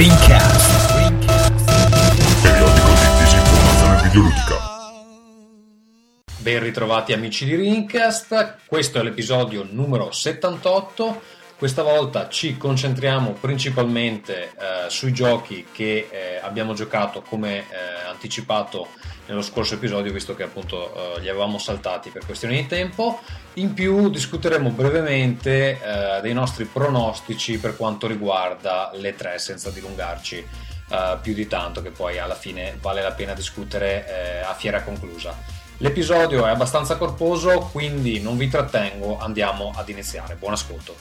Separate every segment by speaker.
Speaker 1: Rincast. Periodico di disinformazione videoludica. Ben ritrovati amici di Rincast, questo è l'episodio numero 78. Questa volta ci concentriamo principalmente sui giochi che abbiamo giocato come anticipato nello scorso episodio, visto che appunto li avevamo saltati per questioni di tempo. In più discuteremo brevemente dei nostri pronostici per quanto riguarda le tre, senza dilungarci più di tanto, che poi alla fine vale la pena discutere a fiera conclusa. L'episodio è abbastanza corposo, quindi non vi trattengo, andiamo ad iniziare. Buon ascolto.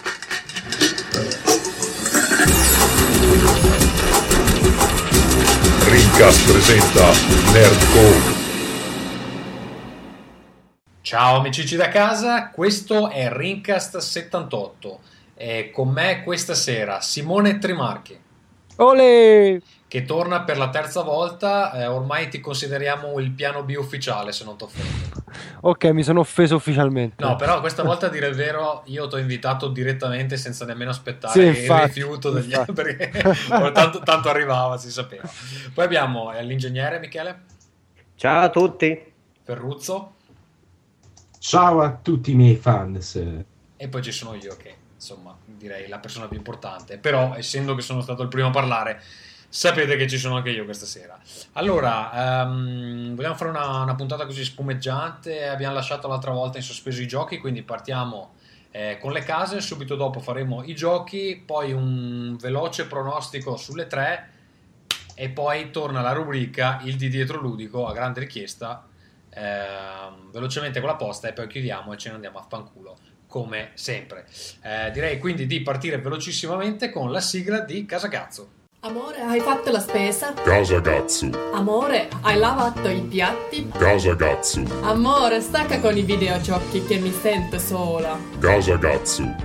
Speaker 1: Rincast presenta Nerdcore. Ciao amici da casa, questo è Rincast 78 e con me questa sera Simone Trimarchi.
Speaker 2: Olè!
Speaker 1: Che torna per la terza volta, ormai ti consideriamo il piano B ufficiale, se non ti offendo.
Speaker 2: Ok, mi sono offeso ufficialmente.
Speaker 1: No, però questa volta, a dire il vero, io ti ho invitato direttamente senza nemmeno aspettare
Speaker 2: sì,
Speaker 1: il rifiuto degli altri, perché tanto arrivava, si sapeva. Poi abbiamo l'ingegnere Michele.
Speaker 3: Ciao a tutti.
Speaker 1: Ferruzzo.
Speaker 4: Ciao a tutti i miei fans.
Speaker 1: E poi ci sono io che, insomma, direi la persona più importante. Però, essendo che sono stato il primo a parlare, sapete che ci sono anche io questa sera. Allora, vogliamo fare una puntata così spumeggiante. Abbiamo lasciato l'altra volta in sospeso i giochi, quindi partiamo con le case. Subito dopo faremo i giochi, poi un veloce pronostico sulle tre e poi torna la rubrica il di dietro ludico a grande richiesta, velocemente con la posta, e poi chiudiamo e ce ne andiamo a fanculo come sempre. Direi quindi di partire velocissimamente con la sigla di Casacazzo.
Speaker 5: Amore, hai fatto la spesa?
Speaker 1: Casagazzo.
Speaker 5: Amore, hai lavato i piatti?
Speaker 1: Casagazzo.
Speaker 5: Amore, stacca con i videogiochi che mi sento sola.
Speaker 1: Casagazzo.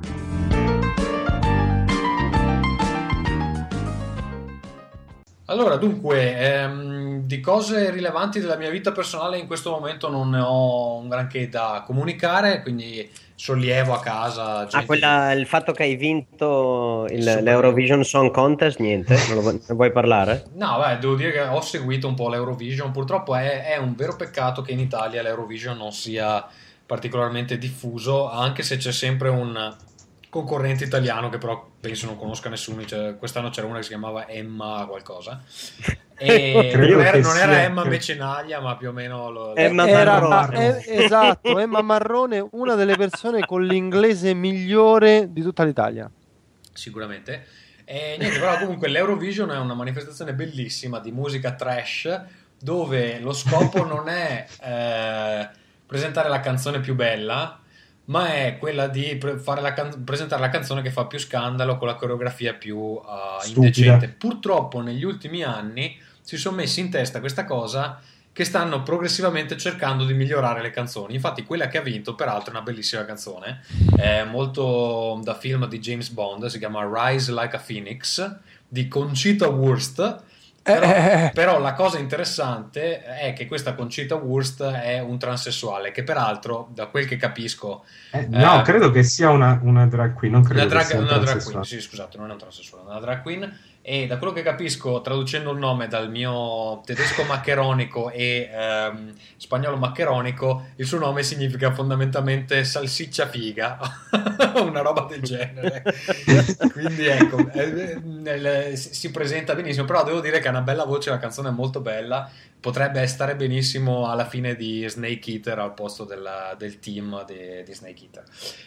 Speaker 1: Allora, dunque, di cose rilevanti della mia vita personale in questo momento non ne ho un granché da comunicare, quindi sollievo a casa.
Speaker 3: Il fatto che hai vinto l'Eurovision Song Contest, niente? Ne vuoi parlare?
Speaker 1: No, devo dire che ho seguito un po' l'Eurovision. Purtroppo è un vero peccato che in Italia l'Eurovision non sia particolarmente diffuso, anche se c'è sempre un concorrente italiano che però penso non conosca nessuno. Cioè, quest'anno c'era una che si chiamava Emma qualcosa e non era Emma Mecenaglia, ma più o meno
Speaker 3: Emma
Speaker 2: Marrone. Esatto, Emma Marrone, una delle persone con l'inglese migliore di tutta l'Italia,
Speaker 1: sicuramente. E niente, però comunque l'Eurovision è una manifestazione bellissima di musica trash, dove lo scopo non è presentare la canzone più bella, ma è quella di presentare la canzone che fa più scandalo, con la coreografia più indecente. Purtroppo negli ultimi anni si sono messi in testa questa cosa, che stanno progressivamente cercando di migliorare le canzoni. Infatti quella che ha vinto, peraltro, è una bellissima canzone, è molto da film di James Bond, si chiama Rise Like a Phoenix, di Conchita Wurst. Però la cosa interessante è che questa Conchita Wurst è un transessuale, che peraltro, da quel che capisco,
Speaker 4: credo che sia una drag queen, non credo che sia
Speaker 1: una drag queen, sì, scusate, non è un transessuale, è una drag queen. E da quello che capisco, traducendo il nome dal mio tedesco maccheronico e spagnolo maccheronico, il suo nome significa fondamentalmente salsiccia figa, una roba del genere. Quindi ecco, si presenta benissimo, però devo dire che ha una bella voce, la canzone è molto bella, potrebbe stare benissimo alla fine di Snake Eater al posto del team di Snake Eater.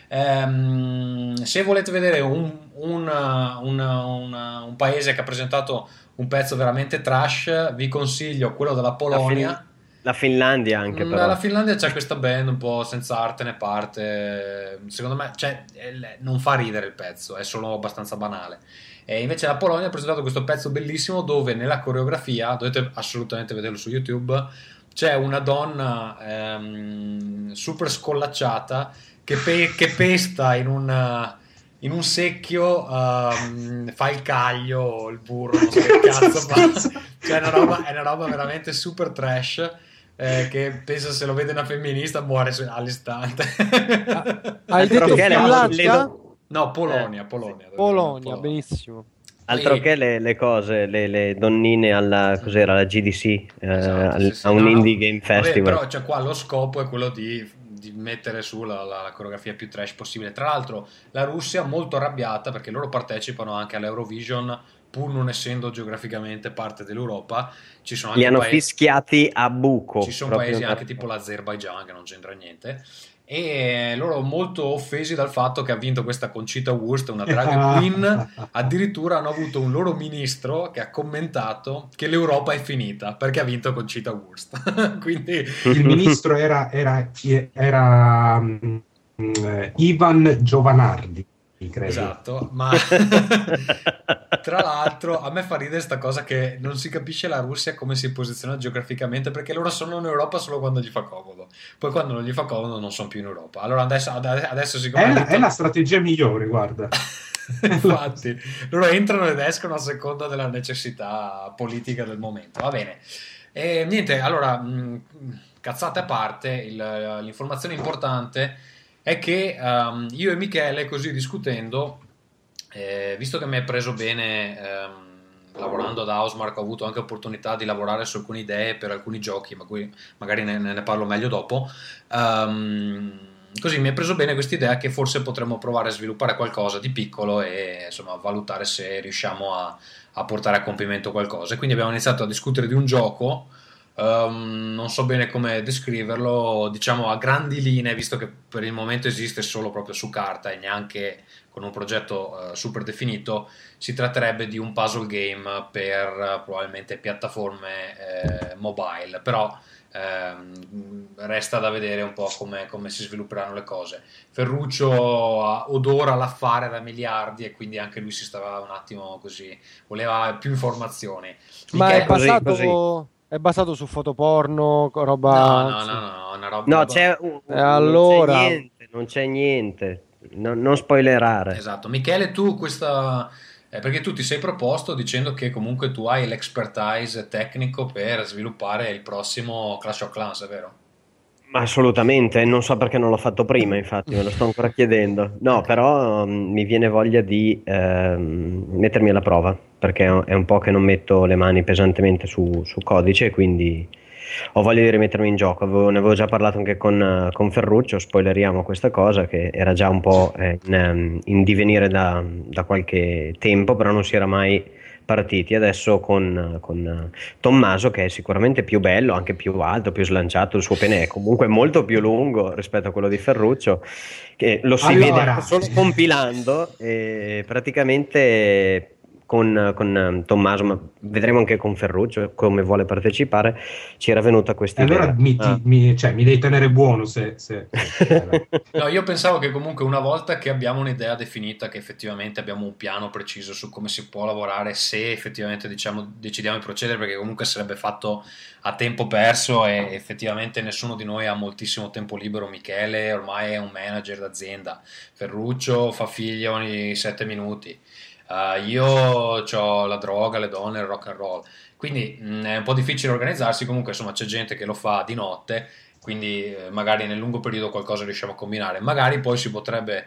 Speaker 1: Se volete vedere un paese che ha presentato un pezzo veramente trash, vi consiglio quello della Polonia.
Speaker 3: La Finlandia anche, però.
Speaker 1: La Finlandia c'è questa band un po' senza arte né parte, secondo me, non fa ridere il pezzo, è solo abbastanza banale. E invece la Polonia ha presentato questo pezzo bellissimo, dove nella coreografia, dovete assolutamente vederlo su YouTube, c'è una donna super scollacciata che pesta in un secchio, fa il caglio, il burro, non so che cazzo fa. Cioè è una roba veramente super trash, che pensa, se lo vede una femminista muore all'istante.
Speaker 2: Hai detto Finlandia?
Speaker 1: No, Polonia.
Speaker 2: Polonia, benissimo.
Speaker 3: Altro
Speaker 1: Poi-
Speaker 3: che le cose, le donnine alla, cos'era, la GDC,
Speaker 1: Esatto, sì, sì.
Speaker 3: a un
Speaker 1: No, no.
Speaker 3: Indie Game
Speaker 1: Vabbè,
Speaker 3: Festival.
Speaker 1: però cioè, qua lo scopo è quello di mettere su la coreografia più trash possibile. Tra l'altro la Russia è molto arrabbiata perché loro partecipano anche all'Eurovision pur non essendo geograficamente parte dell'Europa. Ci sono
Speaker 3: Li
Speaker 1: anche
Speaker 3: hanno fischiati a buco.
Speaker 1: ci sono
Speaker 3: proprio
Speaker 1: paesi anche tipo l'Azerbaigian che non c'entra niente. E loro molto offesi dal fatto che ha vinto questa Conchita Wurst, una drag queen. Addirittura hanno avuto un loro ministro che ha commentato che l'Europa è finita perché ha vinto Conchita Wurst. Quindi
Speaker 4: Il ministro era Ivan Giovanardi, credo.
Speaker 1: esatto, ma tra l'altro a me fa ridere sta cosa che non si capisce la Russia come si posiziona geograficamente, perché loro sono in Europa solo quando gli fa comodo, poi quando non gli fa comodo non sono più in Europa. Allora adesso siccome
Speaker 4: È la strategia migliore, guarda.
Speaker 1: infatti loro entrano ed escono a seconda della necessità politica del momento. Va bene. E niente, allora cazzate a parte, l'informazione importante è che io e Michele, così discutendo, visto che mi è preso bene lavorando ad Housemarque, ho avuto anche opportunità di lavorare su alcune idee per alcuni giochi, ma qui magari ne parlo meglio dopo. Così mi è preso bene questa idea che forse potremmo provare a sviluppare qualcosa di piccolo e insomma valutare se riusciamo a portare a compimento qualcosa. E quindi abbiamo iniziato a discutere di un gioco. Non so bene come descriverlo, diciamo a grandi linee, visto che per il momento esiste solo proprio su carta e neanche con un progetto super definito. Si tratterebbe di un puzzle game per probabilmente piattaforme mobile, però resta da vedere un po' come si svilupperanno le cose. Ferruccio odora l'affare da miliardi e quindi anche lui si stava un attimo così, voleva più informazioni.
Speaker 2: Ma è
Speaker 1: Michele-
Speaker 2: basato, è basato su fotoporno, roba...
Speaker 1: No, una roba.
Speaker 3: No, c'è
Speaker 2: allora...
Speaker 3: non c'è niente. Non spoilerare.
Speaker 1: Esatto. Michele, tu questa perché tu ti sei proposto dicendo che comunque tu hai l'expertise tecnico per sviluppare il prossimo Clash of Clans, è vero?
Speaker 3: Ma assolutamente, non so perché non l'ho fatto prima, infatti, me lo sto ancora chiedendo. No, però mi viene voglia di mettermi alla prova, perché è un po' che non metto le mani pesantemente su codice, quindi ho voglia di rimettermi in gioco. Ne avevo già parlato anche con Ferruccio, spoileriamo questa cosa, che era già un po' in divenire da qualche tempo, però non si era mai partiti. Adesso con Tommaso, che è sicuramente più bello, anche più alto, più slanciato, il suo pene è comunque molto più lungo rispetto a quello di Ferruccio, che lo si vede anche solo compilando, e praticamente con Tommaso, ma vedremo anche con Ferruccio come vuole partecipare, ci era venuta questa idea.
Speaker 4: Allora mi devi tenere buono se...
Speaker 1: No, io pensavo che comunque una volta che abbiamo un'idea definita, che effettivamente abbiamo un piano preciso su come si può lavorare, se effettivamente decidiamo di procedere, perché comunque sarebbe fatto a tempo perso e effettivamente nessuno di noi ha moltissimo tempo libero. Michele ormai è un manager d'azienda, Ferruccio fa figli ogni 7 minuti. Io ho la droga, le donne, il rock and roll, quindi è un po' difficile organizzarsi. Comunque insomma c'è gente che lo fa di notte, quindi magari nel lungo periodo qualcosa riusciamo a combinare. Magari poi si potrebbe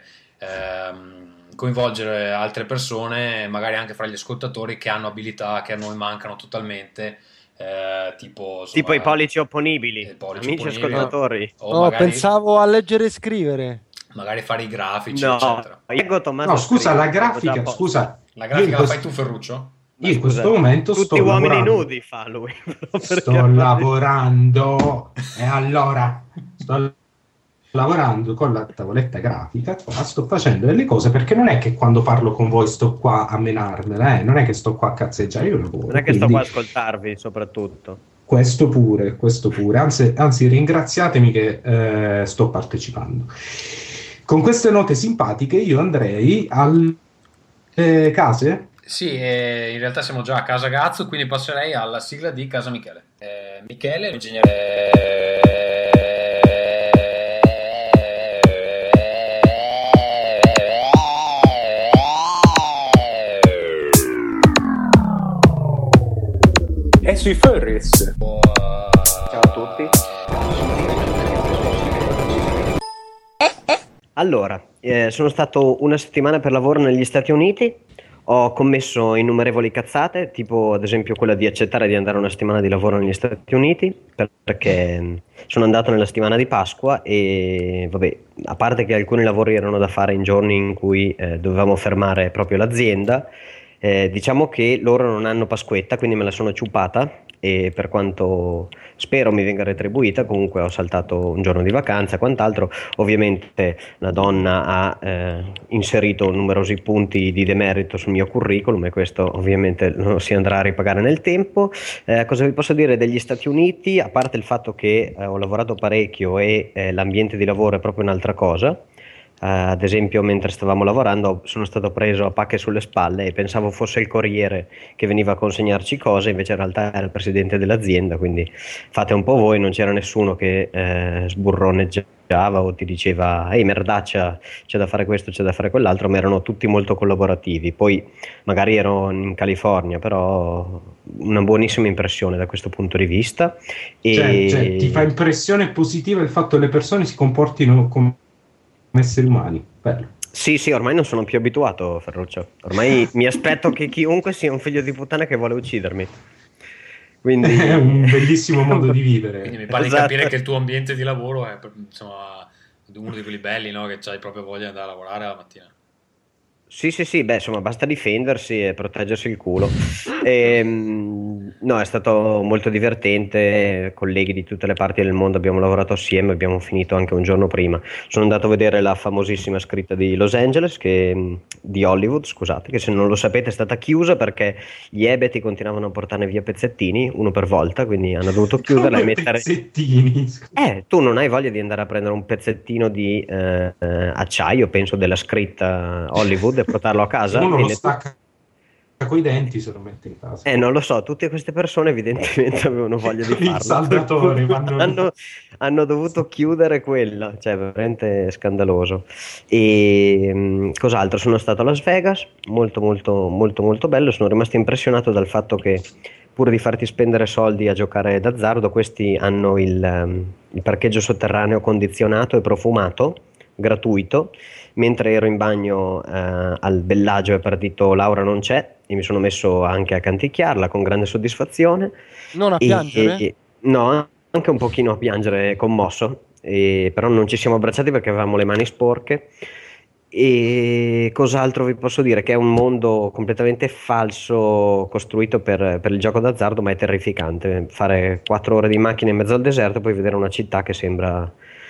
Speaker 1: coinvolgere altre persone, magari anche fra gli ascoltatori che hanno abilità che a noi mancano totalmente, tipo
Speaker 3: i pollici opponibili, amici ascoltatori.
Speaker 1: Magari...
Speaker 2: pensavo a leggere e scrivere.
Speaker 1: Magari fare i grafici,
Speaker 3: no,
Speaker 1: eccetera.
Speaker 4: No, scusa, la grafica,
Speaker 1: La grafica la fai tu, Ferruccio?
Speaker 4: Io in questo momento
Speaker 3: tutti
Speaker 4: sto
Speaker 3: uomini
Speaker 4: lavorando.
Speaker 3: nudi fa lui.
Speaker 4: Sto lavorando e allora sto lavorando con la tavoletta grafica, sto facendo delle cose, perché non è che quando parlo con voi sto qua a menarmela, non è che sto qua a cazzeggiare, io lavoro.
Speaker 3: Non è che sto qua a ascoltarvi, soprattutto.
Speaker 4: Questo pure, anzi ringraziatemi che sto partecipando. Con queste note simpatiche io andrei al case?
Speaker 1: Sì, in realtà siamo già a Casa Gazzo, quindi passerei alla sigla di Casa Michele. Michele, ingegnere...
Speaker 6: E sui furries.
Speaker 3: Ciao a tutti. Allora, sono stato una settimana per lavoro negli Stati Uniti, Ho commesso innumerevoli cazzate, tipo ad esempio quella di accettare di andare una settimana di lavoro negli Stati Uniti, perché sono andato nella settimana di Pasqua e vabbè, a parte che alcuni lavori erano da fare in giorni in cui dovevamo fermare proprio l'azienda, diciamo che loro non hanno Pasquetta, quindi me la sono ciupata e per quanto spero mi venga retribuita, comunque ho saltato un giorno di vacanza e quant'altro. Ovviamente la donna ha inserito numerosi punti di demerito sul mio curriculum e questo ovviamente lo si andrà a ripagare nel tempo. Cosa vi posso dire degli Stati Uniti? A parte il fatto che ho lavorato parecchio e l'ambiente di lavoro è proprio un'altra cosa. Ad esempio, mentre stavamo lavorando, sono stato preso a pacche sulle spalle e pensavo fosse il corriere che veniva a consegnarci cose, invece in realtà era il presidente dell'azienda. Quindi fate un po' voi, non c'era nessuno che sburroneggiava o ti diceva ehi merdaccia, c'è da fare questo, c'è da fare quell'altro, ma erano tutti molto collaborativi. Poi magari ero in California, però una buonissima impressione da questo punto di vista.
Speaker 4: Cioè, ti fa impressione positiva il fatto che le persone si comportino come esseri umani. Bello.
Speaker 3: Sì, ormai non sono più abituato, Ferruccio. Ormai mi aspetto che chiunque sia un figlio di puttana che vuole uccidermi. Quindi
Speaker 4: È un bellissimo modo di vivere.
Speaker 1: Quindi mi pare di
Speaker 3: Esatto.
Speaker 1: capire che il tuo ambiente di lavoro è insomma uno di quelli belli, no? Che c'hai proprio voglia di andare a lavorare la mattina.
Speaker 3: Sì, beh, insomma, basta difendersi e proteggersi il culo. No, è stato molto divertente, colleghi di tutte le parti del mondo, abbiamo lavorato assieme, abbiamo finito anche un giorno prima. Sono andato a vedere la famosissima scritta di Los Angeles, di Hollywood, scusate, che se non lo sapete è stata chiusa perché gli ebeti continuavano a portarne via pezzettini, uno per volta, quindi hanno dovuto chiuderla e mettere...
Speaker 4: pezzettini.
Speaker 3: Tu non hai voglia di andare a prendere un pezzettino di acciaio, penso, della scritta Hollywood e portarlo a casa?
Speaker 4: Se uno lo
Speaker 3: E
Speaker 4: stacca coi denti se lo mette in casa.
Speaker 3: non lo so, tutte queste persone evidentemente avevano voglia di
Speaker 4: Con il
Speaker 3: farlo.
Speaker 4: saldatore,
Speaker 3: hanno dovuto chiudere quella, cioè veramente scandaloso. E cos'altro? Sono stato a Las Vegas, molto molto molto molto bello, sono rimasto impressionato dal fatto che pur di farti spendere soldi a giocare d'azzardo, questi hanno il parcheggio sotterraneo condizionato e profumato, gratuito. Mentre ero in bagno al Bellagio è partito Laura non c'è e mi sono messo anche a canticchiarla con grande soddisfazione.
Speaker 2: Non a piangere?
Speaker 3: No, anche un pochino a piangere commosso, però non ci siamo abbracciati perché avevamo le mani sporche. E cos'altro vi posso dire? Che è un mondo completamente falso costruito per il gioco d'azzardo, ma è terrificante. Fare 4 ore di macchina in mezzo al deserto e poi vedere una città che sembra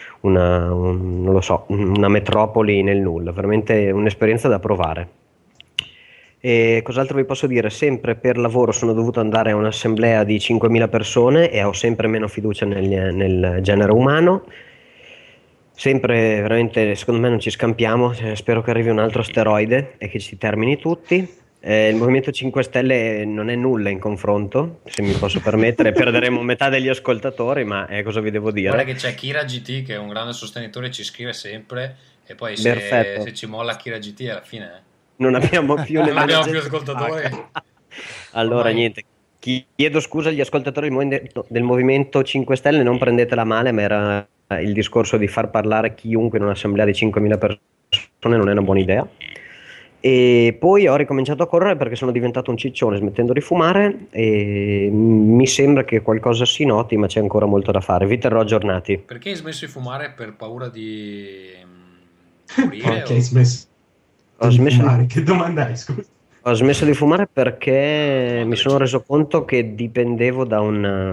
Speaker 3: non lo so, una metropoli nel nulla, veramente un'esperienza da provare. E cos'altro vi posso dire? Sempre per lavoro sono dovuto andare a un'assemblea di 5.000 persone e ho sempre meno fiducia nel genere umano. Sempre veramente, secondo me non ci scampiamo, spero che arrivi un altro asteroide e che ci termini tutti. Il Movimento 5 Stelle non è nulla in confronto, se mi posso permettere, perderemo metà degli ascoltatori, ma cosa vi devo dire?
Speaker 1: Guarda che c'è Kira GT che è un grande sostenitore, ci scrive sempre e poi
Speaker 3: Perfetto.
Speaker 1: se ci molla Kira GT alla fine
Speaker 3: Non abbiamo più
Speaker 1: non
Speaker 3: nemmeno
Speaker 1: abbiamo più
Speaker 3: gente.
Speaker 1: ascoltatori.
Speaker 3: Allora
Speaker 1: Ormai.
Speaker 3: niente, chiedo scusa agli ascoltatori del Movimento 5 Stelle, non prendetela male, ma era il discorso di far parlare chiunque in un'assemblea di 5.000 persone non è una buona idea. E poi ho ricominciato a correre perché sono diventato un ciccione smettendo di fumare e mi sembra che qualcosa si noti, ma c'è ancora molto da fare. Vi terrò aggiornati.
Speaker 1: Perché hai smesso di fumare per paura di morire?
Speaker 4: Perché hai smesso
Speaker 3: Ho
Speaker 4: di
Speaker 3: smesso
Speaker 4: fumare? Che domanda hai, scusa?
Speaker 3: Ho smesso di fumare perché mi sono reso conto che dipendevo da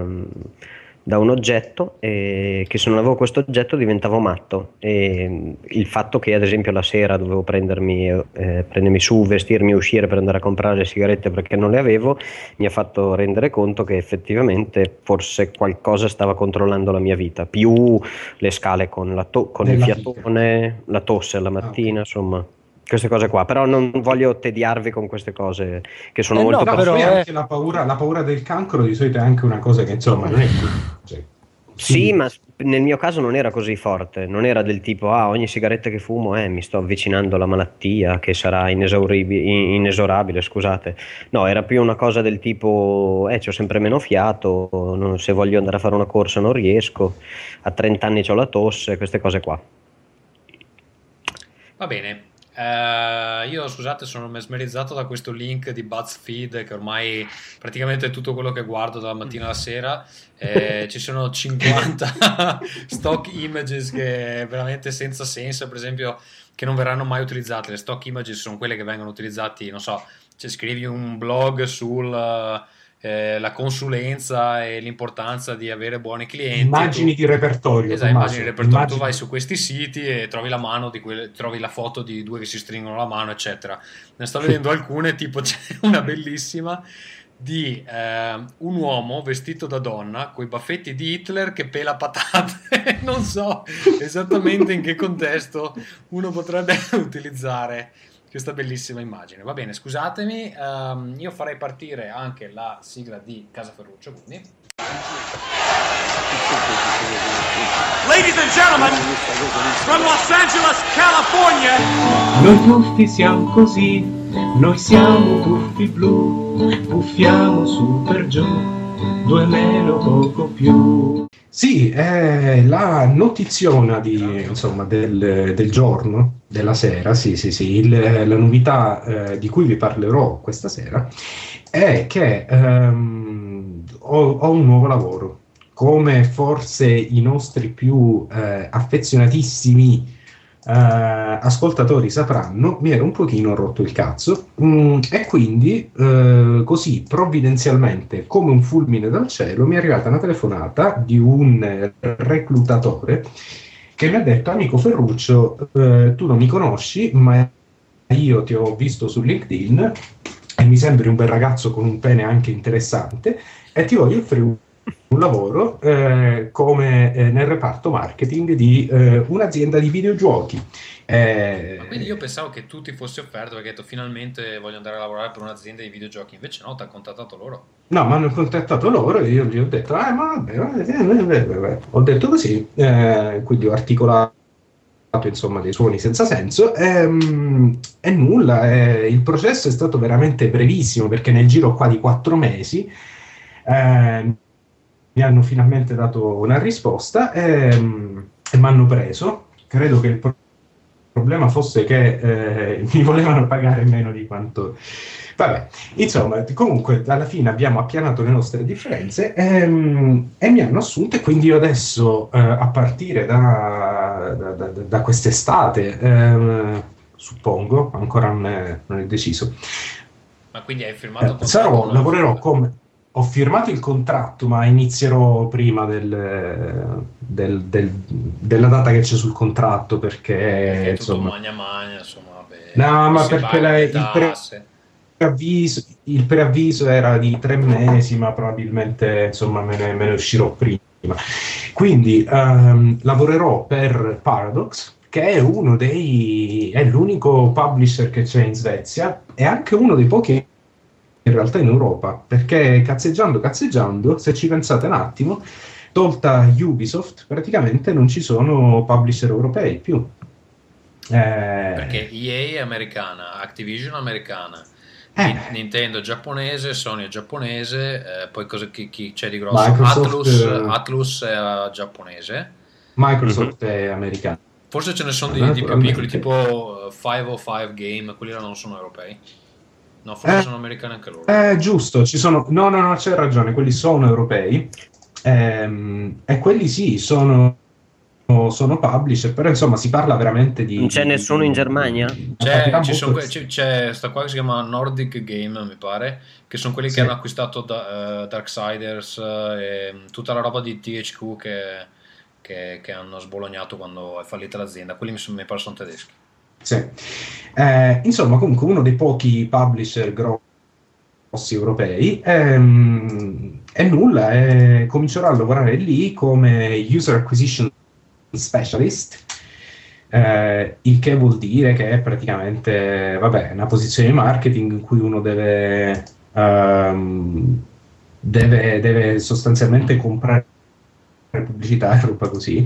Speaker 3: un oggetto e che se non avevo questo oggetto diventavo matto, e il fatto che ad esempio la sera dovevo prendermi su, vestirmi, uscire per andare a comprare le sigarette perché non le avevo, mi ha fatto rendere conto che effettivamente forse qualcosa stava controllando la mia vita, più le scale con il
Speaker 4: Nella
Speaker 3: fiatone, la tosse alla mattina, insomma queste cose qua. Però non voglio tediarvi con queste cose che sono molto
Speaker 2: no,
Speaker 4: No,
Speaker 2: però
Speaker 4: poi
Speaker 2: è-
Speaker 4: anche la paura del cancro di solito è anche una cosa che insomma non è cioè,
Speaker 3: Sì, ma nel mio caso non era così forte, non era del tipo ogni sigaretta che fumo mi sto avvicinando alla malattia che sarà inesorabile, scusate. No, era più una cosa del tipo c'ho sempre meno fiato, se voglio andare a fare una corsa non riesco, a 30 anni c'ho la tosse, queste cose qua.
Speaker 1: Va bene. Io scusate, sono mesmerizzato da questo link di BuzzFeed, che ormai praticamente è tutto quello che guardo dalla mattina alla sera. Ci sono 50 stock images che veramente senza senso, per esempio, che non verranno mai utilizzate. Le stock images sono quelle che vengono utilizzate, non so, cioè scrivi un blog sul la consulenza e l'importanza di avere buoni clienti.
Speaker 4: Immagini di repertorio.
Speaker 1: Esatto,
Speaker 4: Tommaso,
Speaker 1: immagini di repertorio. Tu vai su questi siti e trovi la mano trovi la foto di due che si stringono la mano, eccetera. Ne sto vedendo alcune, tipo c'è una bellissima di un uomo vestito da donna coi baffetti di Hitler che pela patate. Non so esattamente in che contesto uno potrebbe utilizzare questa bellissima immagine. Va bene, scusatemi, io farei partire anche la sigla di Casa Ferruccio, quindi.
Speaker 6: Ladies and gentlemen, from Los Angeles, California.
Speaker 7: Noi tuffi siamo così, noi siamo tuffi blu, buffiamo su per giù, 2 meno poco più.
Speaker 4: Sì, è la notiziona del giorno, della sera, la novità di cui vi parlerò questa sera è che ho un nuovo lavoro. Come forse i nostri più affezionatissimi ascoltatori sapranno, mi ero un pochino rotto il cazzo e quindi così provvidenzialmente, come un fulmine dal cielo, mi è arrivata una telefonata di un reclutatore che mi ha detto: amico Ferruccio, tu non mi conosci, ma io ti ho visto su LinkedIn e mi sembri un bel ragazzo con un pene anche interessante e ti voglio offrire un lavoro come nel reparto marketing di un'azienda di videogiochi.
Speaker 1: Ma quindi io pensavo che tu ti fossi offerto perché hai detto finalmente voglio andare a lavorare per un'azienda di videogiochi, invece no, ti ha contattato loro.
Speaker 4: No, mi hanno contattato loro e io gli ho detto ma vabbè. Ho detto così, quindi ho articolato insomma dei suoni senza senso e nulla, il processo è stato veramente brevissimo perché nel giro qua di 4 mesi mi hanno finalmente dato una risposta e mi hanno preso. Credo che il problema fosse che mi volevano pagare meno di quanto... Vabbè, insomma, comunque alla fine abbiamo appianato le nostre differenze e mi hanno assunto e quindi io adesso a partire da quest'estate, suppongo, ancora non è deciso.
Speaker 1: Ma quindi hai firmato il contratto?
Speaker 4: Lavorerò come... Ho firmato il contratto, ma inizierò prima della data che c'è sul contratto perché
Speaker 1: insomma, tutto magna, insomma, vabbè,
Speaker 4: no, ma perché il preavviso era di 3 mesi, ma probabilmente insomma me ne uscirò prima. Quindi lavorerò per Paradox, che è è l'unico publisher che c'è in Svezia e anche uno dei pochi in realtà in Europa, perché cazzeggiando, se ci pensate un attimo, tolta Ubisoft, praticamente non ci sono publisher europei più.
Speaker 1: Perché EA è americana, Activision è americana, Nintendo è giapponese, Sony è giapponese, poi chi c'è di grosso? Atlus è giapponese.
Speaker 4: Microsoft è americana.
Speaker 1: Forse ce ne sono di più piccoli, tipo 505 Game, quelli là non sono europei. No, forse sono americani anche loro.
Speaker 4: Giusto, ci sono... No, c'è ragione, quelli sono europei. E quelli sì, sono publisher, però insomma si parla veramente di...
Speaker 3: Non c'è nessuno in Germania?
Speaker 1: C'è sta qua che si chiama Nordic Game, mi pare, che sono quelli che hanno acquistato Darksiders e tutta la roba di THQ che hanno sbolognato quando è fallita l'azienda. Quelli mi pare sono tedeschi.
Speaker 4: Sì. Insomma, comunque uno dei pochi publisher grossi europei e nulla, comincerò a lavorare lì come user acquisition specialist, il che vuol dire che è praticamente una posizione di marketing in cui uno deve sostanzialmente comprare pubblicità e roba così.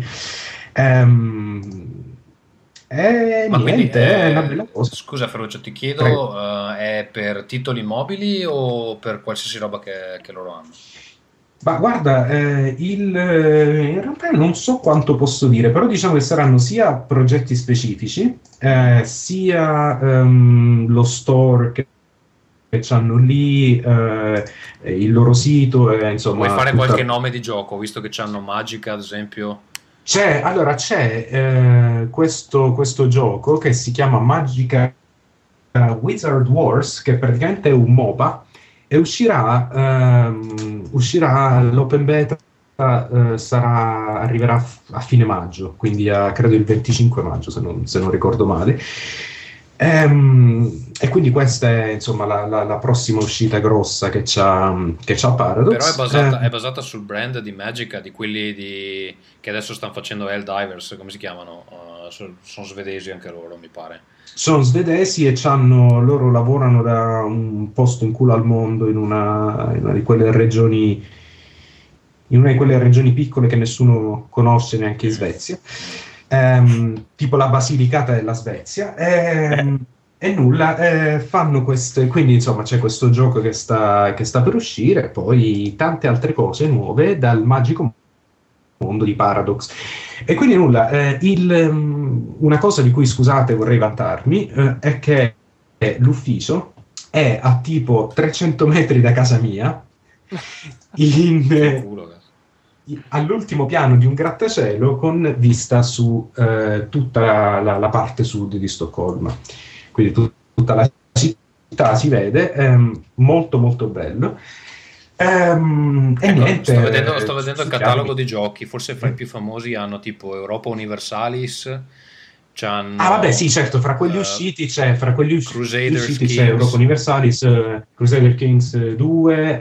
Speaker 1: Ma
Speaker 4: niente,
Speaker 1: quindi,
Speaker 4: è una bella cosa.
Speaker 1: Scusa Ferruccio, ti chiedo, è per titoli mobili o per qualsiasi roba che loro hanno?
Speaker 4: Ma guarda, in realtà non so quanto posso dire, però diciamo che saranno sia progetti specifici, sia lo store che hanno lì, il loro sito, insomma.
Speaker 1: Vuoi fare qualche nome di gioco, visto che c'hanno Magica, ad esempio?
Speaker 4: C'è questo gioco che si chiama Magica Wizard Wars, che praticamente è un MOBA, e uscirà l'open beta, arriverà a fine maggio, quindi credo il 25 maggio, se non ricordo male. E quindi questa è insomma la prossima uscita grossa che c'ha Paradox.
Speaker 1: Però è basata sul brand di Magica, di quelli che adesso stanno facendo Helldivers, come si chiamano? Sono svedesi anche loro, mi pare.
Speaker 4: Sono svedesi e loro lavorano da un posto in culo al mondo in una di quelle regioni piccole che nessuno conosce neanche in Svezia, tipo la Basilicata della Svezia, e nulla, fanno queste, quindi insomma c'è questo gioco che sta per uscire, poi tante altre cose nuove dal magico mondo di Paradox. E quindi nulla, una cosa di cui, scusate, vorrei vantarmi, è che l'ufficio è a tipo 300 metri da casa mia, all'ultimo piano di un grattacielo con vista su tutta la parte sud di Stoccolma. Quindi tutta la città si vede, molto molto bello. Niente,
Speaker 1: sto vedendo il catalogo di giochi, forse fra i più famosi hanno tipo Europa Universalis,
Speaker 4: vabbè, sì, certo, fra quelli usciti c'è
Speaker 1: Crusader
Speaker 4: usciti
Speaker 1: Kings.
Speaker 4: c'è Europa Universalis, Crusader Kings 2,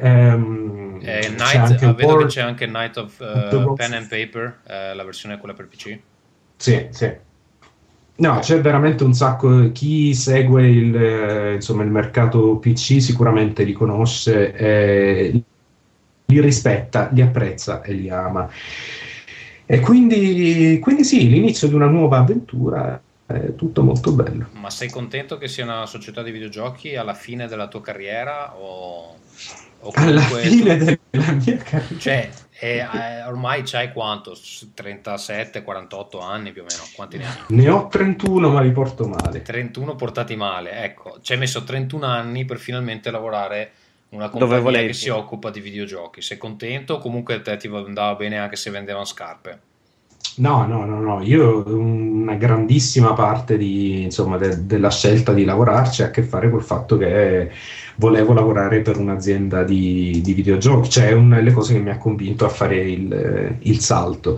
Speaker 1: vedo che c'è anche Night of Pen and Paper, la versione quella per PC.
Speaker 4: Sì. No, c'è veramente un sacco. Chi segue il mercato PC sicuramente li conosce, li rispetta, li apprezza e li ama. E quindi sì, l'inizio di una nuova avventura è tutto molto bello.
Speaker 1: Ma sei contento che sia una società di videogiochi alla fine della tua carriera o
Speaker 4: alla fine della mia carriera?
Speaker 1: Cioè, ormai c'hai quanto? 37, 48 anni più o meno? Quanti ne hai?
Speaker 4: Ne ho 31, ma li porto male.
Speaker 1: 31 portati male, ecco. Ci hai messo 31 anni per finalmente lavorare in una compagnia che si occupa di videogiochi. Sei contento o comunque a te ti andava bene anche se vendevano scarpe?
Speaker 4: No, io una grandissima parte della scelta di lavorarci ha a che fare col fatto che volevo lavorare per un'azienda di videogiochi, cioè è una delle cose che mi ha convinto a fare il salto.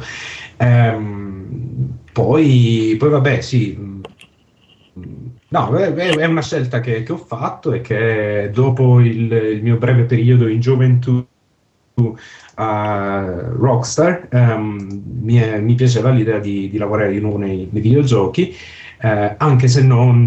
Speaker 4: Poi vabbè, sì, no, è una scelta che ho fatto e che dopo il mio breve periodo in gioventù a Rockstar, mi piaceva l'idea di lavorare di nuovo nei videogiochi, anche se non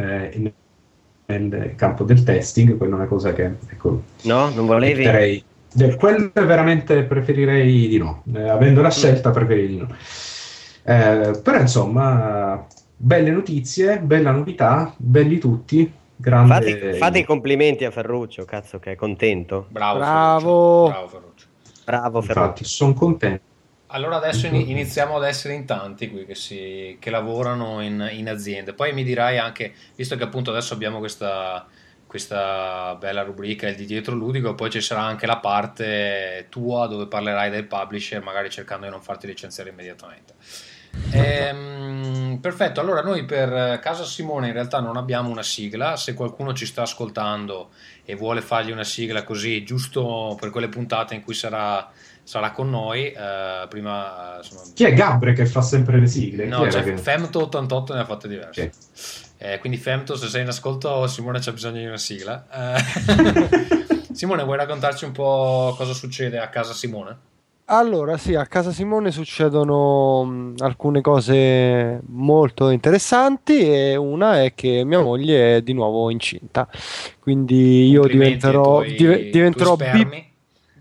Speaker 4: nel campo del testing. Quella è una cosa che, ecco,
Speaker 3: no, non volevi?
Speaker 4: Quello veramente preferirei di no, avendo la scelta preferirei di no, però insomma belle notizie, bella novità, belli tutti.
Speaker 3: Fate i complimenti a Ferruccio, cazzo, che è contento.
Speaker 1: Bravo Ferruccio.
Speaker 3: Bravo Ferruccio.
Speaker 4: Infatti, sono contento.
Speaker 1: Allora adesso iniziamo ad essere in tanti qui che lavorano in aziende. Poi mi dirai anche, visto che appunto adesso abbiamo questa bella rubrica, il di dietro ludico, poi ci sarà anche la parte tua dove parlerai del publisher, magari cercando di non farti licenziare immediatamente. Perfetto, allora noi per Casa Simone in realtà non abbiamo una sigla. Se qualcuno ci sta ascoltando e vuole fargli una sigla così giusto per quelle puntate in cui sarà con noi, prima
Speaker 4: chi è Gabbre che fa sempre le sigle?
Speaker 1: No, Femto88 ne ha fatte diverse, quindi Femto, se sei in ascolto, Simone c'ha bisogno di una sigla. Simone, vuoi raccontarci un po' cosa succede a Casa Simone?
Speaker 2: Allora, sì, a Casa Simone succedono alcune cose molto interessanti e una è che mia moglie è di nuovo incinta, quindi io diventerò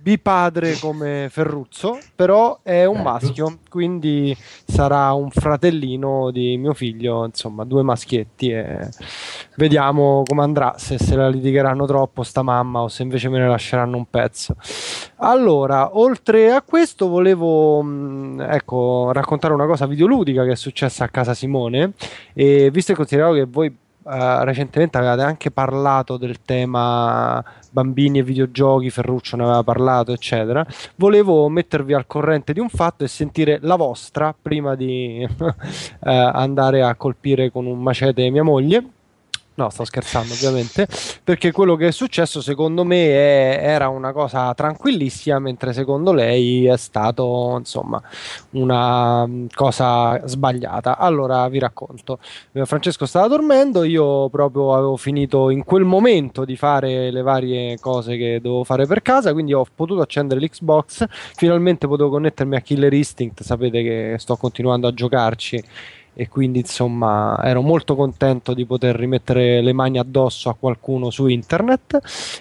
Speaker 2: bipadre come Ferruzzo, però è un maschio, quindi sarà un fratellino di mio figlio, insomma, 2 maschietti, e vediamo come andrà, se la litigheranno troppo sta mamma o se invece me ne lasceranno un pezzo. Allora, oltre a questo volevo raccontare una cosa videoludica che è successa a casa Simone, e visto e considerato che voi recentemente avevate anche parlato del tema bambini e videogiochi, Ferruccio ne aveva parlato, eccetera, volevo mettervi al corrente di un fatto e sentire la vostra prima di andare a colpire con un macete mia moglie. No, sto scherzando ovviamente, perché quello che è successo secondo me era una cosa tranquillissima, mentre secondo lei è stato, insomma, una cosa sbagliata. Allora vi racconto. Francesco stava dormendo, io proprio avevo finito in quel momento di fare le varie cose che dovevo fare per casa, quindi ho potuto accendere l'Xbox, finalmente potevo connettermi a Killer Instinct, sapete che sto continuando a giocarci, e quindi insomma ero molto contento di poter rimettere le mani addosso a qualcuno su internet,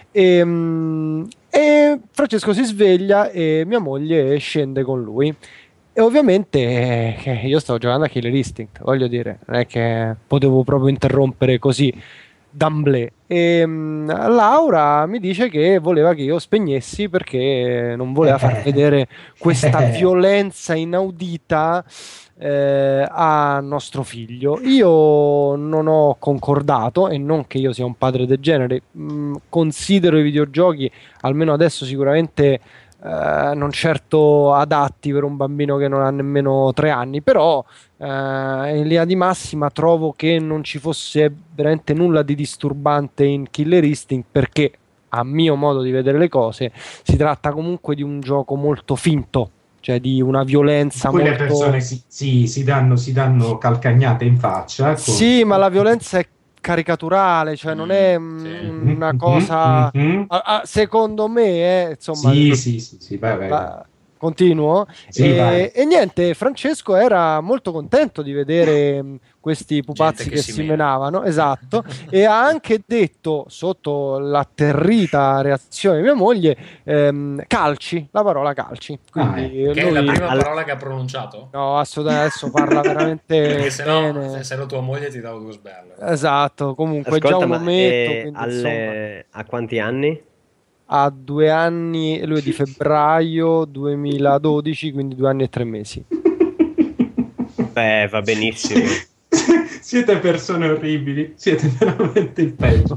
Speaker 2: e Francesco si sveglia e mia moglie scende con lui, e ovviamente io stavo giocando a Killer Instinct, voglio dire, non è che potevo proprio interrompere così d'amblè, e Laura mi dice che voleva che io spegnessi perché non voleva far vedere questa violenza inaudita a nostro figlio. Io non ho concordato, e non che io sia un padre degenere, considero i videogiochi, almeno adesso, sicuramente non certo adatti per un bambino che non ha nemmeno 3 anni, però in linea di massima trovo che non ci fosse veramente nulla di disturbante in Killer Instinct, perché a mio modo di vedere le cose si tratta comunque di un gioco molto finto, cioè di una violenza
Speaker 4: poi
Speaker 2: molto...
Speaker 4: le persone si danno calcagnate in faccia.
Speaker 2: Sì, ma la violenza è caricaturale, cioè non è una cosa... secondo me, insomma...
Speaker 4: Sì, vai.
Speaker 2: Continuo?
Speaker 4: Sì,
Speaker 2: e niente, Francesco era molto contento di vedere questi pupazzi che si menavano, esatto, e ha anche detto, sotto l'atterrita reazione di mia moglie, calci, la parola calci. Quindi
Speaker 1: che è la prima parola che ha pronunciato?
Speaker 2: No, assolutamente, adesso parla veramente
Speaker 1: perché se no,
Speaker 2: bene.
Speaker 1: se ero tua moglie ti davo 2 sberle.
Speaker 2: Esatto, comunque
Speaker 3: ascolta,
Speaker 2: già un ometto, quindi,
Speaker 3: a quanti anni?
Speaker 2: Ha 2 anni, lui è di febbraio 2012, quindi 2 anni e 3 mesi.
Speaker 3: Beh, va benissimo.
Speaker 4: Siete persone orribili, siete veramente il peggio.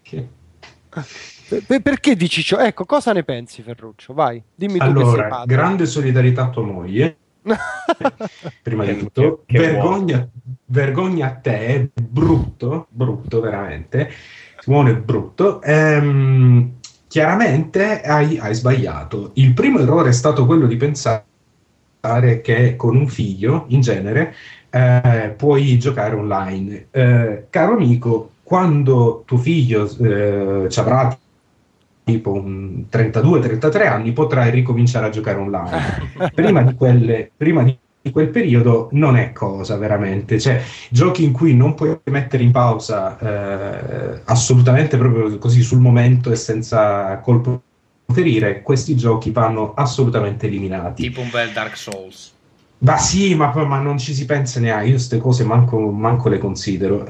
Speaker 2: Perché dici ciò? Ecco, cosa ne pensi, Ferruccio? Vai, dimmi tu che sei padre.
Speaker 4: Allora, grande solidarietà a tua moglie. Prima di tutto, vergogna a te, brutto veramente. Simone è brutto. Chiaramente hai sbagliato. Il primo errore è stato quello di pensare che con un figlio, in genere, puoi giocare online. Caro amico, quando tuo figlio ci avrà tipo un 32-33 anni, potrai ricominciare a giocare online. Prima di quel periodo non è cosa, veramente. Cioè, giochi in cui non puoi mettere in pausa assolutamente, proprio così sul momento e senza colpo ferire, questi giochi vanno assolutamente eliminati.
Speaker 1: Tipo un bel Dark Souls.
Speaker 4: Ma sì, ma non ci si pensa neanche, io queste cose manco le considero.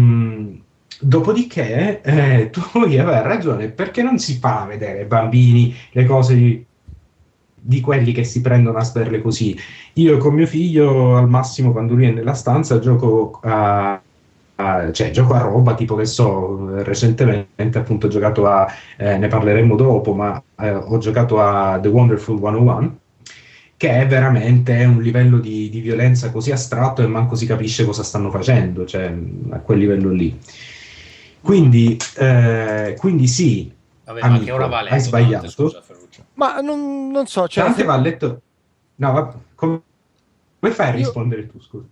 Speaker 4: Dopodiché tu avevi ragione, perché non si fa vedere ai bambini le cose di quelli che si prendono a sberle così. Io con mio figlio al massimo, quando lui è nella stanza, gioco a roba, tipo, che so, recentemente appunto ho giocato ne parleremo dopo, ma ho giocato a The Wonderful 101, che è veramente un livello di violenza così astratto e manco si capisce cosa stanno facendo, cioè a quel livello lì. Quindi sì,
Speaker 1: vabbè,
Speaker 4: amico,
Speaker 1: ma che ora va a letto,
Speaker 4: hai sbagliato.
Speaker 1: Dante, scusa, Ferruccio.
Speaker 2: Ma non so, cioè...
Speaker 4: Dante va a letto... No, come fai a rispondere tu, scusa?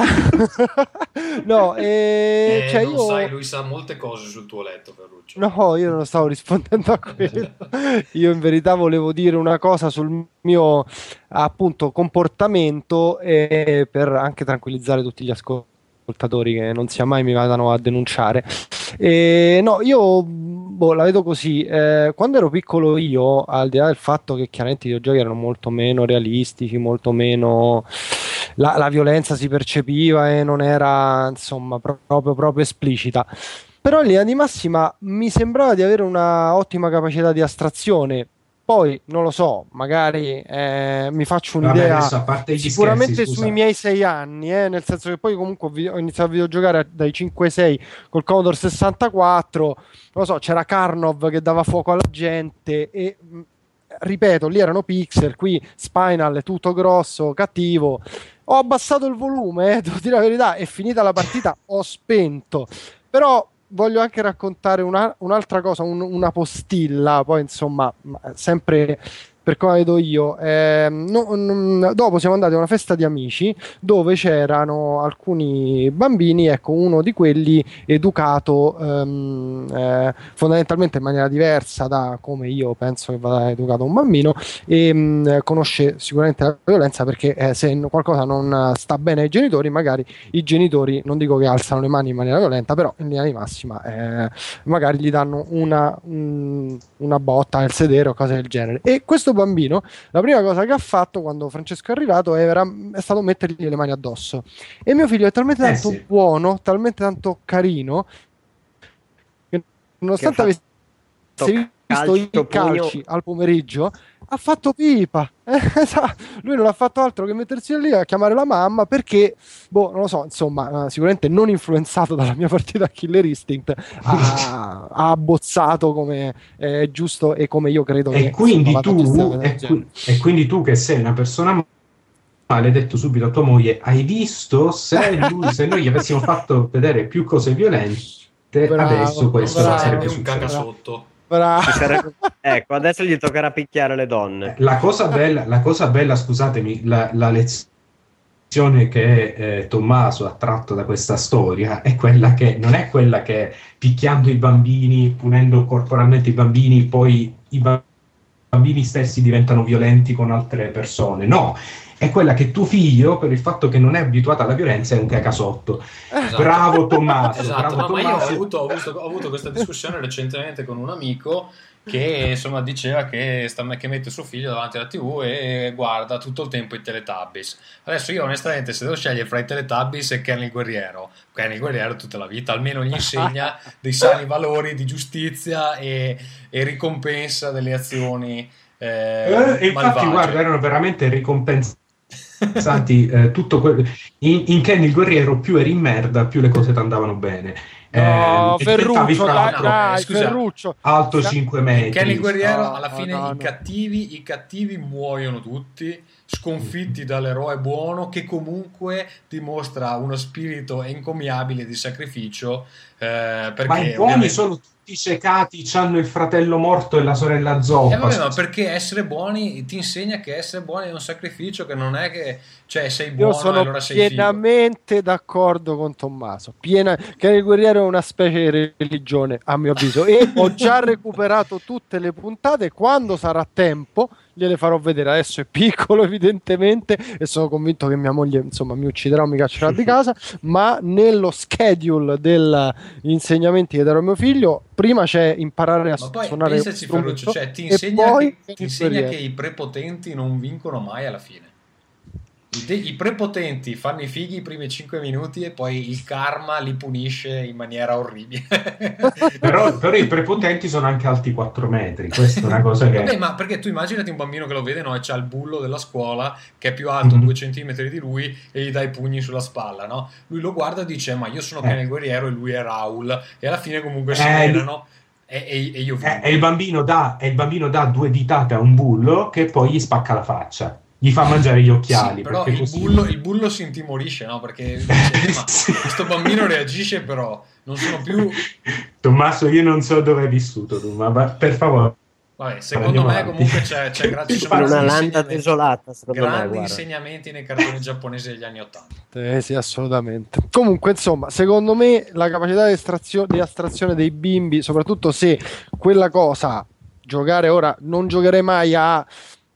Speaker 2: No, cioè
Speaker 1: non
Speaker 2: io...
Speaker 1: sai, lui sa molte cose sul tuo letto, Ferruccio.
Speaker 2: No, io non stavo rispondendo a quello. Io in verità volevo dire una cosa sul mio, appunto, comportamento, e per anche tranquillizzare tutti gli ascoltatori che non sia mai mi vadano a denunciare. No, io boh, la vedo così. Quando ero piccolo io, al di là del fatto che chiaramente i videogiochi erano molto meno realistici, molto meno... La violenza si percepiva e non era, insomma, proprio esplicita. Però in linea di massima mi sembrava di avere una ottima capacità di astrazione. Poi, non lo so, magari mi faccio un'idea.
Speaker 4: Adesso, a parte gli
Speaker 2: sicuramente
Speaker 4: scherzi,
Speaker 2: sui miei 6 anni, nel senso che poi comunque ho iniziato a videogiocare dai 5-6 col Commodore 64, non lo so, c'era Karnov che dava fuoco alla gente e ripeto, lì erano pixel, qui Spinal è tutto grosso, cattivo. Ho abbassato il volume, devo dire la verità, è finita la partita, ho spento. Però voglio anche raccontare un'altra cosa, una postilla, poi insomma, sempre per come vedo io. Dopo siamo andati a una festa di amici dove c'erano alcuni bambini, ecco, uno di quelli educato fondamentalmente in maniera diversa da come io penso che vada educato un bambino, e conosce sicuramente la violenza, perché se qualcosa non sta bene ai genitori, magari i genitori, non dico che alzano le mani in maniera violenta, però in linea di massima magari gli danno una botta nel sedere o cose del genere. E questo bambino, la prima cosa che ha fatto quando Francesco è arrivato è stato mettergli le mani addosso, e mio figlio è talmente tanto buono, talmente tanto carino, che nonostante avesse visto i calci al pomeriggio ha fatto pipa. Lui non ha fatto altro che mettersi lì a chiamare la mamma, perché non lo so, insomma, sicuramente non influenzato dalla mia partita a Killer Instinct, ha abbozzato come è giusto e come io credo
Speaker 4: e quindi tu che sei una persona male, detto subito a tua moglie: hai visto, se noi gli avessimo fatto vedere più cose violente, adesso questo non sarebbe
Speaker 1: un cagasotto.
Speaker 3: Ecco, adesso gli toccherà picchiare le donne.
Speaker 4: La cosa bella, scusatemi, la lezione che Tommaso ha tratto da questa storia è quella che non è quella che picchiando i bambini, punendo corporalmente i bambini, poi i bambini stessi diventano violenti con altre persone. No, è quella che tuo figlio, per il fatto che non è abituato alla violenza, è un cagasotto.
Speaker 1: Esatto.
Speaker 4: Bravo Tommaso.
Speaker 1: Esatto,
Speaker 4: bravo Tommaso.
Speaker 1: Ma io ho avuto questa discussione recentemente con un amico che insomma diceva che mette suo figlio davanti alla TV e guarda tutto il tempo i Teletubbies. Adesso io onestamente, se devo scegliere fra i Teletubbies e Kenny il Guerriero tutta la vita, almeno gli insegna dei sani valori di giustizia e ricompensa delle azioni
Speaker 4: infatti
Speaker 1: malvagie.
Speaker 4: Guarda, erano veramente ricompensanti. Tutto in Kenny il Guerriero, più eri in merda, più le cose ti andavano bene.
Speaker 2: Ferruccio, dai, Ferruccio,
Speaker 4: alto 5 metri.
Speaker 1: Kenny il Guerriero, alla fine i cattivi muoiono tutti, sconfitti dall'eroe buono, che comunque dimostra uno spirito encomiabile di sacrificio, perché
Speaker 4: ma i buoni sono tutti cecati, hanno il fratello morto e la sorella zoppa.
Speaker 1: Ma perché essere buoni ti insegna che essere buoni è un sacrificio, che non è che sei buono.
Speaker 2: Io sono
Speaker 1: allora sei
Speaker 2: pienamente
Speaker 1: figo.
Speaker 2: D'accordo con Tommaso. Che il Guerriero è una specie di religione, a mio avviso, e ho già recuperato tutte le puntate. Quando sarà tempo gliele farò vedere. Adesso è piccolo evidentemente e sono convinto che mia moglie insomma mi ucciderà o mi caccerà di casa, ma nello schedule degli insegnamenti che darò a mio figlio prima c'è imparare a suonare.
Speaker 1: Pensaci, Ferruccio, ti insegna che i prepotenti non vincono mai alla fine. I prepotenti fanno i fighi i primi 5 minuti e poi il karma li punisce in maniera orribile.
Speaker 4: però i prepotenti sono anche alti 4 metri. Questa è una cosa che...
Speaker 1: Vabbè, ma perché tu immaginati un bambino che lo vede, no? E c'ha il bullo della scuola che è più alto 2 centimetri di lui e gli dà i pugni sulla spalla, no? Lui lo guarda e dice: ma io sono Kenny il Guerriero e lui è Raul, e alla fine comunque si menano. E io vinco.
Speaker 4: E il bambino dà 2 ditate a un bullo che poi gli spacca la faccia. Gli fa mangiare gli occhiali.
Speaker 1: Sì, però il bullo si intimorisce, no? Perché dice, ma questo bambino reagisce, però non sono più...
Speaker 4: Tommaso, io non so dove hai vissuto tu, ma per favore.
Speaker 1: Vabbè, secondo me comunque ci sono
Speaker 3: una landa desolata,
Speaker 1: grandi insegnamenti nei cartoni giapponesi degli anni 80.
Speaker 2: Sì, assolutamente. Comunque, insomma, secondo me la capacità di astrazione dei bimbi, soprattutto se quella cosa, giocare ora, non giocherei mai a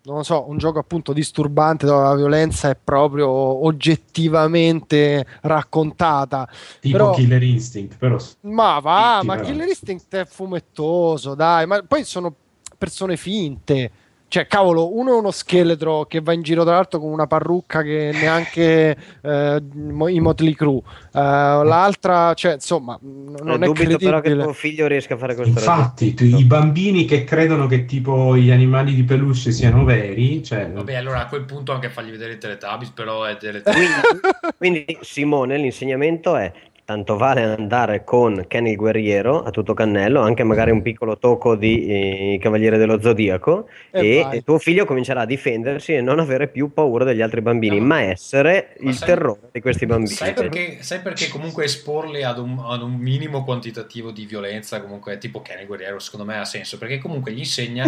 Speaker 2: non lo so, un gioco appunto disturbante dove la violenza è proprio oggettivamente raccontata.
Speaker 4: Tipo
Speaker 2: Però,
Speaker 4: Killer Instinct, però
Speaker 2: ma va,
Speaker 4: sì,
Speaker 2: ma
Speaker 4: però.
Speaker 2: Killer Instinct è fumettoso, dai, ma poi sono persone finte. Cioè, cavolo, uno è uno scheletro che va in giro tra l'altro con una parrucca che neanche i Motley Crue. L'altra, cioè, insomma, non è
Speaker 3: Dubito però che
Speaker 2: credibile.
Speaker 3: tuo figlio riesca a fare questo
Speaker 4: Infatti,
Speaker 3: ragionamento.
Speaker 4: i bambini che credono che tipo gli animali di peluche siano veri, cioè,
Speaker 1: Vabbè, allora a quel punto anche fargli vedere i Teletubbies, però è
Speaker 3: Quindi, Simone, l'insegnamento è: tanto vale andare con Ken il guerriero a tutto cannello, anche magari un piccolo tocco di Cavaliere dello Zodiaco,
Speaker 2: E
Speaker 3: e
Speaker 2: vai.
Speaker 3: tuo figlio comincerà a difendersi e non avere più paura degli altri bambini,
Speaker 1: No,
Speaker 3: ma essere
Speaker 1: ma
Speaker 3: il terrore di questi bambini.
Speaker 1: sai perché comunque esporli ad un minimo quantitativo di violenza, comunque tipo Kenny il Guerriero, secondo me ha senso, perché comunque gli insegna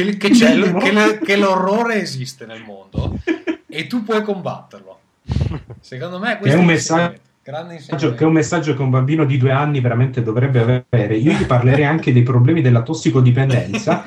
Speaker 1: che l'orrore esiste nel mondo e tu puoi combatterlo. Secondo me
Speaker 4: che è
Speaker 1: questo
Speaker 4: un
Speaker 1: è
Speaker 4: messaggio,
Speaker 1: grande
Speaker 4: che è
Speaker 1: insegnamento.
Speaker 4: un messaggio che un bambino di 2 anni veramente dovrebbe avere. Io gli parlerei anche dei problemi della tossicodipendenza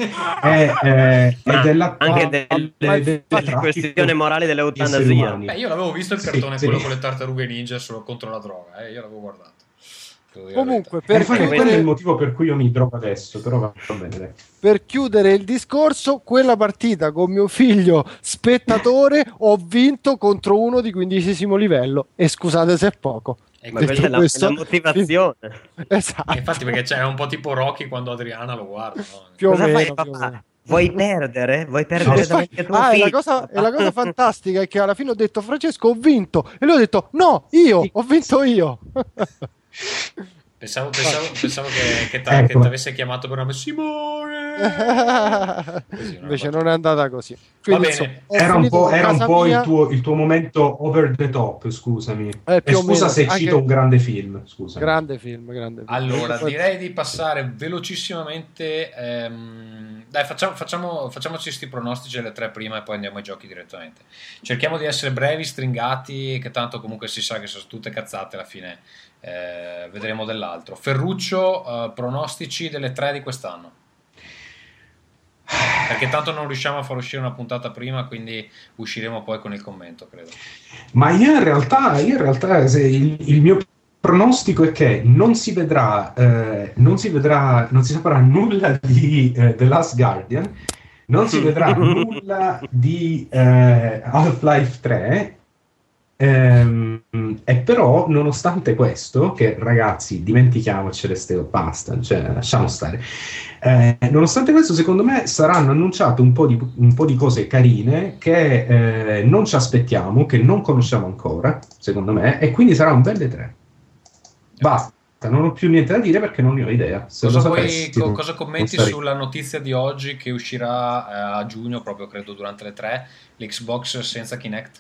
Speaker 4: e
Speaker 3: Ma
Speaker 4: della,
Speaker 3: anche
Speaker 4: del
Speaker 3: delle
Speaker 4: traffico
Speaker 3: questioni morali
Speaker 4: di esseri
Speaker 3: dell'eutanasia.
Speaker 4: umani.
Speaker 1: Beh, io l'avevo visto il
Speaker 4: Sì,
Speaker 1: cartone,
Speaker 4: sì.
Speaker 1: quello con le tartarughe ninja solo contro la droga, io l'avevo guardato. Devo dire la
Speaker 2: Comunque,
Speaker 1: verità.
Speaker 2: per
Speaker 4: Quello è il
Speaker 2: chiudere,
Speaker 4: motivo per cui io mi drogo adesso, però va bene, dai.
Speaker 2: per chiudere il discorso, quella partita con mio figlio spettatore ho vinto contro uno di 15° livello. E scusate se è poco.
Speaker 1: E
Speaker 3: Ma
Speaker 2: Detto
Speaker 3: questa è la
Speaker 2: questo,
Speaker 3: motivazione.
Speaker 2: Esatto.
Speaker 1: infatti perché c'è un po' tipo Rocky quando Adriana lo guarda, no?
Speaker 2: Più o
Speaker 3: Cosa
Speaker 2: meno,
Speaker 3: fai,
Speaker 2: più o
Speaker 3: papà?
Speaker 2: meno.
Speaker 3: Vuoi perdere? Vuoi perdere
Speaker 2: E
Speaker 3: davanti a tuo
Speaker 2: e
Speaker 3: figlio?
Speaker 2: e la cosa fantastica è che alla fine ho detto Francesco ho vinto e lui ha detto no, io ho vinto io.
Speaker 1: Pensavo che ti
Speaker 4: Ecco.
Speaker 1: avesse chiamato per nome Simone. Così, una
Speaker 2: Invece
Speaker 1: roba.
Speaker 2: non è andata così. Quindi,
Speaker 1: Va
Speaker 2: insomma,
Speaker 1: bene.
Speaker 2: ho
Speaker 4: Era un
Speaker 2: finito
Speaker 4: po',
Speaker 2: con
Speaker 4: era un
Speaker 2: casa
Speaker 4: po'
Speaker 2: mia.
Speaker 4: il tuo momento over the top, scusami.
Speaker 2: Più
Speaker 4: E
Speaker 2: o
Speaker 4: scusa
Speaker 2: meno,
Speaker 4: se
Speaker 2: anche-
Speaker 4: cito un grande film, scusami.
Speaker 2: Grande film, grande film.
Speaker 1: Allora,
Speaker 2: Poi-
Speaker 1: direi di passare velocissimamente. Dai, facciamoci questi pronostici alle 3 prima e poi andiamo ai giochi direttamente. Cerchiamo di essere brevi, stringati, che tanto comunque si sa che sono tutte cazzate alla fine. Vedremo dell'altro. Ferruccio, pronostici delle 3 di quest'anno. Perché tanto non riusciamo a far uscire una puntata prima, quindi usciremo poi con il commento, credo.
Speaker 4: Ma io in realtà il mio pronostico è che non si saprà nulla di The Last Guardian, non si vedrà nulla di Half-Life 3. E però, nonostante questo, che ragazzi, dimentichiamocele, basta, cioè, lasciamo stare. Nonostante questo, secondo me saranno annunciate un po' di cose carine che non ci aspettiamo, che non conosciamo ancora, secondo me, e quindi sarà un bel E3. Basta, non ho più niente da dire perché non ne ho idea. Se lo sapessi,
Speaker 1: Cosa commenti
Speaker 4: non sarei-
Speaker 1: sulla notizia di oggi che uscirà a giugno, proprio credo durante le 3, l'Xbox senza Kinect?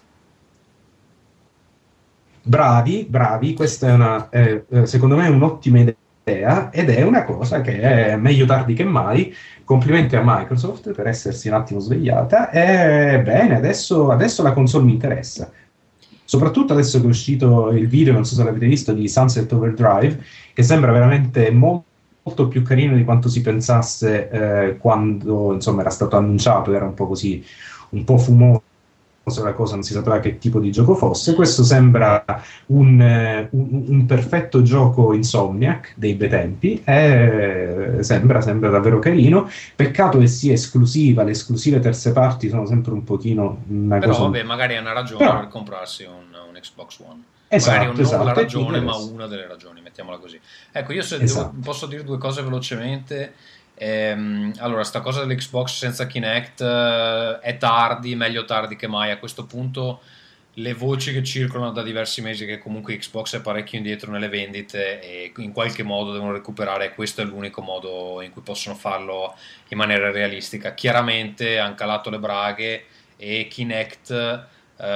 Speaker 4: Bravi, questa è secondo me è un'ottima idea ed è una cosa che è meglio tardi che mai. Complimenti a Microsoft per essersi un attimo svegliata. E bene, adesso la console mi interessa. Soprattutto adesso che è uscito il video, non so se l'avete visto, di Sunset Overdrive, che sembra veramente molto più carino di quanto si pensasse quando insomma era stato annunciato, era un po' così, un po' fumoso la cosa, non si sapeva che tipo di gioco fosse. Questo sembra un perfetto gioco Insomniac dei bei tempi e sembra davvero carino. Peccato che sia esclusiva, le esclusive terze parti sono sempre un pochino una
Speaker 1: Però
Speaker 4: cosa.
Speaker 1: vabbè, magari è una ragione
Speaker 4: Però-
Speaker 1: per comprarsi un Xbox One.
Speaker 4: Esatto,
Speaker 1: Magari non la
Speaker 4: esatto, e
Speaker 1: ragione,
Speaker 4: quindi
Speaker 1: ma
Speaker 4: adesso-
Speaker 1: una delle ragioni, mettiamola così. Ecco, io se
Speaker 4: Esatto.
Speaker 1: posso dire due cose velocemente. Allora, sta cosa dell'Xbox senza Kinect è tardi, meglio tardi che mai. A questo punto le voci che circolano da diversi mesi che comunque Xbox è parecchio indietro nelle vendite e in qualche modo devono recuperare, questo è l'unico modo in cui possono farlo in maniera realistica. Chiaramente hanno calato le braghe e Kinect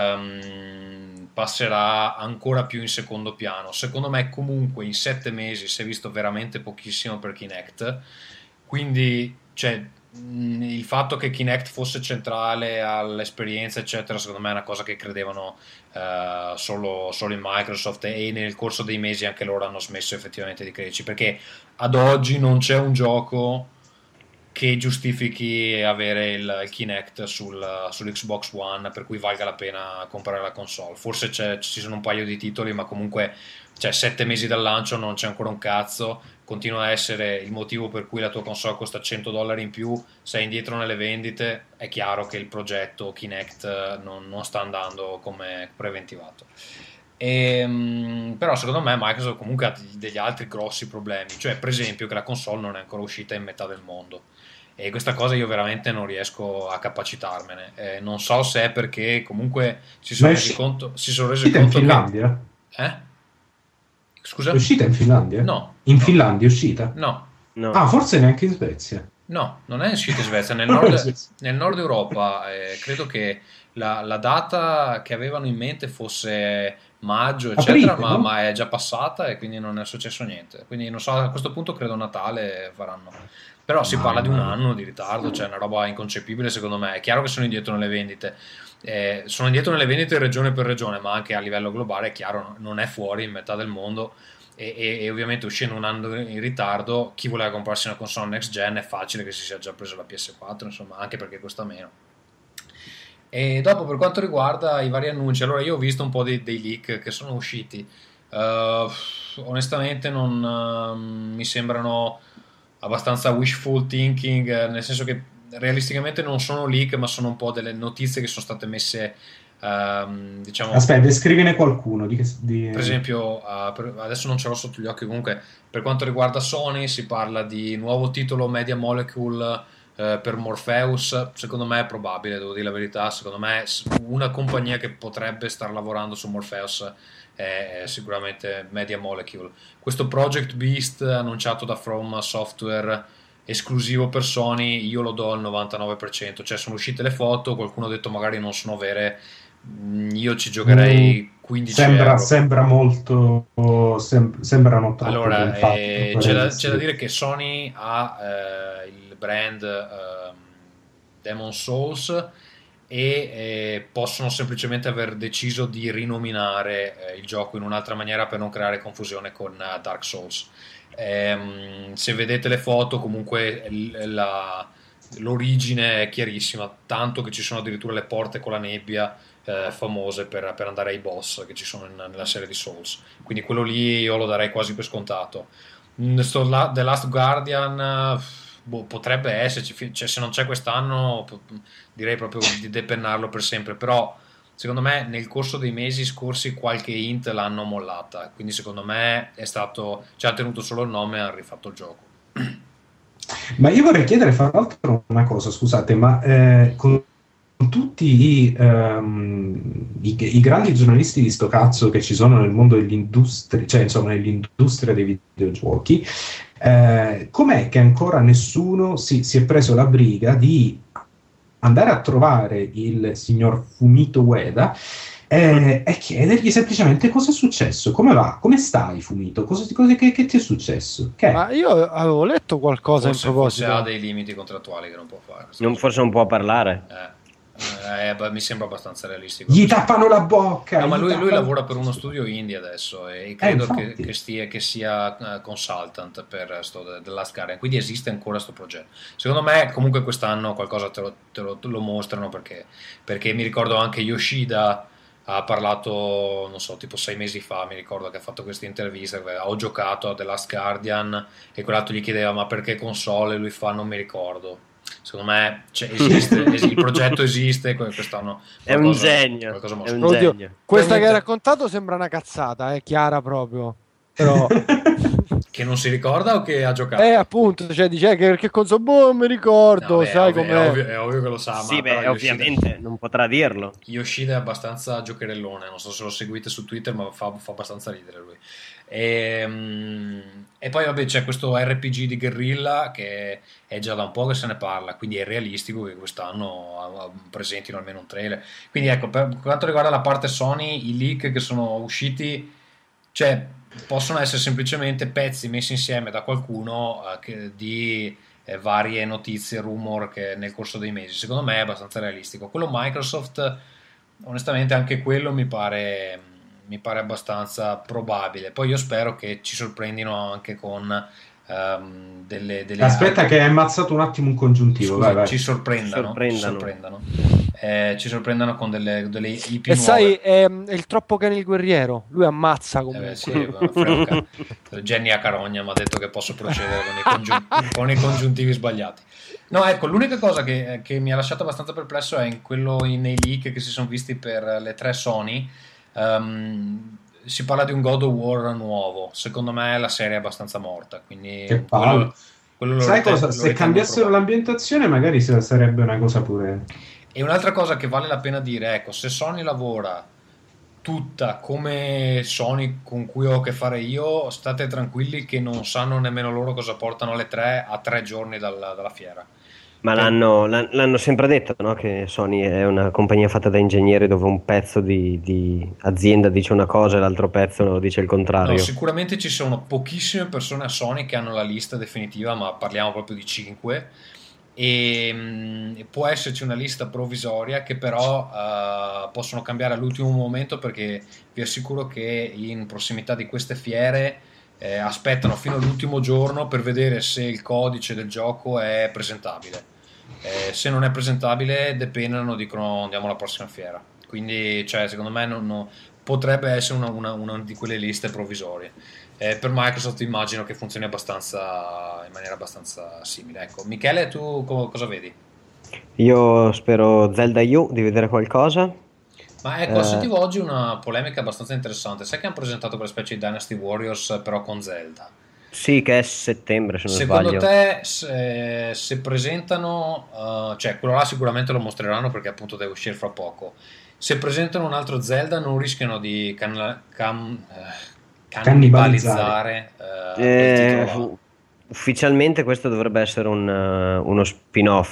Speaker 1: passerà ancora più in secondo piano. Secondo me comunque in 7 mesi si è visto veramente pochissimo per Kinect, quindi cioè, il fatto che Kinect fosse centrale all'esperienza eccetera, secondo me è una cosa che credevano solo in Microsoft, e nel corso dei mesi anche loro hanno smesso effettivamente di crederci, perché ad oggi non c'è un gioco che giustifichi avere il Kinect sull'Xbox One, per cui valga la pena comprare la console. Forse ci sono un paio di titoli, ma comunque 7 mesi dal lancio non c'è ancora un cazzo. Continua a essere il motivo per cui la tua console costa $100 in più, sei indietro nelle vendite. È chiaro che il progetto Kinect non sta andando come preventivato. Però secondo me Microsoft comunque ha degli altri grossi problemi, cioè per esempio che la console non è ancora uscita in metà del mondo, e questa cosa io veramente non riesco a capacitarmene. Non so se è perché comunque si sono resi conto
Speaker 4: in Finlandia?
Speaker 1: Scusa?
Speaker 4: È uscita in Finlandia?
Speaker 1: No.
Speaker 4: In Finlandia è uscita?
Speaker 1: No.
Speaker 4: Ah, forse neanche in Svezia.
Speaker 1: No, non è uscita in Svezia, nel nord Europa. Credo che la data che avevano in mente fosse maggio, eccetera,
Speaker 4: Aprite, no?
Speaker 1: ma è già passata e quindi non è successo niente. Quindi non so, a questo punto credo Natale faranno. Però si parla di un anno di ritardo, cioè una roba inconcepibile secondo me. È chiaro che sono indietro nelle vendite. Sono indietro nelle vendite regione per regione, ma anche a livello globale è chiaro, non è fuori in metà del mondo. E ovviamente uscendo un anno in ritardo, chi voleva comprarsi una console next gen è facile che si sia già preso la PS4, insomma, anche perché costa meno. E dopo, per quanto riguarda i vari annunci, allora io ho visto un po' dei leak che sono usciti. Onestamente non mi sembrano abbastanza wishful thinking, nel senso che realisticamente non sono leak, ma sono un po' delle notizie che sono state messe, diciamo.
Speaker 4: Aspetta, descrivine qualcuno.
Speaker 1: Per esempio, adesso non ce l'ho sotto gli occhi, comunque per quanto riguarda Sony si parla di nuovo titolo Media Molecule per Morpheus. Secondo me è probabile, devo dire la verità. Secondo me una compagnia che potrebbe star lavorando su Morpheus è sicuramente Media Molecule. Questo Project Beast annunciato da From Software, esclusivo per Sony, io lo do al 99%. Cioè sono uscite le foto, qualcuno ha detto magari non sono vere, io ci giocherei 15 euro.
Speaker 4: Sembra molto sembrano troppo.
Speaker 1: Allora c'è da dire che Sony ha il brand Demon Souls e possono semplicemente aver deciso di rinominare il gioco in un'altra maniera per non creare confusione con Dark Souls. Se vedete le foto, comunque l'origine è chiarissima, tanto che ci sono addirittura le porte con la nebbia famose per andare ai boss che ci sono nella serie di Souls, quindi quello lì io lo darei quasi per scontato. The Last Guardian potrebbe esserci, cioè, se non c'è quest'anno direi proprio di depennarlo per sempre, però secondo me nel corso dei mesi scorsi qualche hint l'hanno mollata, quindi secondo me ci ha tenuto solo il nome e ha rifatto il gioco.
Speaker 4: Ma io vorrei chiedere fra l'altro una cosa, scusate, ma con tutti i grandi giornalisti di sto cazzo che ci sono nel mondo dell'industria, cioè insomma nell'industria dei videogiochi, com'è che ancora nessuno si è preso la briga di andare a trovare il signor Fumito Ueda e chiedergli semplicemente cosa è successo, come va, come stai Fumito, che ti è successo?
Speaker 2: Ma io avevo letto qualcosa in proposito.
Speaker 1: Forse ha dei limiti contrattuali che non può fare.
Speaker 3: Forse non può parlare.
Speaker 1: Mi sembra abbastanza realistico.
Speaker 4: Gli tappano la bocca.
Speaker 1: No, ma lui lavora per uno studio indie adesso e credo che sia consultant per The Last Guardian, quindi esiste ancora questo progetto. Secondo me comunque quest'anno qualcosa te lo mostrano, perché mi ricordo anche Yoshida ha parlato, non so, tipo 6 mesi fa, mi ricordo che ha fatto questa intervista, ho giocato a The Last Guardian e quell'altro gli chiedeva ma perché console, e lui fa non mi ricordo. Secondo me esiste, il progetto esiste, quest'anno
Speaker 3: è un genio, è un genio.
Speaker 2: Questa che hai raccontato sembra una cazzata, è chiara proprio, però
Speaker 1: che non si ricorda o che ha giocato?
Speaker 2: Appunto, cioè dice che cosa, non mi ricordo, sai com'è.
Speaker 1: È ovvio che lo sa,
Speaker 3: sì,
Speaker 1: ma
Speaker 3: ovviamente Yoshida non potrà dirlo.
Speaker 1: Yoshida è abbastanza giocherellone, non so se lo seguite su Twitter, ma fa abbastanza ridere lui. E poi vabbè c'è questo RPG di Guerrilla che è già da un po' che se ne parla, quindi è realistico che quest'anno presentino almeno un trailer. Quindi ecco, per quanto riguarda la parte Sony, i leak che sono usciti, cioè possono essere semplicemente pezzi messi insieme da qualcuno di varie notizie, rumor che nel corso dei mesi. Secondo me è abbastanza realistico. Quello Microsoft, onestamente anche quello mi pare abbastanza probabile. Poi io spero che ci sorprendino anche con
Speaker 4: Aspetta che hai ammazzato un attimo un congiuntivo.
Speaker 1: Scusa,
Speaker 4: vai.
Speaker 1: Ci sorprendano. Ci sorprendano con delle IP
Speaker 2: E
Speaker 1: nuove.
Speaker 2: sai, è il troppo cane il guerriero, lui ammazza comunque.
Speaker 1: Sì, Jenny a carogna mi ha detto che posso procedere con i congiuntivi sbagliati. No, ecco, l'unica cosa che mi ha lasciato abbastanza perplesso è nei leak che si sono visti per le 3 Sony. Si parla di un God of War nuovo. Secondo me la serie è abbastanza morta, quindi
Speaker 4: Che palle. Sai cosa? Se cambiassero l'ambientazione magari sarebbe una cosa pure.
Speaker 1: E un'altra cosa che vale la pena dire, ecco, se Sony lavora tutta come Sony con cui ho a che fare io, state tranquilli che non sanno nemmeno loro cosa portano alle 3 a 3 giorni dalla fiera.
Speaker 3: Ma l'hanno sempre detto, no? Che Sony è una compagnia fatta da ingegneri dove un pezzo di azienda dice una cosa e l'altro pezzo dice il contrario.
Speaker 1: No, sicuramente ci sono pochissime persone a Sony che hanno la lista definitiva, ma parliamo proprio di 5. E può esserci una lista provvisoria che però possono cambiare all'ultimo momento, perché vi assicuro che in prossimità di queste fiere aspettano fino all'ultimo giorno per vedere se il codice del gioco è presentabile. Se non è presentabile depenano, dicono andiamo alla prossima fiera. Quindi secondo me potrebbe essere una di quelle liste provvisorie. Per Microsoft immagino che funzioni in maniera abbastanza simile. Ecco, Michele, tu cosa vedi?
Speaker 3: Io spero Zelda U di vedere qualcosa.
Speaker 1: Ma ecco, sentivo oggi una polemica abbastanza interessante. Sai che hanno presentato quella specie di Dynasty Warriors però con Zelda?
Speaker 3: Sì, che è settembre, se non
Speaker 1: Secondo
Speaker 3: sbaglio.
Speaker 1: te, se presentano, quello là sicuramente lo mostreranno perché appunto deve uscire fra poco. Se presentano un altro Zelda non rischiano di cannibalizzare il titolo.
Speaker 3: Ufficialmente questo dovrebbe essere uno spin-off.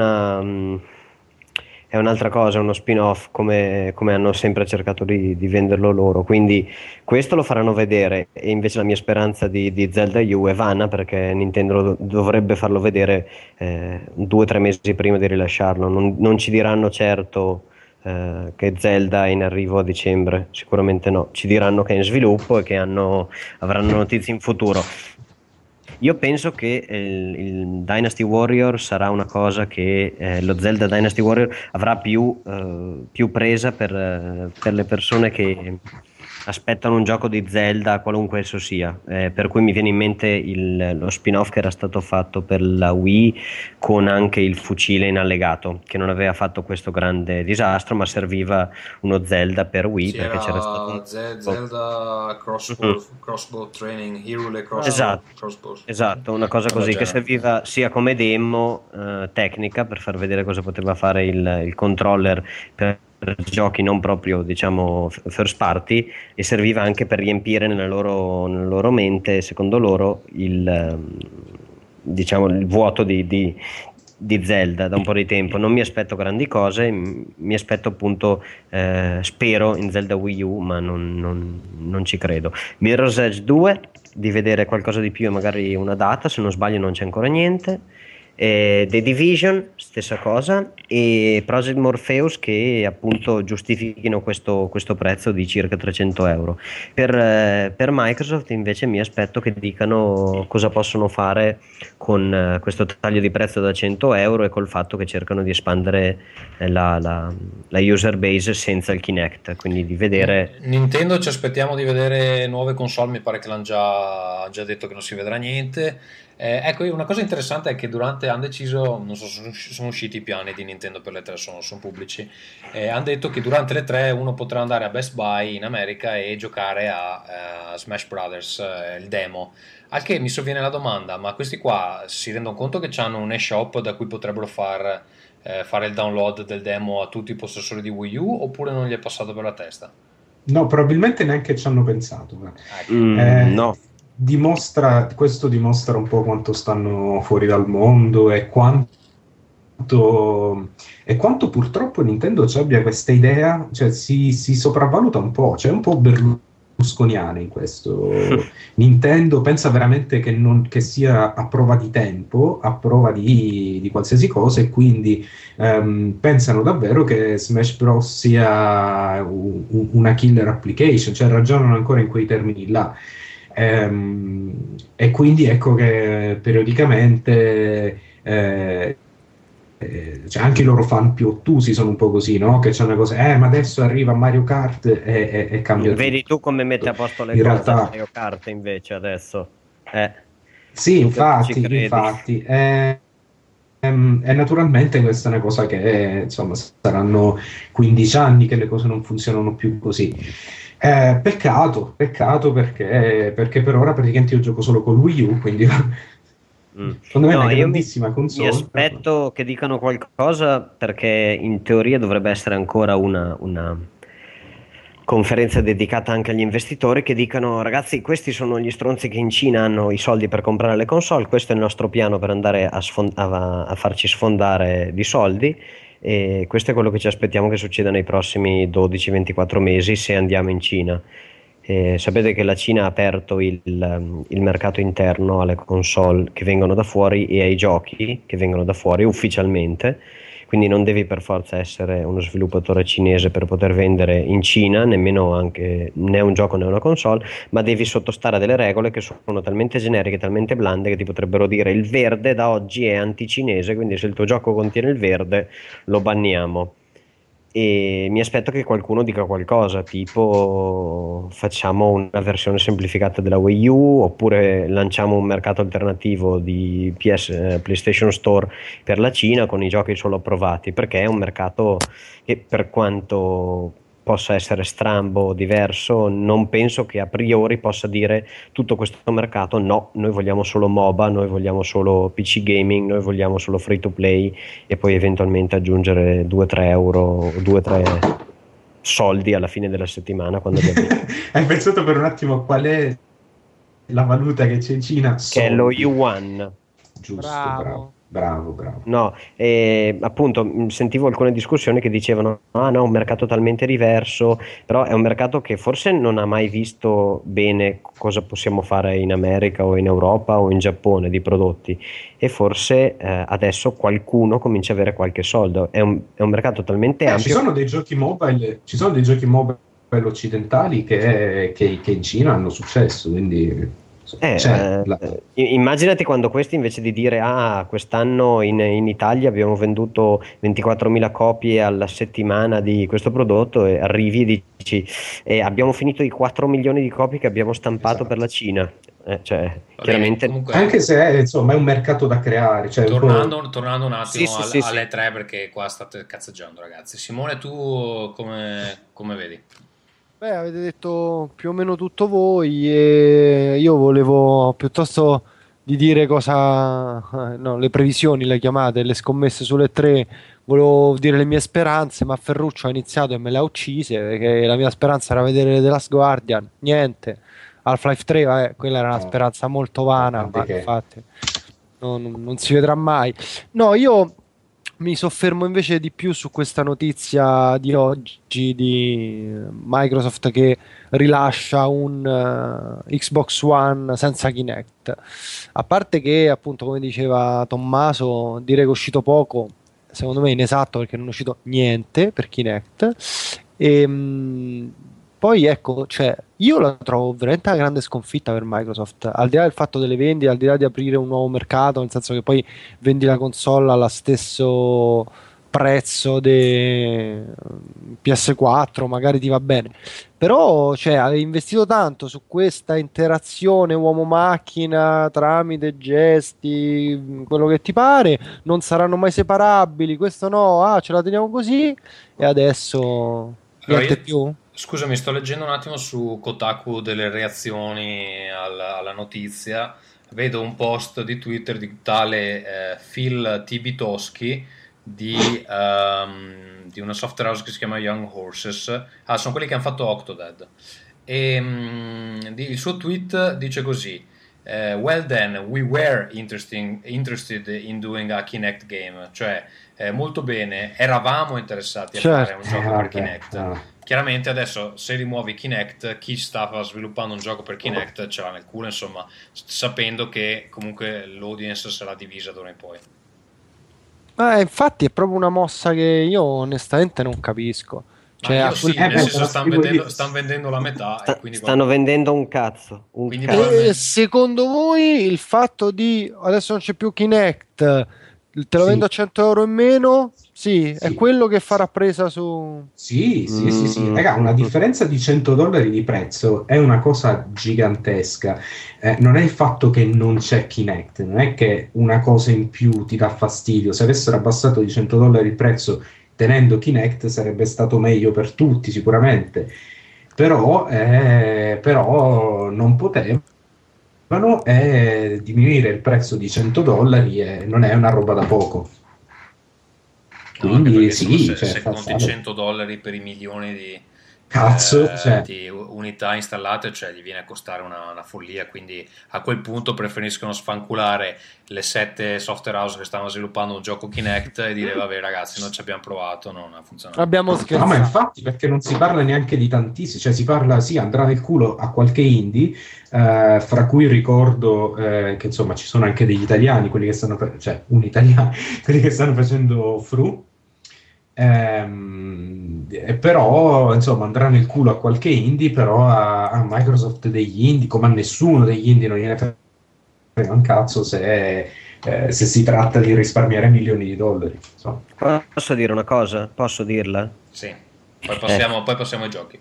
Speaker 3: È un'altra cosa, uno spin-off come hanno sempre cercato di venderlo loro, quindi questo lo faranno vedere, e invece la mia speranza di Zelda U è vana, perché Nintendo dovrebbe farlo vedere 2 o 3 mesi prima di rilasciarlo. Non ci diranno certo che Zelda è in arrivo a dicembre, sicuramente no, ci diranno che è in sviluppo e che avranno notizie in futuro. Io penso che il Dynasty Warrior sarà una cosa che lo Zelda Dynasty Warrior avrà più presa per le persone che aspettano un gioco di Zelda, qualunque esso sia, per cui mi viene in mente lo spin-off che era stato fatto per la Wii con anche il fucile in allegato, che non aveva fatto questo grande disastro, ma serviva uno Zelda per Wii, perché c'era stato
Speaker 1: Zelda crossbow training, Hyrule crossbow.
Speaker 3: Esatto, una cosa così che serviva sia come demo tecnica per far vedere cosa poteva fare il controller per giochi non proprio, diciamo, first party, e serviva anche per riempire nella loro mente, secondo loro, il vuoto di Zelda da un po' di tempo. Non mi aspetto grandi cose, mi aspetto appunto, spero in Zelda Wii U, ma non ci credo. Mirror's Edge 2, di vedere qualcosa di più e magari una data, se non sbaglio non c'è ancora niente. The Division, stessa cosa, e Project Morpheus, che appunto giustifichino questo prezzo di circa 300 euro. Per Microsoft invece mi aspetto che dicano cosa possono fare con questo taglio di prezzo da 100 euro e col fatto che cercano di espandere la user base senza il Kinect, quindi di vedere.
Speaker 1: Nintendo ci aspettiamo di vedere nuove console, mi pare che l'hanno già detto che non si vedrà niente. Ecco, una cosa interessante è che hanno deciso, non so, sono usciti i piani di Nintendo per le 3, sono pubblici, hanno detto che durante le 3 uno potrà andare a Best Buy in America e giocare a Smash Brothers, il demo, al che mi sovviene la domanda: ma questi qua si rendono conto che hanno un eShop da cui potrebbero fare il download del demo a tutti i possessori di Wii U, oppure non gli è passato per la testa?
Speaker 4: No, probabilmente neanche ci hanno pensato.
Speaker 3: No.
Speaker 4: Questo dimostra un po' quanto stanno fuori dal mondo e quanto purtroppo Nintendo ci abbia questa idea, cioè si sopravvaluta un po', cioè un po' berlusconiana in questo. Nintendo pensa veramente che sia a prova di tempo, a prova di qualsiasi cosa, e quindi pensano davvero che Smash Bros sia una killer application, cioè ragionano ancora in quei termini là. E quindi ecco che periodicamente cioè anche i loro fan più ottusi sono un po' così, no? Che c'è una cosa, ma adesso arriva Mario Kart e cambia
Speaker 3: Vedi
Speaker 4: tutto.
Speaker 3: tu come mette a posto le
Speaker 4: In
Speaker 3: cose
Speaker 4: realtà,
Speaker 3: Mario Kart invece adesso.
Speaker 4: sì,
Speaker 3: Tu che non ci
Speaker 4: infatti,
Speaker 3: credi.
Speaker 4: infatti. E naturalmente questa è una cosa che, insomma, saranno 15 anni che le cose non funzionano più così. Peccato perché per ora praticamente io gioco solo con Wii U, quindi secondo me è
Speaker 3: No,
Speaker 4: una
Speaker 3: io
Speaker 4: grandissima
Speaker 3: mi
Speaker 4: console.
Speaker 3: aspetto che dicano qualcosa perché in teoria dovrebbe essere ancora una conferenza dedicata anche agli investitori che dicano ragazzi, questi sono gli stronzi che in Cina hanno i soldi per comprare le console, questo è il nostro piano per andare a farci sfondare di soldi e questo è quello che ci aspettiamo che succeda nei prossimi 12-24 mesi se andiamo in Cina. Sapete che la Cina ha aperto il mercato interno alle console che vengono da fuori e ai giochi che vengono da fuori ufficialmente, quindi non devi per forza essere uno sviluppatore cinese per poter vendere in Cina, nemmeno anche né un gioco né una console, ma devi sottostare a delle regole che sono talmente generiche, talmente blande che ti potrebbero dire il verde da oggi è anticinese, quindi se il tuo gioco contiene il verde lo banniamo. E mi aspetto che qualcuno dica qualcosa, tipo facciamo una versione semplificata della Wii U oppure lanciamo un mercato alternativo di PlayStation Store per la Cina con i giochi solo approvati, perché è un mercato che per quanto possa essere strambo, diverso, non penso che a priori possa dire tutto questo mercato no, noi vogliamo solo MOBA, noi vogliamo solo PC gaming, noi vogliamo solo free to play e poi eventualmente aggiungere 2-3 euro, 2-3 soldi alla fine della settimana quando
Speaker 4: Hai pensato per un attimo qual è la valuta che c'è in Cina?
Speaker 3: che è lo
Speaker 4: Soldi.
Speaker 3: yuan.
Speaker 4: Giusto,
Speaker 2: Bravo.
Speaker 4: bravo.
Speaker 3: No, appunto sentivo alcune discussioni che dicevano ah no, un mercato talmente diverso, però è un mercato che forse non ha mai visto bene cosa possiamo fare in America o in Europa o in Giappone di prodotti e forse adesso qualcuno comincia a avere qualche soldo, è un mercato talmente ampio.
Speaker 4: Ci sono dei giochi mobile occidentali che in Cina hanno successo, quindi
Speaker 3: immaginati quando questi invece di dire quest'anno in Italia abbiamo venduto 24.000 copie alla settimana di questo prodotto e arrivi e dici abbiamo finito i 4 milioni di copie che abbiamo stampato per la Cina. Chiaramente
Speaker 1: comunque,
Speaker 4: anche se insomma è un mercato da creare, cioè
Speaker 1: tornando un attimo
Speaker 3: sì.
Speaker 1: alle tre, perché qua state cazzeggiando ragazzi. Simone, tu come vedi?
Speaker 2: Beh, avete detto più o meno tutto voi e io volevo piuttosto di dire no, le previsioni le chiamate, le scommesse sulle tre, volevo dire le mie speranze, ma Ferruccio ha iniziato e me le ha uccise, perché la mia speranza era vedere The Last Guardian, niente. Half-Life 3, quella era una speranza molto vana, ma infatti non si vedrà mai. No, io mi soffermo invece di più su questa notizia di oggi di Microsoft che rilascia un Xbox One senza Kinect. A parte che, appunto, come diceva Tommaso, dire che è uscito poco, secondo me è inesatto perché non è uscito niente per Kinect. Poi ecco, cioè, io la trovo veramente una grande sconfitta per Microsoft, al di là del fatto delle vendite, al di là di aprire un nuovo mercato, nel senso che poi vendi la console allo stesso prezzo di PS4, magari ti va bene. Però, cioè, avevi investito tanto su questa interazione uomo-macchina tramite gesti, quello che ti pare, non saranno mai separabili, questo no, ce la teniamo così, e adesso niente più?
Speaker 1: Scusami, sto leggendo un attimo su Kotaku delle reazioni alla notizia. Vedo un post di Twitter di tale Phil T. Bitoschi di una software house che si chiama Young Horses. Sono quelli che hanno fatto Octodad. E il suo tweet dice così: well then, we were interested in doing a Kinect game. Cioè, molto bene, eravamo interessati a fare un gioco per Kinect. Chiaramente adesso se rimuovi Kinect, chi stava sviluppando un gioco per Kinect ce l'ha nel culo, insomma, sapendo che comunque l'audience sarà divisa d'ora in poi.
Speaker 2: Infatti è proprio una mossa che io onestamente non capisco. Cioè,
Speaker 1: io
Speaker 2: a
Speaker 1: sì,
Speaker 2: quel
Speaker 1: nel senso
Speaker 4: punto-
Speaker 1: stanno vendendo la metà e quindi
Speaker 3: Stanno vendendo un cazzo.
Speaker 1: Quindi
Speaker 2: E secondo voi il fatto di adesso non c'è più Kinect, te lo
Speaker 4: Sì.
Speaker 2: vendo a 100 euro in meno? Sì, è
Speaker 4: Sì.
Speaker 2: quello che farà presa su.
Speaker 4: Sì. Raga, una differenza di $100 di prezzo è una cosa gigantesca. Non è il fatto che non c'è Kinect, non è che una cosa in più ti dà fastidio. Se avessero abbassato di $100 il prezzo tenendo Kinect sarebbe stato meglio per tutti, sicuramente. Però non potevano diminuire il prezzo di $100 e non è una roba da poco.
Speaker 1: No, anche
Speaker 4: Quindi
Speaker 1: perché
Speaker 4: sì,
Speaker 1: se,
Speaker 4: cioè,
Speaker 1: se
Speaker 4: fa
Speaker 1: conti
Speaker 4: fare.
Speaker 1: $100 per i milioni
Speaker 4: Cazzo, cioè.
Speaker 1: di unità installate, cioè gli viene a costare una follia, quindi a quel punto preferiscono sfanculare le 7 software house che stanno sviluppando un gioco Kinect e dire vabbè ragazzi, noi ci abbiamo provato, non ha funzionato.
Speaker 2: Abbiamo
Speaker 4: No, ma
Speaker 2: scherzato.
Speaker 4: infatti, perché non si parla neanche di tantissimi, cioè si parla, sì, andrà nel culo a qualche indie, fra cui ricordo che insomma ci sono anche degli italiani, quelli che stanno, cioè un italiano, quelli che stanno facendo Fru. Però insomma andrà nel culo a qualche indie, però a Microsoft degli indie, come a nessuno degli indie non gliene frega un cazzo se si tratta di risparmiare milioni di dollari, insomma.
Speaker 3: Posso dire una cosa? Posso dirla?
Speaker 1: Sì, poi passiamo ai giochi.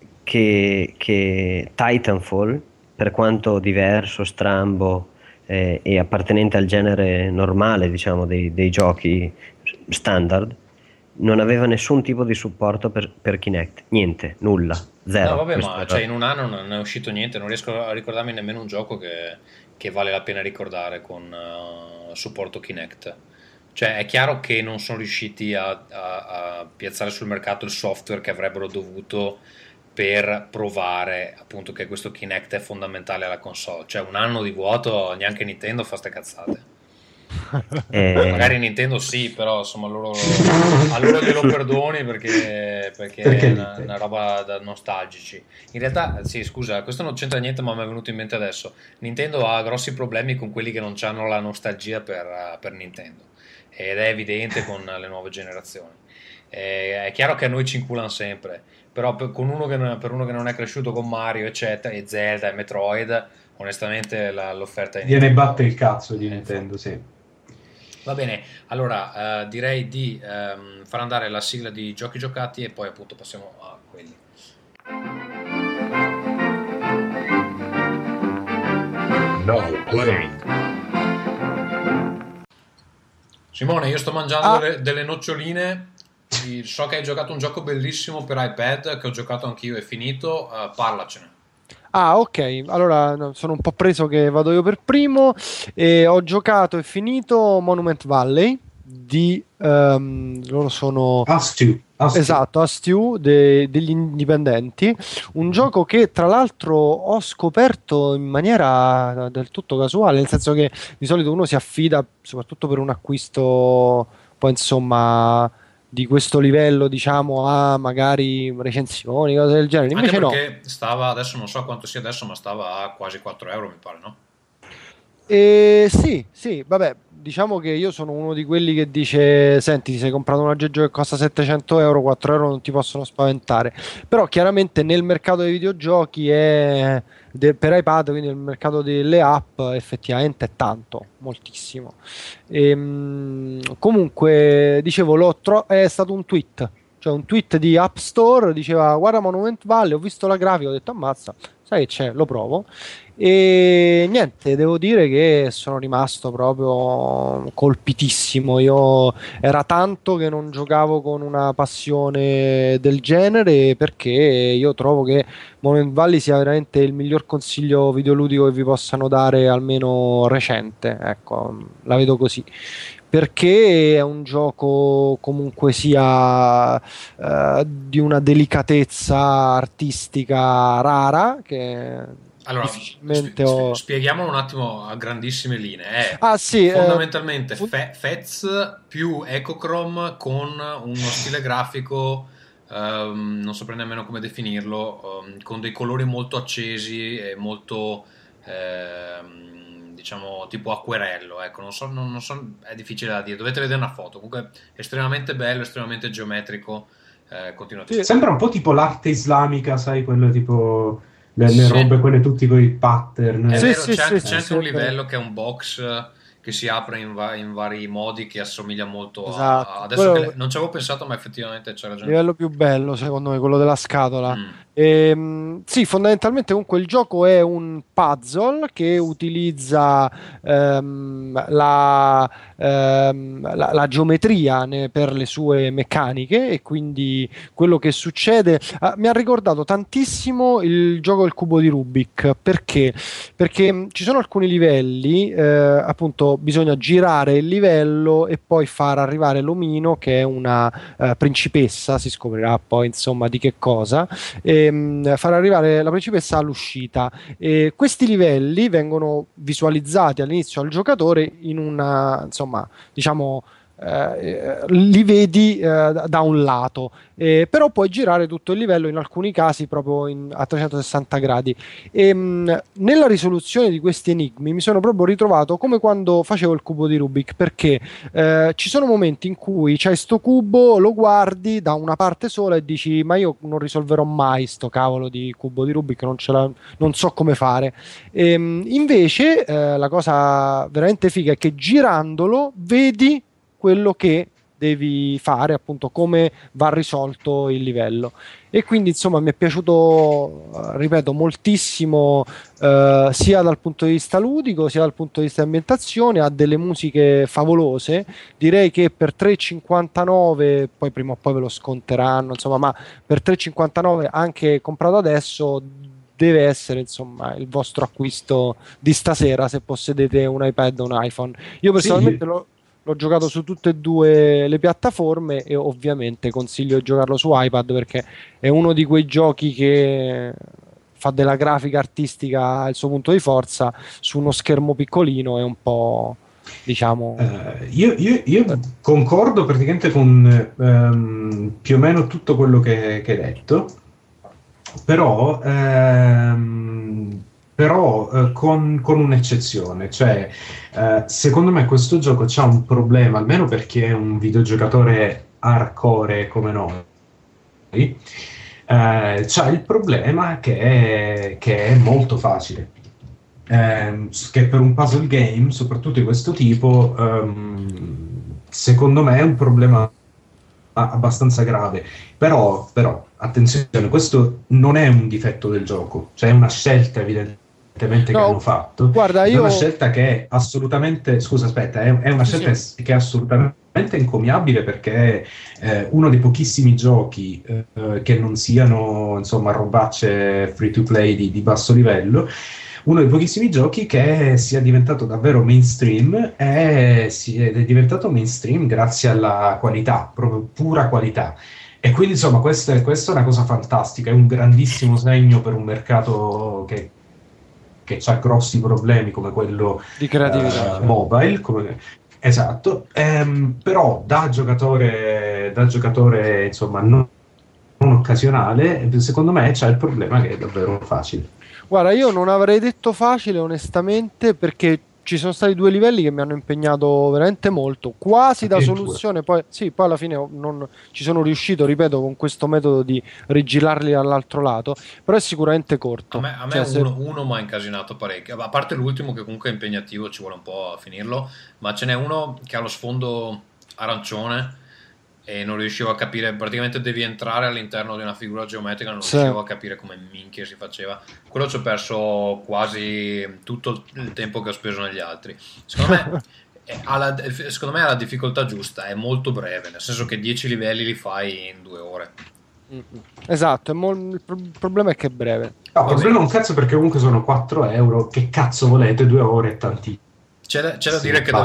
Speaker 3: Che Titanfall, per quanto diverso, strambo e appartenente al genere normale, diciamo, dei giochi standard, non aveva nessun tipo di supporto per Kinect, niente, nulla, zero.
Speaker 1: No, vabbè,
Speaker 3: Questo
Speaker 1: ma
Speaker 3: era-
Speaker 1: cioè, in un anno non è uscito niente, non riesco a ricordarmi nemmeno un gioco che vale la pena ricordare con supporto Kinect. Cioè, è chiaro che non sono riusciti a piazzare sul mercato il software che avrebbero dovuto per provare appunto che questo Kinect è fondamentale alla console. Cioè, un anno di vuoto, neanche Nintendo fa ste cazzate. Magari Nintendo sì, però insomma a loro glielo perdoni perché è una roba da nostalgici. In realtà, sì, scusa, questo non c'entra niente, ma mi è venuto in mente adesso. Nintendo ha grossi problemi con quelli che non hanno la nostalgia per Nintendo, ed è evidente con le nuove generazioni. È chiaro che a noi ci inculano sempre, però per uno che non è cresciuto con Mario, eccetera, e Zelda e Metroid, onestamente l'offerta è
Speaker 4: Gliene batte il cazzo di Nintendo, sì.
Speaker 1: Va bene, allora direi di far andare la sigla di Giochi Giocati e poi appunto passiamo a quelli.
Speaker 8: No play.
Speaker 1: Simone, io sto mangiando delle noccioline. So che hai giocato un gioco bellissimo per iPad che ho giocato anch'io e finito. Parlacene.
Speaker 2: Ah, ok. Allora sono un po' preso che vado io per primo. E ho giocato e finito Monument Valley di loro sono
Speaker 4: Astiu.
Speaker 2: esatto, Astiu degli indipendenti. Un gioco che tra l'altro ho scoperto in maniera del tutto casuale, nel senso che di solito uno si affida soprattutto per un acquisto, poi insomma di questo livello, diciamo, a magari recensioni, cose del genere. Invece
Speaker 1: Anche
Speaker 2: no.
Speaker 1: perché stava, adesso non so quanto sia adesso, ma stava a quasi 4 euro, mi pare, no?
Speaker 2: Sì, vabbè, diciamo che io sono uno di quelli che dice: Senti, ti sei comprato un aggeggio che costa 700 euro, 4 euro non ti possono spaventare. Però chiaramente nel mercato dei videogiochi per iPad, quindi nel mercato delle app, effettivamente è tanto, moltissimo. Comunque, dicevo, è stato un tweet. Cioè un tweet di App Store diceva: guarda Monument Valley, ho visto la grafica, ho detto ammazza, sai che c'è, lo provo. E niente, devo dire che sono rimasto proprio colpitissimo. Io era tanto che non giocavo con una passione del genere, perché io trovo che Monument Valley sia veramente il miglior consiglio videoludico che vi possano dare, almeno recente. Ecco, la vedo così. Perché è un gioco comunque sia di una delicatezza artistica rara che
Speaker 1: allora
Speaker 2: difficilmente
Speaker 1: spieghiamolo un attimo a grandissime linee.
Speaker 2: Sì,
Speaker 1: fondamentalmente Fez più Echochrome con uno stile grafico non saprei nemmeno come definirlo, con dei colori molto accesi e molto diciamo tipo acquerello, ecco, non so, è difficile da dire, dovete vedere una foto. Comunque estremamente bello, estremamente geometrico, continuate.
Speaker 2: Sì.
Speaker 4: Sembra un po' tipo l'arte islamica, sai, quello tipo le robe, quelle tutti con i pattern.
Speaker 1: È
Speaker 2: Sì,
Speaker 1: vero,
Speaker 2: sì,
Speaker 1: c'è
Speaker 2: sì,
Speaker 1: anche
Speaker 2: sì,
Speaker 1: un
Speaker 2: sì,
Speaker 1: livello che è un box che si apre in vari modi, che assomiglia molto
Speaker 2: Esatto.
Speaker 1: adesso
Speaker 2: Quello-
Speaker 1: non ci avevo pensato, ma effettivamente c'è
Speaker 2: il
Speaker 1: ragione.
Speaker 2: livello più bello secondo me, quello della scatola.
Speaker 1: Mm.
Speaker 2: Sì, fondamentalmente comunque il gioco è un puzzle che utilizza la geometria per le sue meccaniche, e quindi quello che succede mi ha ricordato tantissimo il gioco del cubo di Rubik. Perché ci sono alcuni livelli, appunto bisogna girare il livello e poi far arrivare l'omino, che è una principessa, si scoprirà poi insomma di che cosa, far arrivare la principessa all'uscita. E questi livelli vengono visualizzati all'inizio al giocatore in una, insomma, diciamo, li vedi da un lato, però puoi girare tutto il livello in alcuni casi proprio a 360 gradi. Nella risoluzione di questi enigmi mi sono proprio ritrovato come quando facevo il cubo di Rubik, perché ci sono momenti in cui c'hai sto cubo, lo guardi da una parte sola e dici: ma io non risolverò mai sto cavolo di cubo di Rubik, non so come fare. Invece la cosa veramente figa è che girandolo vedi quello che devi fare, appunto come va risolto il livello. E quindi insomma mi è piaciuto, ripeto, moltissimo, sia dal punto di vista ludico sia dal punto di vista di ambientazione. Ha delle musiche favolose, direi che per 3,59, poi prima o poi ve lo sconteranno, insomma, ma per 3,59 anche comprato adesso deve essere insomma il vostro acquisto di stasera, se possedete un iPad o un iPhone. Io personalmente l'ho giocato su tutte e due le piattaforme, e ovviamente consiglio di giocarlo su iPad, perché è uno di quei giochi che fa della grafica artistica il suo punto di forza. Su uno schermo piccolino è un po', diciamo...
Speaker 4: Io concordo praticamente con più o meno tutto quello che hai detto, però con un'eccezione, cioè secondo me questo gioco c'ha un problema, almeno perché è un videogiocatore hardcore come noi, c'ha il problema che è molto facile, che per un puzzle game, soprattutto di questo tipo, secondo me è un problema abbastanza grave. Però attenzione, questo non è un difetto del gioco, cioè è una scelta evidentemente che hanno fatto.
Speaker 2: Guarda,
Speaker 4: è una scelta che è assolutamente, scusa, aspetta, è una scelta che è assolutamente encomiabile, perché è uno dei pochissimi giochi che non siano insomma robacce free to play di basso livello, uno dei pochissimi giochi che sia diventato davvero mainstream, è diventato mainstream grazie alla qualità, proprio pura qualità. E quindi insomma questa è una cosa fantastica, è un grandissimo segno per un mercato che ha grossi problemi come quello
Speaker 2: di creatività,
Speaker 4: mobile, esatto, però da giocatore insomma non occasionale, secondo me c'è il problema che è davvero facile.
Speaker 2: Guarda, io non avrei detto facile onestamente, perché ci sono stati due livelli che mi hanno impegnato veramente molto, quasi da soluzione. Poi alla fine non ci sono riuscito, ripeto, con questo metodo di rigirarli dall'altro lato, però è sicuramente corto.
Speaker 1: A me uno mi ha incasinato parecchio, a parte l'ultimo che comunque è impegnativo, ci vuole un po' a finirlo, ma ce n'è uno che ha lo sfondo arancione e non riuscivo a capire, praticamente devi entrare all'interno di una figura geometrica, non riuscivo a capire come minchia si faceva. Quello ci ho perso quasi tutto il tempo che ho speso negli altri. Secondo me ha la difficoltà giusta, è molto breve, nel senso che 10 livelli li fai in 2 ore.
Speaker 2: Esatto, il problema è che è breve.
Speaker 4: No, il problema è un cazzo, perché comunque sono 4 euro, che cazzo volete, 2 ore è tantissimo.
Speaker 1: C'è da dire che da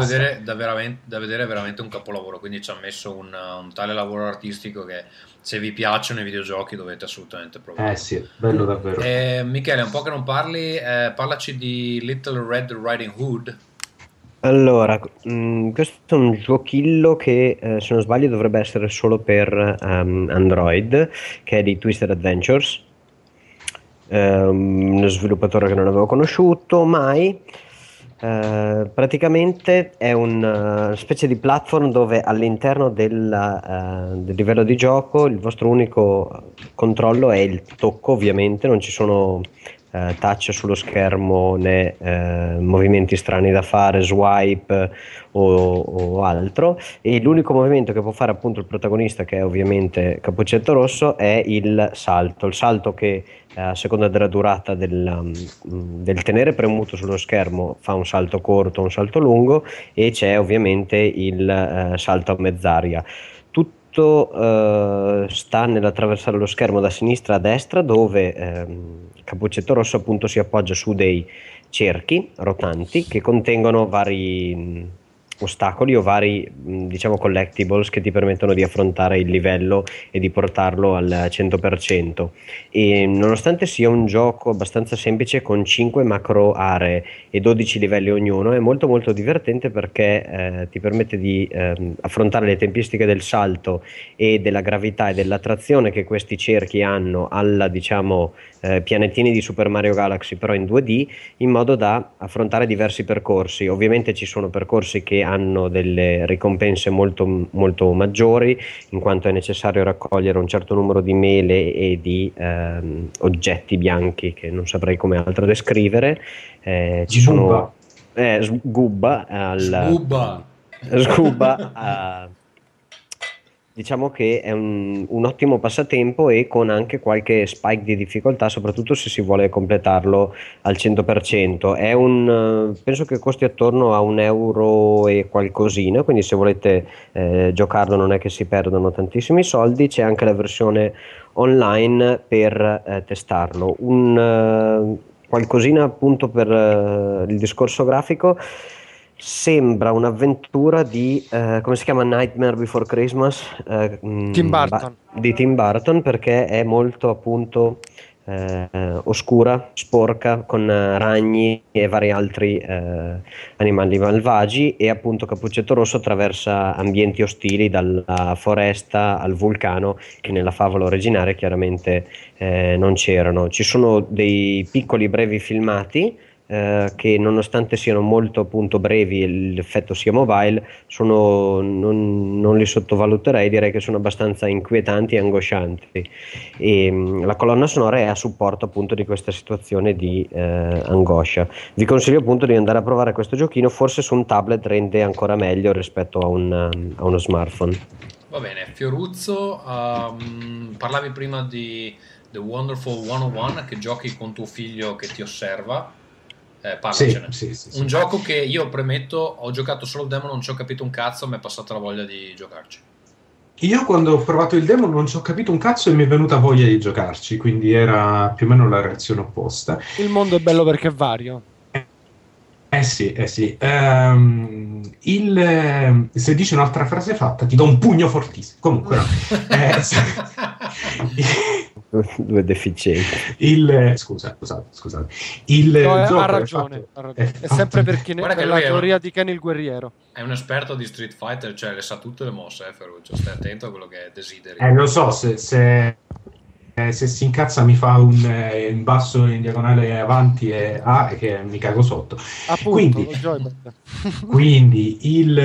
Speaker 1: vedere veramente un capolavoro, quindi ci ha messo un tale lavoro artistico che se vi piacciono i videogiochi dovete assolutamente provare.
Speaker 4: Sì, bello davvero.
Speaker 1: Michele, un po' che non parli, parlaci di Little Red Riding Hood.
Speaker 3: Allora, questo è un giochillo che se non sbaglio dovrebbe essere solo per Android, che è di Twisted Adventures, uno sviluppatore che non avevo conosciuto mai. Praticamente è una specie di platform dove all'interno del livello di gioco il vostro unico controllo è il tocco, ovviamente non ci sono touch sullo schermo né movimenti strani da fare, swipe o altro, e l'unico movimento che può fare appunto il protagonista, che è ovviamente Cappuccetto Rosso, è il salto che a seconda della durata del tenere premuto sullo schermo fa un salto corto, un salto lungo, e c'è ovviamente il salto a mezz'aria. Tutto sta nell'attraversare lo schermo da sinistra a destra, dove Cappuccetto Rosso appunto si appoggia su dei cerchi rotanti che contengono vari ostacoli o vari diciamo collectibles che ti permettono di affrontare il livello e di portarlo al 100%. E nonostante sia un gioco abbastanza semplice con 5 macro aree e 12 livelli ognuno, è molto molto divertente perché ti permette di affrontare le tempistiche del salto e della gravità e dell'attrazione che questi cerchi hanno alla diciamo pianettini di Super Mario Galaxy, però in 2D, in modo da affrontare diversi percorsi. Ovviamente ci sono percorsi che hanno delle ricompense molto, molto maggiori, in quanto è necessario raccogliere un certo numero di mele e di oggetti bianchi che non saprei come altro descrivere. Ci sono Scuba diciamo che è un ottimo passatempo, e con anche qualche spike di difficoltà, soprattutto se si vuole completarlo al 100%. Penso che costi attorno a €1 e qualcosina, quindi se volete giocarlo non è che si perdono tantissimi soldi. C'è anche la versione online per testarlo. Qualcosina appunto per il discorso grafico. Sembra un'avventura di come si chiama, Nightmare Before Christmas,
Speaker 2: Tim Burton.
Speaker 3: di Tim Burton, perché è molto appunto oscura, sporca, con ragni e vari altri animali malvagi, e appunto Cappuccetto Rosso attraversa ambienti ostili, dalla foresta al vulcano, che nella favola originaria chiaramente non c'erano. Ci sono dei piccoli brevi filmati che, nonostante siano molto appunto brevi e l'effetto sia mobile, non li sottovaluterei, direi che sono abbastanza inquietanti e angoscianti, e la colonna sonora è a supporto appunto di questa situazione di angoscia. Vi consiglio appunto di andare a provare questo giochino, forse su un tablet rende ancora meglio rispetto a uno smartphone.
Speaker 1: Va bene, Fioruzzo, parlavi prima di The Wonderful 101, che giochi con tuo figlio che ti osserva. Parlacene.
Speaker 4: Sì.
Speaker 1: Un gioco che io, premetto, ho giocato solo il demo, non ci ho capito un cazzo, mi è passata la voglia di giocarci.
Speaker 4: Io quando ho provato il demo non ci ho capito un cazzo e mi è venuta voglia di giocarci, quindi era più o meno la reazione opposta.
Speaker 2: Il mondo è bello perché è vario.
Speaker 4: Sì. Se dici un'altra frase fatta ti do un pugno fortissimo. Comunque no.
Speaker 3: Due deficienti.
Speaker 4: Scusate.
Speaker 2: Ha ragione. È sempre per la teoria di Ken il guerriero.
Speaker 1: È un esperto di Street Fighter, cioè le sa tutte le mosse, Ferruccio. Stai attento a quello che desideri.
Speaker 4: Lo so, se si incazza mi fa un in basso, in diagonale avanti e che mi cago sotto.
Speaker 2: Appunto,
Speaker 4: quindi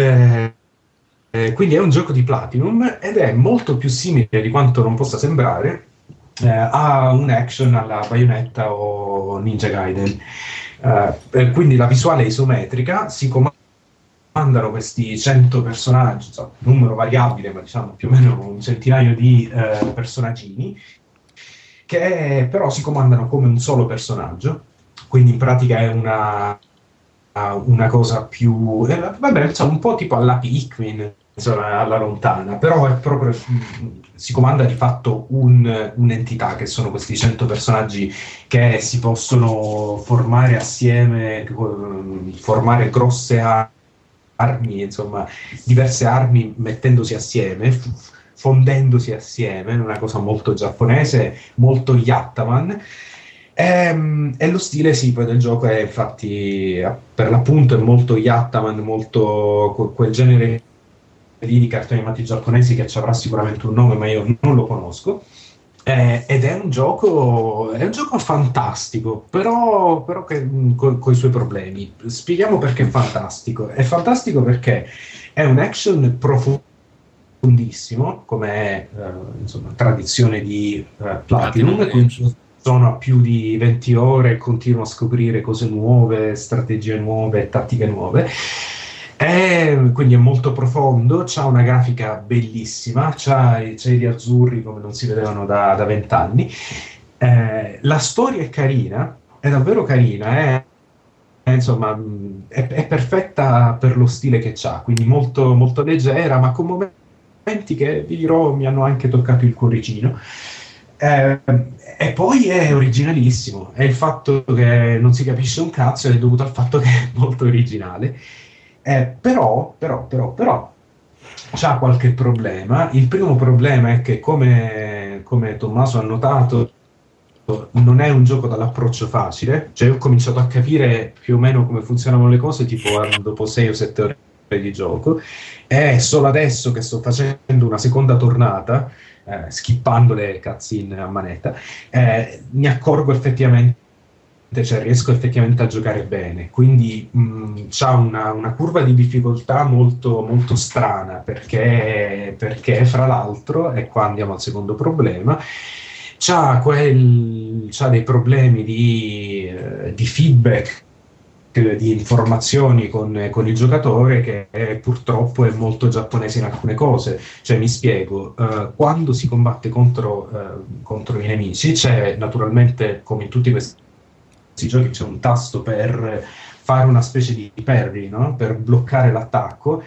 Speaker 4: è un gioco di Platinum ed è molto più simile di quanto non possa sembrare a un action alla Bayonetta o Ninja Gaiden. Quindi la visuale è isometrica, si comandano questi 100 personaggi, insomma, numero variabile, ma diciamo più o meno un centinaio di personaggini, che però si comandano come un solo personaggio, quindi in pratica è una cosa più insomma, un po' tipo alla Pikmin, insomma, alla lontana, però è proprio si comanda di fatto un'entità, che sono questi 100 personaggi che si possono formare assieme, formare grosse armi, insomma diverse armi mettendosi assieme, fondendosi assieme, una cosa molto giapponese, molto Yattaman. E lo stile poi del gioco è infatti per l'appunto è molto Yattaman, molto quel genere di cartoni animati giapponesi che ci avrà sicuramente un nome, ma io non lo conosco. Ed è un gioco fantastico, però con i suoi problemi. Spieghiamo perché è fantastico. È fantastico perché è un action profondissimo, come è insomma, tradizione di Platinum, quindi sono a più di 20 ore e continuo a scoprire cose nuove, strategie nuove, tattiche nuove. Quindi è molto profondo, c'ha una grafica bellissima, c'ha i cieli azzurri come non si vedevano da 20 anni. La storia è carina, è davvero carina, insomma, è perfetta per lo stile che c'ha, quindi molto, molto leggera, ma con momenti che vi dirò mi hanno anche toccato il cuoricino. E poi è originalissimo, è il fatto che non si capisce un cazzo è dovuto al fatto che è molto originale. Però c'ha qualche problema. Il primo problema è che, come Tommaso ha notato, non è un gioco dall'approccio facile. Cioè, io ho cominciato a capire più o meno come funzionavano le cose tipo dopo 6 o 7 ore di gioco. È solo adesso che sto facendo una seconda tornata, skippando le cutscene a manetta, mi accorgo effettivamente, cioè riesco effettivamente a giocare bene, quindi c'ha una curva di difficoltà molto, molto strana, perché fra l'altro, e qua andiamo al secondo problema, c'ha dei problemi di feedback, di informazioni con il giocatore, che purtroppo è molto giapponese in alcune cose. Cioè, mi spiego, quando si combatte contro i nemici c'è naturalmente, come in tutti questi giochi, c'è un tasto per fare una specie di parry, no? Per bloccare l'attacco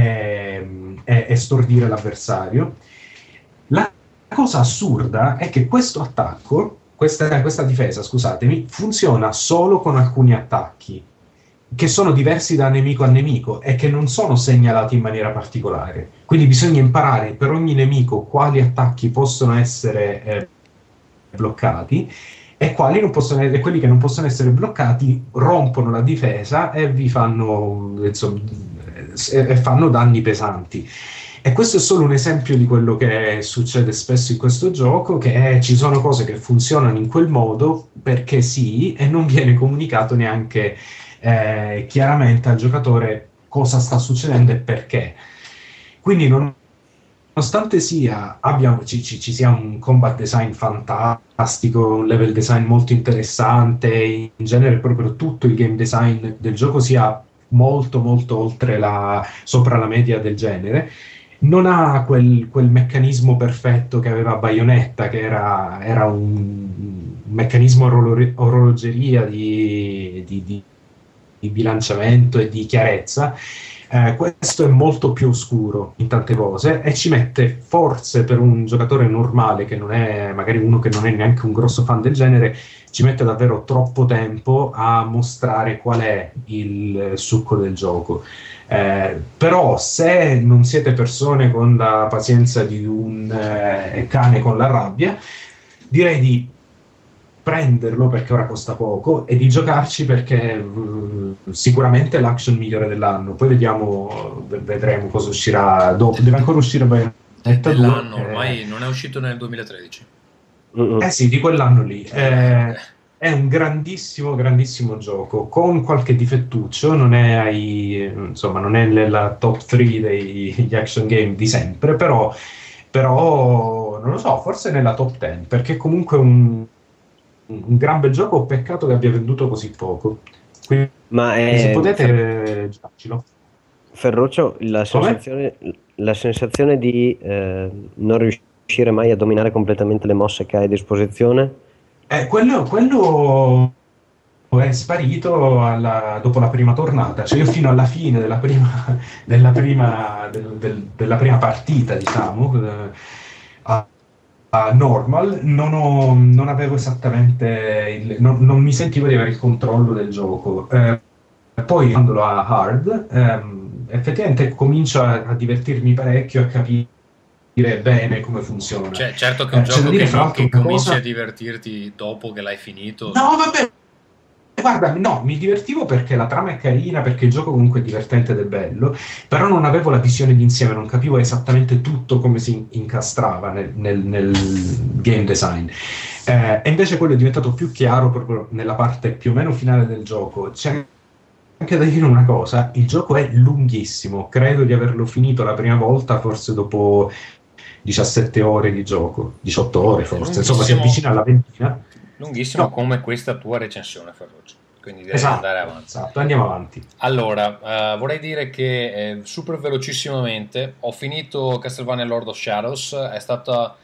Speaker 4: e stordire l'avversario. La cosa assurda è che questo attacco, questa difesa, scusatemi, funziona solo con alcuni attacchi che sono diversi da nemico a nemico e che non sono segnalati in maniera particolare. Quindi bisogna imparare per ogni nemico quali attacchi possono essere bloccati e quali non possono, e quelli che non possono essere bloccati rompono la difesa e vi fanno, insomma, e fanno danni pesanti. E questo è solo un esempio di quello che succede spesso in questo gioco, che ci sono cose che funzionano in quel modo perché sì, e non viene comunicato neanche chiaramente al giocatore cosa sta succedendo e perché. Quindi nonostante ci sia un combat design fantastico, un level design molto interessante, in genere proprio tutto il game design del gioco sia molto molto sopra la media del genere, non ha quel meccanismo perfetto che aveva Bayonetta, che era un meccanismo orologeria di bilanciamento e di chiarezza. Questo è molto più oscuro in tante cose e ci mette, forse per un giocatore normale, che non è magari uno che non è neanche un grosso fan del genere, ci mette davvero troppo tempo a mostrare qual è il succo del gioco. Però se non siete persone con la pazienza di un cane con la rabbia, direi di prenderlo perché ora costa poco e di giocarci perché sicuramente è l'action migliore dell'anno. Poi vedremo cosa uscirà dopo. Deve ancora uscire Bayonetta
Speaker 1: dell'anno, ormai non è uscito nel 2013.
Speaker 4: Sì, di quell'anno lì. È un grandissimo, grandissimo gioco, con qualche difettuccio, non è nella top 3 degli action game di sempre, però non lo so, forse è nella top 10, perché comunque un gran bel gioco, peccato che abbia venduto così poco. Quindi, se potete giocarcelo.
Speaker 3: Ferruccio, la sensazione di non riuscire mai a dominare completamente le mosse che hai a disposizione?
Speaker 4: Quello è sparito dopo la prima tornata, cioè io fino alla fine della prima partita, diciamo, a normal, non avevo esattamente non mi sentivo di avere il controllo del gioco. Poi andando a hard, effettivamente comincio a divertirmi parecchio, a capire bene come funziona.
Speaker 1: Cioè, certo che è un gioco che cominci a divertirti dopo che l'hai finito.
Speaker 4: No, vabbè, Guarda, no, mi divertivo perché la trama è carina, perché il gioco comunque è divertente ed è bello, però non avevo la visione d'insieme, non capivo esattamente tutto come si incastrava nel game design. E invece quello è diventato più chiaro proprio nella parte più o meno finale del gioco. C'è anche da dire una cosa, il gioco è lunghissimo, credo di averlo finito la prima volta forse dopo 17 ore di gioco, 18 ore forse, insomma si avvicina alla ventina.
Speaker 1: Lunghissimo
Speaker 4: No.
Speaker 1: come questa tua recensione, Ferruccio. Quindi devi
Speaker 4: Esatto,
Speaker 1: andare avanti.
Speaker 4: esatto, andiamo avanti.
Speaker 1: Allora, vorrei dire che super velocissimamente ho finito Castlevania Lord of Shadows, è stato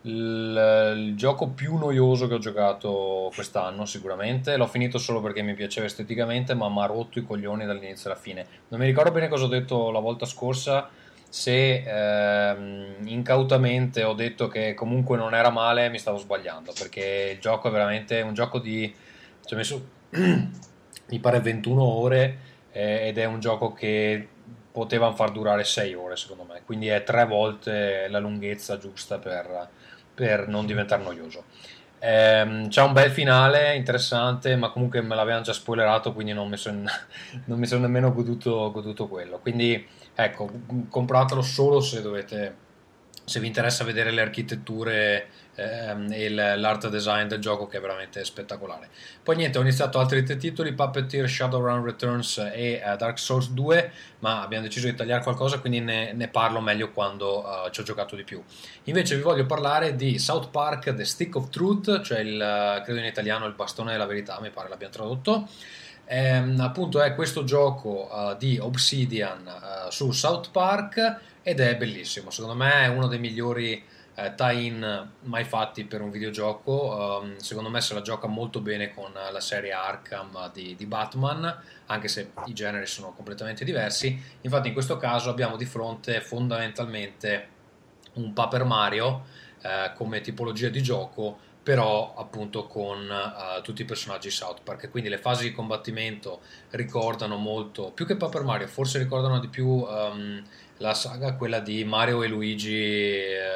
Speaker 1: il gioco più noioso che ho giocato quest'anno sicuramente, l'ho finito solo perché mi piaceva esteticamente, ma mi ha rotto i coglioni dall'inizio alla fine. Non mi ricordo bene cosa ho detto la volta scorsa, se incautamente ho detto che comunque non era male, mi stavo sbagliando, perché il gioco è veramente un gioco di... ci ho messo mi pare 21 ore ed è un gioco che potevano far durare 6 ore secondo me, quindi è 3 volte la lunghezza giusta per non diventare noioso. C'è un bel finale interessante, ma comunque me l'avevano già spoilerato, quindi non mi sono nemmeno goduto quello. Quindi ecco, compratelo solo se vi interessa vedere le architetture e l'art design del gioco, che è veramente spettacolare. Poi niente, ho iniziato altri 3 titoli, Puppeteer, Shadowrun Returns e Dark Souls 2, ma abbiamo deciso di tagliare qualcosa, quindi ne parlo meglio quando ci ho giocato di più. Invece vi voglio parlare di South Park The Stick of Truth, cioè credo in italiano il bastone della verità, mi pare l'abbiamo tradotto. Appunto è questo gioco di Obsidian su South Park ed è bellissimo, secondo me è uno dei migliori tie-in mai fatti per un videogioco. Secondo me se la gioca molto bene con la serie Arkham di Batman, anche se i generi sono completamente diversi. Infatti in questo caso abbiamo di fronte fondamentalmente un Paper Mario come tipologia di gioco, però appunto con tutti i personaggi South Park, quindi le fasi di combattimento ricordano molto, più che Paper Mario, forse ricordano di più la saga, quella di Mario e Luigi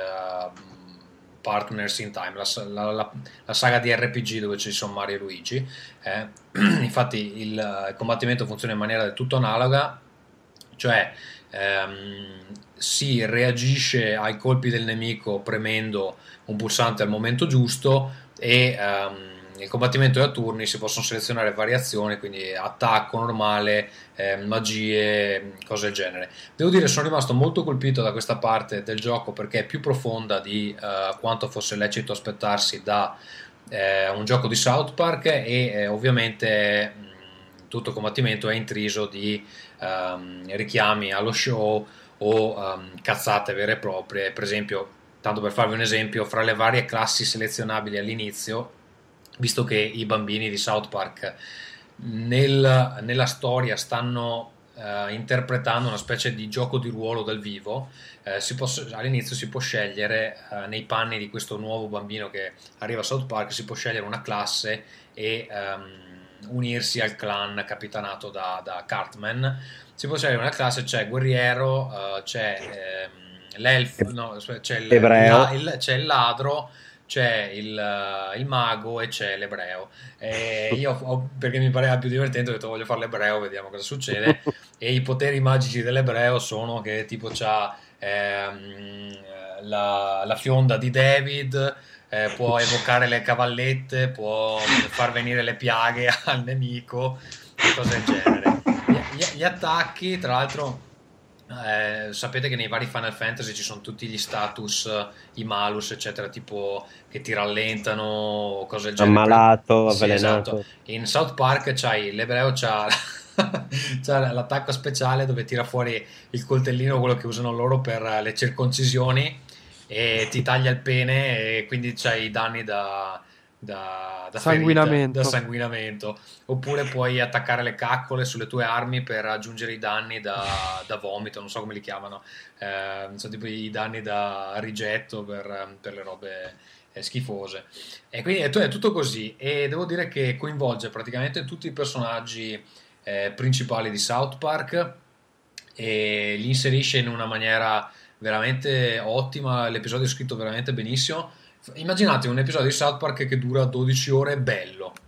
Speaker 1: Partners in Time, la saga di RPG dove ci sono Mario e Luigi. Infatti il combattimento funziona in maniera del tutto analoga, cioè si reagisce ai colpi del nemico premendo un pulsante al momento giusto e il combattimento è a turni, si possono selezionare variazioni, quindi attacco normale, magie, cose del genere. Devo dire, sono rimasto molto colpito da questa parte del gioco perché è più profonda di quanto fosse lecito aspettarsi da un gioco di South Park e ovviamente tutto il combattimento è intriso di richiami allo show o cazzate vere e proprie. Per esempio, tanto per farvi un esempio, fra le varie classi selezionabili all'inizio, visto che i bambini di South Park nella storia stanno interpretando una specie di gioco di ruolo dal vivo, all'inizio si può scegliere nei panni di questo nuovo bambino che arriva a South Park, si può scegliere una classe e unirsi al clan capitanato da Cartman. Si può scegliere una classe, c'è guerriero, c'è l'elfo, no, c'è c'è il ladro, c'è il mago e c'è l'ebreo. Perché mi pareva più divertente, ho detto voglio fare l'ebreo, vediamo cosa succede. E i poteri magici dell'ebreo sono che tipo c'ha la fionda di David, può evocare le cavallette, può far venire le piaghe al nemico, cose del genere. Gli attacchi, tra l'altro, sapete che nei vari Final Fantasy ci sono tutti gli status, i malus eccetera, tipo che ti rallentano, cose del genere.
Speaker 3: Ammalato,
Speaker 1: Sì,
Speaker 3: avvelenato.
Speaker 1: esatto. In South Park l'ebreo c'ha c'ha l'attacco speciale dove tira fuori il coltellino, quello che usano loro per le circoncisioni, e ti taglia il pene e quindi c'hai i danni da
Speaker 2: sanguinamento.
Speaker 1: da sanguinamento. Oppure puoi attaccare le caccole sulle tue armi per aggiungere i danni da vomito, non so come li chiamano, sono tipo i danni da rigetto per le robe schifose. E quindi è tutto così, e devo dire che coinvolge praticamente tutti i personaggi principali di South Park e li inserisce in una maniera veramente ottima. L'episodio è scritto veramente benissimo. Immaginate un episodio di South Park che dura 12 ore bello,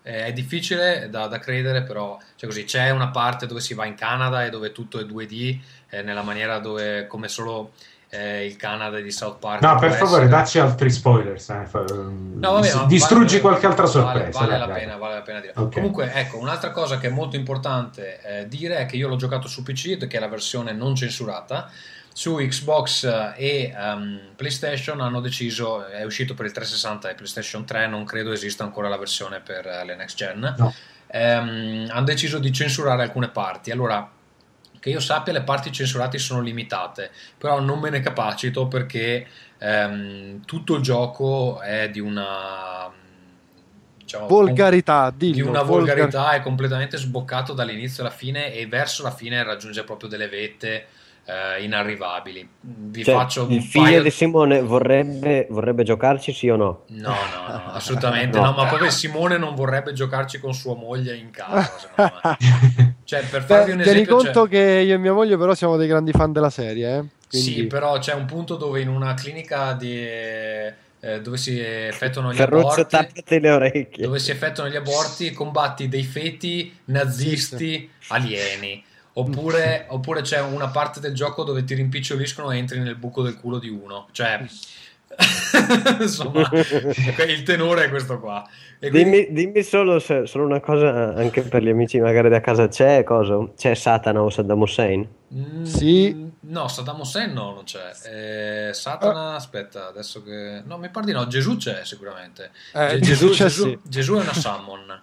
Speaker 1: È difficile da credere, però così, c'è una parte dove si va in Canada e dove tutto è 2D, nella maniera dove, come solo il Canada di South Park.
Speaker 4: No, per favore, dacci altri spoilers.
Speaker 1: No, vabbè,
Speaker 4: distruggi qualche altra sorpresa.
Speaker 1: Vale la pena dire.
Speaker 4: Okay.
Speaker 1: Comunque, ecco, un'altra cosa che è molto importante dire è che io l'ho giocato su PC, che è la versione non censurata. Su Xbox e PlayStation hanno deciso, è uscito per il 360 e PlayStation 3, non credo esista ancora la versione per le next gen.
Speaker 4: No.
Speaker 1: Hanno deciso di censurare alcune parti. Allora, che io sappia, le parti censurate sono limitate, però non me ne capacito perché tutto il gioco è di una, diciamo,
Speaker 2: volgarità,
Speaker 1: di una volgarità, è completamente sboccato dall'inizio alla fine e verso la fine raggiunge proprio delle vette inarrivabili. Faccio
Speaker 3: il figlio di Simone vorrebbe giocarci, sì o no?
Speaker 1: No, assolutamente no, ma proprio Simone non vorrebbe giocarci con sua moglie in casa, secondo me. Cioè, per farvi un esempio,
Speaker 2: tieni conto che io e mia moglie però siamo dei grandi fan della serie, quindi...
Speaker 1: Sì, però c'è un punto dove in una clinica dove si effettuano gli
Speaker 3: Ferruzzo,
Speaker 1: aborti,
Speaker 3: tappati le orecchie.
Speaker 1: dove si effettuano gli aborti, combatti dei feti nazisti alieni. Oppure c'è una parte del gioco dove ti rimpiccioliscono e entri nel buco del culo di uno. Cioè, insomma, il tenore è questo qua. E
Speaker 3: dimmi solo una cosa, anche per gli amici magari da casa, c'è Satana o Saddam Hussein?
Speaker 2: Sì.
Speaker 1: No, Saddam Hussein no, non c'è. Satana, aspetta, adesso che... No, mi pare di no, Gesù c'è sicuramente. Gesù è una summon.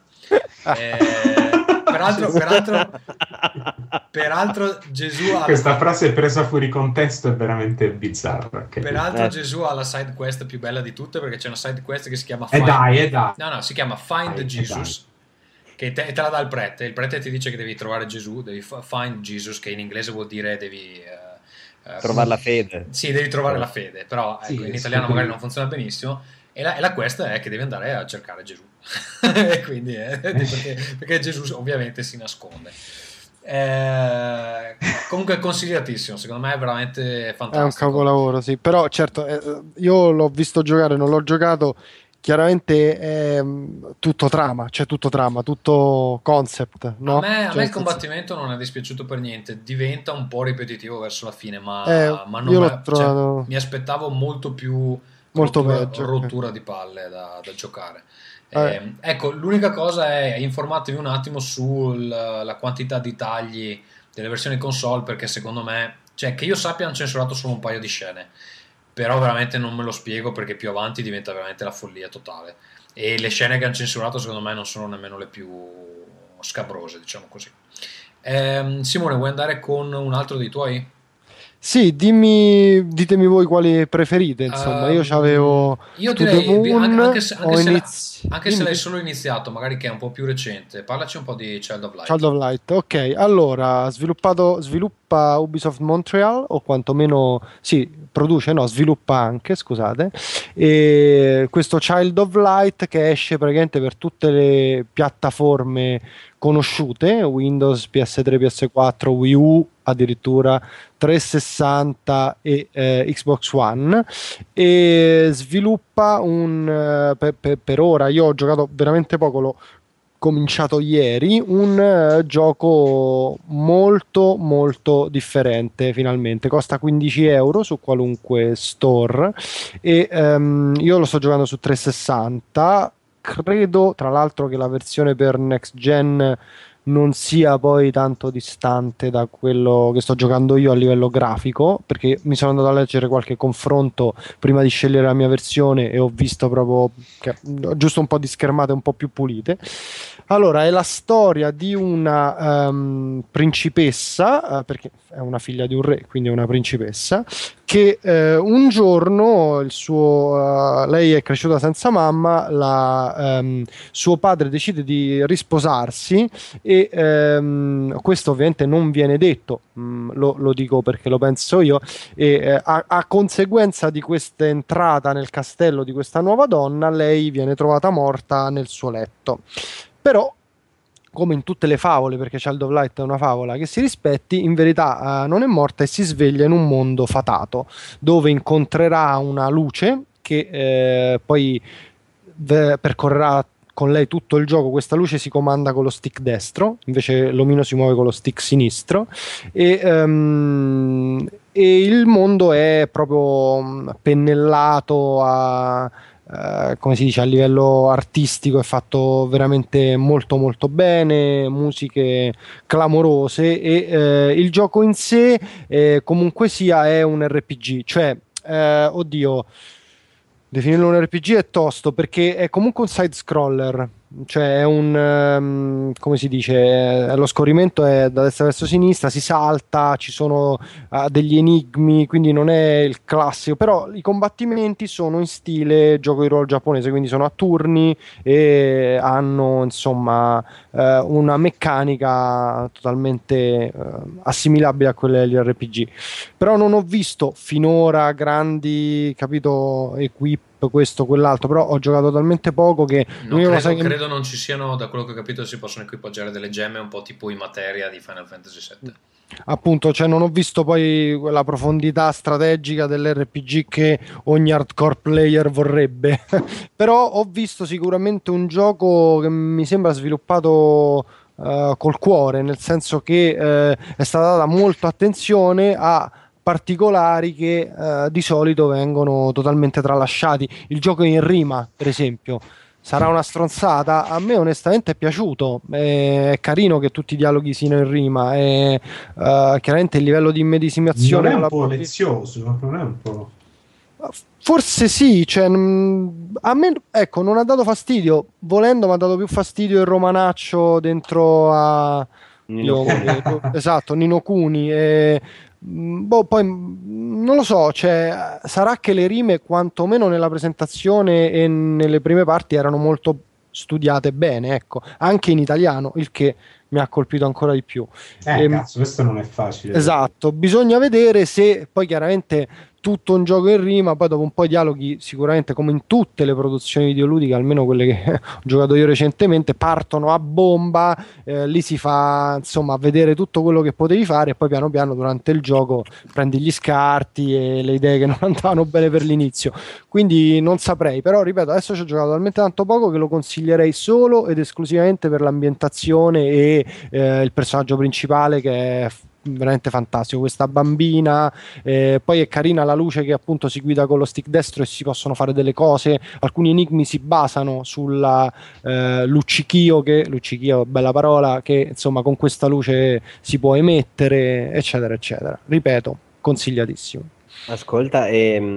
Speaker 1: Peraltro Gesù ha...
Speaker 4: Questa frase presa fuori contesto è veramente bizzarra.
Speaker 1: Peraltro Gesù ha la side quest più bella di tutte, perché c'è una side quest che si chiama
Speaker 4: Dai.
Speaker 1: No, si chiama Find Jesus, che te la dà il prete ti dice che devi trovare Gesù, devi find Jesus, che in inglese vuol dire devi
Speaker 3: trovare la fede.
Speaker 1: Sì, devi trovare la fede, però ecco, in italiano magari non funziona benissimo. E la quest è che devi andare a cercare Gesù. E quindi perché Gesù ovviamente si nasconde. Comunque è consigliatissimo, secondo me è veramente fantastico.
Speaker 2: È un capolavoro, sì. Però certo, io l'ho visto giocare, non l'ho giocato. Chiaramente è tutto trama, tutto concept, no?
Speaker 1: A me il combattimento non è dispiaciuto per niente, diventa un po' ripetitivo verso la fine, ma non mi aspettavo molto più rottura di palle da giocare. Ecco, l'unica cosa è informatevi un attimo sulla quantità di tagli delle versioni console, perché secondo me, cioè, che io sappia, hanno censurato solo un paio di scene, però veramente non me lo spiego, perché più avanti diventa veramente la follia totale, e le scene che hanno censurato secondo me non sono nemmeno le più scabrose, diciamo così. Simone, vuoi andare con un altro dei tuoi?
Speaker 2: Sì, ditemi voi quali preferite, insomma. Io c'avevo
Speaker 1: direi, anche se l'hai solo iniziato, magari che è un po' più recente, parlaci un po' di Child of Light.
Speaker 2: Ok, allora, sviluppa Ubisoft Montreal, o quantomeno sviluppa anche, scusate, e questo Child of Light che esce praticamente per tutte le piattaforme conosciute, Windows, PS3, PS4, Wii U, addirittura 360 e Xbox One, e sviluppa per ora, io ho giocato veramente poco, l'ho cominciato ieri, un gioco molto molto differente. Finalmente costa 15 euro su qualunque store, e io lo sto giocando su 360. Credo tra l'altro che la versione per next gen non sia poi tanto distante da quello che sto giocando io a livello grafico, perché mi sono andato a leggere qualche confronto prima di scegliere la mia versione e ho visto proprio che giusto un po' di schermate un po' più pulite. Allora, è la storia di una principessa, perché è una figlia di un re, quindi è una principessa, che un giorno lei è cresciuta senza mamma, suo padre decide di risposarsi, e questo ovviamente non viene detto, lo dico perché lo penso io, e a conseguenza di questa entrata nel castello di questa nuova donna, lei viene trovata morta nel suo letto. Però, come in tutte le favole, perché Child of Light è una favola che si rispetti, in verità non è morta e si sveglia in un mondo fatato, dove incontrerà una luce che poi percorrerà con lei tutto il gioco. Questa luce si comanda con lo stick destro, invece l'omino si muove con lo stick sinistro, e il mondo è proprio pennellato come si dice, a livello artistico, è fatto veramente molto molto bene, musiche clamorose, e il gioco in sé comunque sia è un RPG, cioè oddio, definirlo un RPG è tosto perché è comunque un side scroller, cioè è come si dice, lo scorrimento è da destra verso sinistra, si salta, ci sono degli enigmi, quindi non è il classico, però i combattimenti sono in stile gioco di ruolo giapponese, quindi sono a turni e hanno insomma una meccanica totalmente assimilabile a quelle degli RPG. Però non ho visto finora grandi, capito, equip, questo, quell'altro, però ho giocato talmente poco che
Speaker 1: credo non ci siano, da quello che ho capito, si possono equipaggiare delle gemme un po' tipo in materia di Final Fantasy VII.
Speaker 2: Appunto, cioè non ho visto poi quella profondità strategica dell'RPG che ogni hardcore player vorrebbe però ho visto sicuramente un gioco che mi sembra sviluppato col cuore, nel senso che è stata data molta attenzione a particolari che di solito vengono totalmente tralasciati. Il gioco in rima, per esempio, sarà una stronzata, a me onestamente è piaciuto, è carino che tutti i dialoghi siano in rima, e chiaramente il livello di immedesimazione
Speaker 4: non è un po' lezioso, non è un po'...
Speaker 2: Forse sì, cioè, a me ecco non ha dato fastidio, volendo mi ha dato più fastidio il romanaccio dentro a esatto, Nino Kuni, poi non lo so, cioè, sarà che le rime quantomeno nella presentazione e nelle prime parti erano molto studiate bene, ecco, anche in italiano, il che mi ha colpito ancora di più.
Speaker 4: Cazzo, questo non è facile.
Speaker 2: Esatto, bisogna vedere se poi chiaramente tutto un gioco in rima, poi dopo un po' i dialoghi, sicuramente come in tutte le produzioni videoludiche, almeno quelle che ho giocato io recentemente, partono a bomba, lì si fa insomma vedere tutto quello che potevi fare e poi piano piano durante il gioco prendi gli scarti e le idee che non andavano bene per l'inizio, quindi non saprei, però ripeto, adesso ci ho giocato talmente tanto poco che lo consiglierei solo ed esclusivamente per l'ambientazione e il personaggio principale che è veramente fantastico, questa bambina, poi è carina la luce che appunto si guida con lo stick destro e si possono fare delle cose, alcuni enigmi si basano sulla luccichio, bella parola, che insomma con questa luce si può emettere, eccetera eccetera, ripeto, consigliatissimo.
Speaker 3: Ascolta,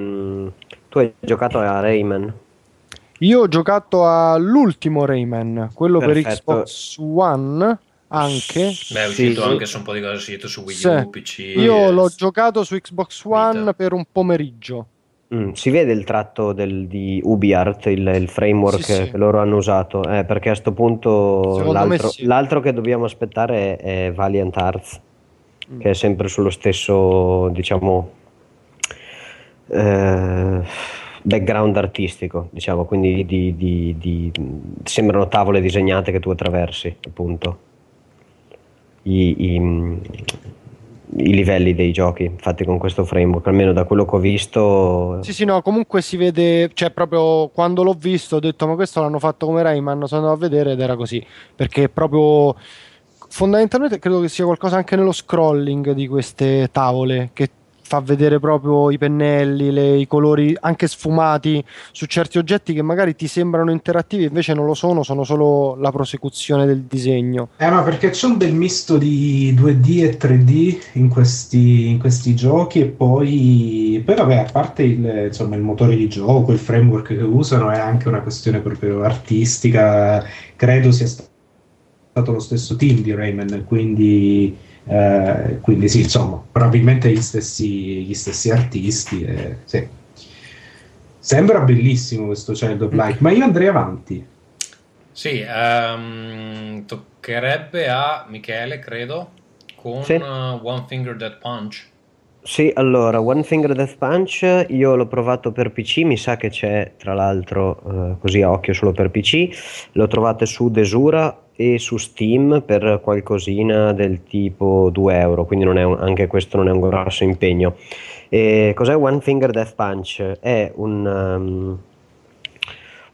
Speaker 3: tu hai giocato a Rayman?
Speaker 2: Io ho giocato all'ultimo Rayman, quello
Speaker 3: Perfetto.
Speaker 2: per Xbox One anche.
Speaker 1: Beh, è uscito anche su un po' di cose, è uscito su Wii U, PC.
Speaker 2: Io l'ho giocato su Xbox One per un pomeriggio.
Speaker 3: Si vede il tratto di UbiArt, il framework che loro hanno usato, perché a sto punto l'altro che dobbiamo aspettare è Valiant Arts, che è sempre sullo stesso, diciamo, background artistico, diciamo, quindi sembrano tavole disegnate che tu attraversi, appunto. I livelli dei giochi fatti con questo framework, almeno da quello che ho visto.
Speaker 2: Sì, no, comunque si vede, cioè proprio quando l'ho visto ho detto ma questo l'hanno fatto come Rayman, sono andato a vedere ed era così, perché proprio fondamentalmente credo che sia qualcosa anche nello scrolling di queste tavole che fa vedere proprio i pennelli, i colori anche sfumati su certi oggetti che magari ti sembrano interattivi invece non lo sono solo la prosecuzione del disegno.
Speaker 4: Ma perché c'è un bel misto di 2D e 3D in questi giochi, e poi vabbè, a parte il motore di gioco, il framework che usano, è anche una questione proprio artistica. Credo sia stato lo stesso team di Rayman, quindi sì, insomma, probabilmente gli stessi artisti, sì. Sembra bellissimo questo Child of Light, ma io andrei avanti.
Speaker 1: Sì, toccherebbe a Michele, credo, con One Finger Death Punch.
Speaker 3: Sì, allora, One Finger Death Punch io l'ho provato per PC, mi sa che c'è tra l'altro così a occhio solo per PC, lo trovate su Desura e su Steam per qualcosina del tipo 2 euro, quindi anche questo non è un grosso impegno. Cos'è One Finger Death Punch? È un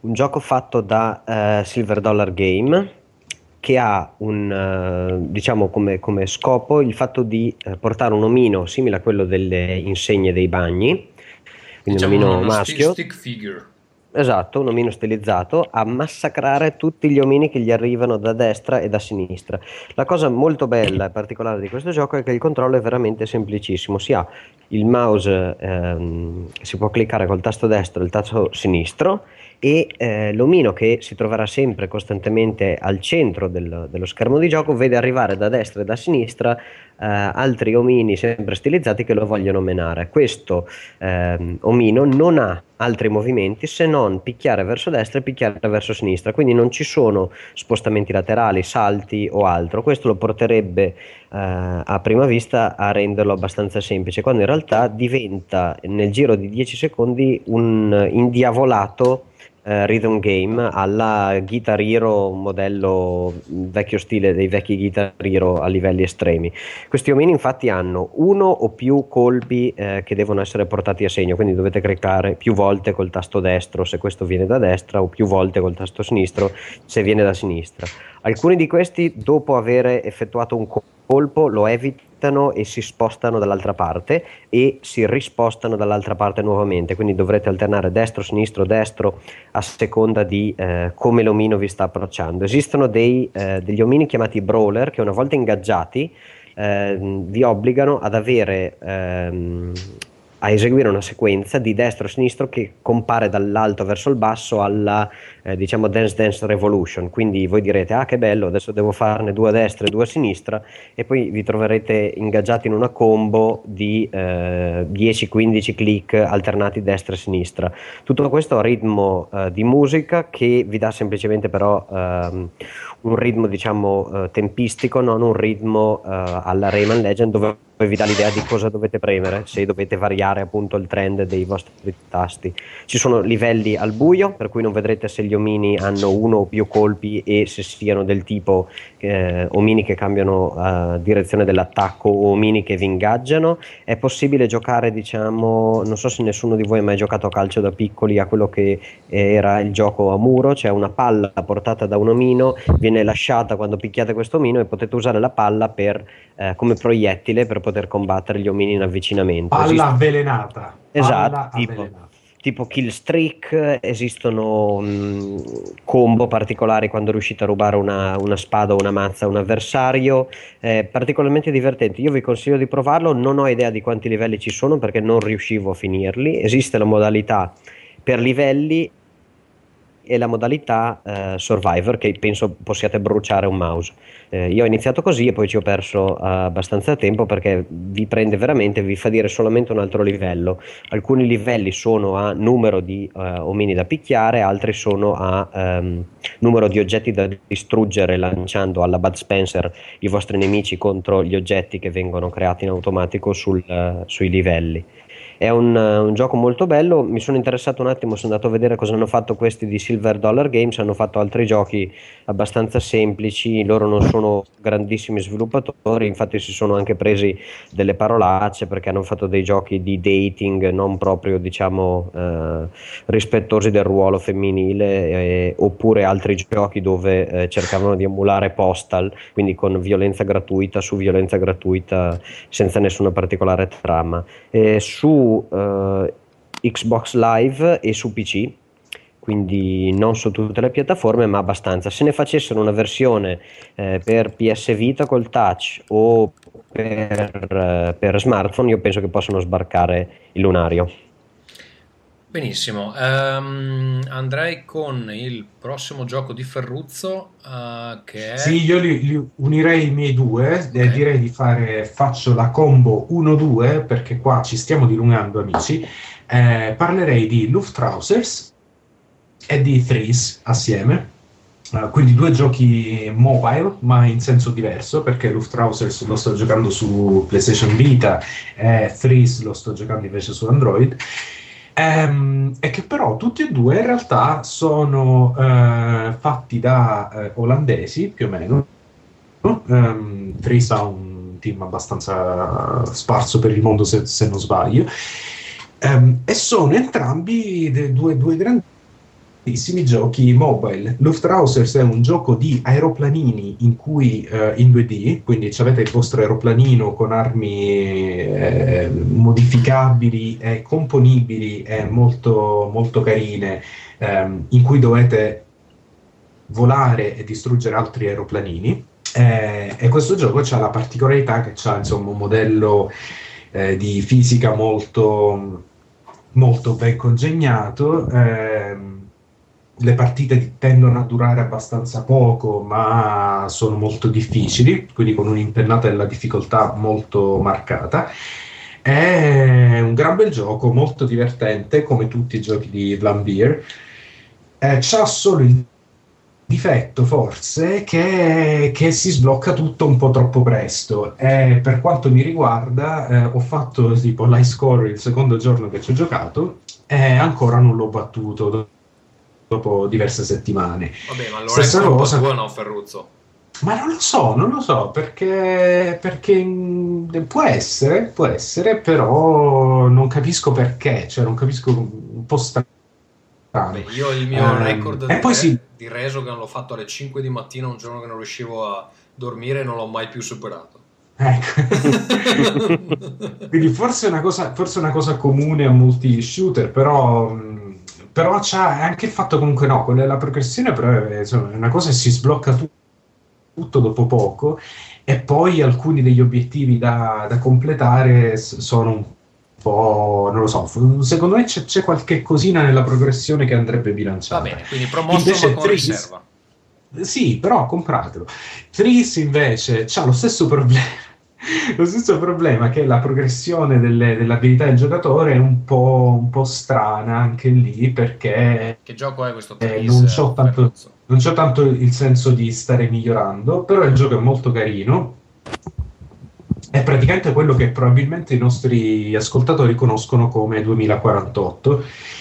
Speaker 3: un gioco fatto da Silver Dollar Game, che ha diciamo come scopo il fatto di portare un omino simile a quello delle insegne dei bagni, quindi
Speaker 1: Diciamo
Speaker 3: un omino
Speaker 1: uno
Speaker 3: maschio.
Speaker 1: stick figure.
Speaker 3: Esatto, un omino stilizzato, a massacrare tutti gli omini che gli arrivano da destra e da sinistra. La cosa molto bella e particolare di questo gioco è che il controllo è veramente semplicissimo. Si ha il mouse, si può cliccare col tasto destro e il tasto sinistro, e l'omino, che si troverà sempre costantemente al centro dello schermo di gioco, vede arrivare da destra e da sinistra altri omini sempre stilizzati che lo vogliono menare. Questo omino non ha altri movimenti se non picchiare verso destra e picchiare verso sinistra, quindi non ci sono spostamenti laterali, salti o altro. Questo lo porterebbe a prima vista a renderlo abbastanza semplice, quando in realtà diventa nel giro di 10 secondi un indiavolato rhythm game alla Guitar Hero, modello vecchio stile dei vecchi Guitar Hero a livelli estremi. Questi omini infatti hanno uno o più colpi che devono essere portati a segno, quindi dovete cliccare più volte col tasto destro se questo viene da destra, o più volte col tasto sinistro se viene da sinistra. Alcuni di questi, dopo aver effettuato un colpo, lo evitano e si spostano dall'altra parte e si rispostano dall'altra parte nuovamente, quindi dovrete alternare destro a seconda di come l'omino vi sta approcciando. Esistono degli omini chiamati brawler che, una volta ingaggiati, vi obbligano ad avere a eseguire una sequenza di destro a sinistro che compare dall'alto verso il basso alla diciamo Dance Revolution. Quindi voi direte: ah, che bello, adesso devo farne 2 a destra e 2 a sinistra, e poi vi troverete ingaggiati in una combo di 10-15 click alternati destra e sinistra. Tutto questo a ritmo di musica, che vi dà semplicemente però un ritmo diciamo tempistico, non un ritmo alla Rayman Legend, dove vi dà l'idea di cosa dovete premere, se dovete variare appunto il trend dei vostri tasti. Ci sono livelli al buio, per cui non vedrete se gli omini hanno uno o più colpi e se siano del tipo omini che cambiano direzione dell'attacco o omini che vi ingaggiano. È possibile giocare, diciamo, non so se nessuno di voi ha mai giocato a calcio da piccoli, a quello che era il gioco a muro, c'è una palla portata da un omino, viene lasciata quando picchiate questo omino e potete usare la palla come proiettile per poter combattere gli omini in avvicinamento.
Speaker 4: Palla avvelenata.
Speaker 3: Esatto, tipo kill streak. Esistono combo particolari quando riuscite a rubare una spada o una mazza a un avversario, particolarmente divertenti. Io vi consiglio di provarlo. Non ho idea di quanti livelli ci sono perché non riuscivo a finirli. Esiste la modalità per livelli e la modalità Survivor, che penso possiate bruciare un mouse. Io ho iniziato così e poi ci ho perso abbastanza tempo, perché vi prende veramente, vi fa dire solamente un altro livello. Alcuni livelli sono a numero di omini da picchiare, altri sono a numero di oggetti da distruggere, lanciando alla Bud Spencer i vostri nemici contro gli oggetti che vengono creati in automatico sui livelli. È un gioco molto bello. Mi sono interessato un attimo, sono andato a vedere cosa hanno fatto questi di Silver Dollar Games. Hanno fatto altri giochi abbastanza semplici, loro non sono grandissimi sviluppatori, infatti si sono anche presi delle parolacce perché hanno fatto dei giochi di dating non proprio, diciamo, rispettosi del ruolo femminile, oppure altri giochi dove cercavano di emulare Postal, quindi con violenza gratuita su violenza gratuita senza nessuna particolare trama. Su Xbox Live e su PC, quindi non su tutte le piattaforme, ma abbastanza. Se ne facessero una versione per PS Vita col touch o per smartphone, io penso che possano sbarcare il lunario.
Speaker 1: Benissimo, andrei con il prossimo gioco di Ferruzzo, che è...
Speaker 4: Sì, io li unirei i miei due, okay. Direi faccio la combo 1-2, perché qua ci stiamo dilungando, amici. Parlerei di Luftrausers e di Threes assieme, quindi 2 giochi mobile ma in senso diverso, perché Luftrausers lo sto giocando su PlayStation Vita e Threes lo sto giocando invece su Android. E che però tutti e 2 in realtà sono fatti da olandesi più o meno. Threes ha un team abbastanza sparso per il mondo, se non sbaglio, e sono entrambi due grandi giochi mobile. Luftrausers è un gioco di aeroplanini in cui in 2D, quindi avete il vostro aeroplanino con armi modificabili e componibili e molto, molto carine, in cui dovete volare e distruggere altri aeroplanini. E questo gioco ha la particolarità che ha, insomma, un modello di fisica molto, molto ben congegnato. Le partite tendono a durare abbastanza poco, ma sono molto difficili, quindi con un'impennata della difficoltà molto marcata. È un gran bel gioco, molto divertente, come tutti i giochi di Vlambeer. C'ha solo il difetto, forse, che si sblocca tutto un po' troppo presto. Per quanto mi riguarda, ho fatto tipo l'high score il secondo giorno che ci ho giocato e ancora non l'ho battuto dopo diverse settimane.
Speaker 1: Vabbè, ma allora
Speaker 4: Stessa
Speaker 1: è colpa
Speaker 4: cosa.
Speaker 1: tua, no, Ferruzzo?
Speaker 4: Ma non lo so, perché può essere, però non capisco perché, cioè non capisco, un po' strano.
Speaker 1: Beh, io il mio record
Speaker 4: e poi sì,
Speaker 1: di Resogun l'ho fatto alle 5 di mattina un giorno che non riuscivo a dormire e non l'ho mai più superato.
Speaker 4: ecco. Quindi forse è una cosa comune a molti shooter, però c'ha anche il fatto, comunque, no, quella della progressione però insomma, è una cosa che si sblocca tutto dopo poco, e poi alcuni degli obiettivi da completare sono un po', non lo so, secondo me c'è qualche cosina nella progressione che andrebbe bilanciata.
Speaker 1: Va bene, quindi promosso
Speaker 4: Invece
Speaker 1: ma con
Speaker 4: Threes-
Speaker 1: riserva.
Speaker 4: Sì, però compratelo. Threes invece c'ha lo stesso problema. Lo stesso problema, che la progressione delle abilità del giocatore è un po' strana anche lì, perché
Speaker 1: Che gioco è questo Threes,
Speaker 4: non c'ho
Speaker 1: Ferruzzo?
Speaker 4: tanto il senso di stare migliorando, però il gioco è molto carino. È praticamente quello che probabilmente i nostri ascoltatori conoscono come 2048.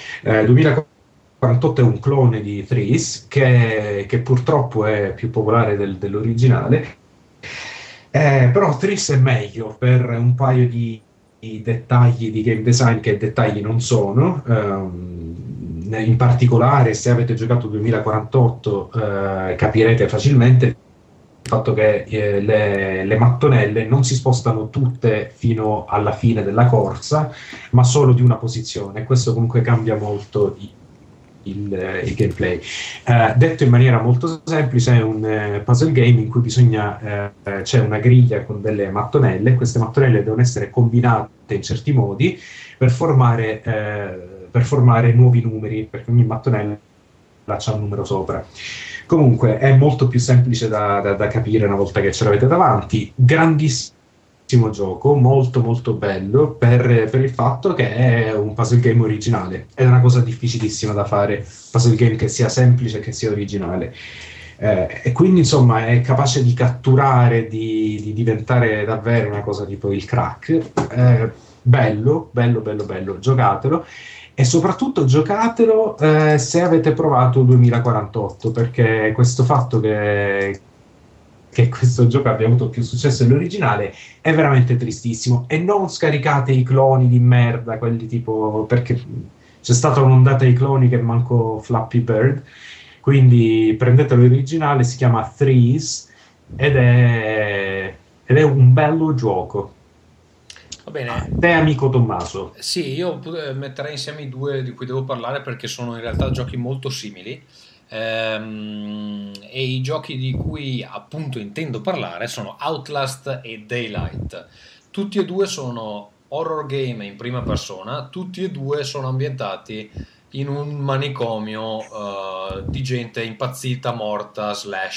Speaker 4: 2048 è un clone di Threes che purtroppo è più popolare dell'originale. Però Threes è meglio per un paio di dettagli di game design che dettagli non sono. In particolare, se avete giocato 2048, capirete facilmente il fatto che le mattonelle non si spostano tutte fino alla fine della corsa, ma solo di una posizione. Questo comunque cambia molto il gameplay. Detto in maniera molto semplice, è un puzzle game in cui c'è una griglia con delle mattonelle. Queste mattonelle devono essere combinate in certi modi per formare nuovi numeri, perché ogni mattonella ha un numero sopra. Comunque è molto più semplice da capire una volta che ce l'avete davanti. Grandissimo gioco, molto molto bello per il fatto che è un puzzle game originale. È una cosa difficilissima da fare, puzzle game che sia semplice e che sia originale. E quindi insomma è capace di catturare, di diventare davvero una cosa tipo il crack. Bello, giocatelo. E soprattutto giocatelo se avete provato 2048, perché questo fatto che questo gioco abbia avuto più successo dell'originale è veramente tristissimo. E non scaricate i cloni di merda, quelli tipo, perché c'è stata un'ondata di cloni che manco Flappy Bird, quindi prendete l'originale, si chiama Threes ed è un bello gioco.
Speaker 1: Va bene.
Speaker 4: Te, amico Tommaso.
Speaker 1: Sì, io metterei insieme i due di cui devo parlare perché sono in realtà giochi molto simili. E i giochi di cui appunto intendo parlare sono Outlast e Daylight. Tutti e due sono horror game in prima persona, tutti e due sono ambientati in un manicomio di gente impazzita, morta,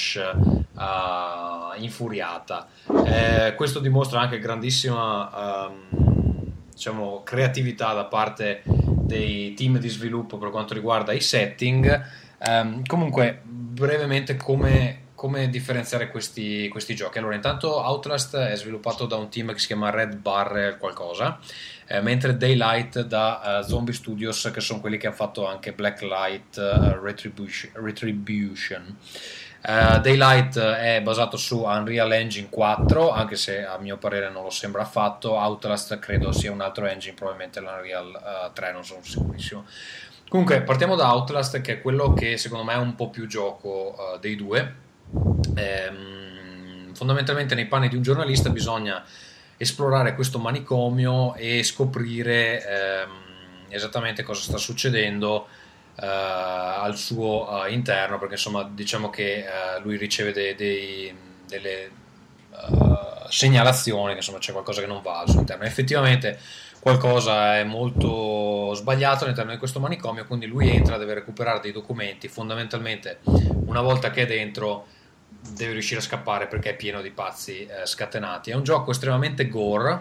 Speaker 1: / infuriata. Questo dimostra anche grandissima diciamo, creatività da parte dei team di sviluppo per quanto riguarda i setting. Comunque, brevemente, come differenziare questi giochi? Allora, intanto Outlast è sviluppato da un team che si chiama Red Barrel qualcosa, mentre Daylight da Zombie Studios, che sono quelli che hanno fatto anche Blacklight Retribution. Daylight è basato su Unreal Engine 4, anche se a mio parere non lo sembra affatto. Outlast credo sia un altro engine, probabilmente l'Unreal 3, non sono sicurissimo. Comunque, partiamo da Outlast, che è quello che secondo me è un po' più gioco dei due. Fondamentalmente, nei panni di un giornalista bisogna esplorare questo manicomio e scoprire esattamente cosa sta succedendo al suo interno, perché insomma diciamo che lui riceve delle segnalazioni che insomma c'è qualcosa che non va al suo interno. Effettivamente qualcosa è molto sbagliato all'interno di questo manicomio, quindi lui entra, deve recuperare dei documenti. Fondamentalmente, una volta che è dentro, deve riuscire a scappare perché è pieno di pazzi scatenati. È un gioco estremamente gore,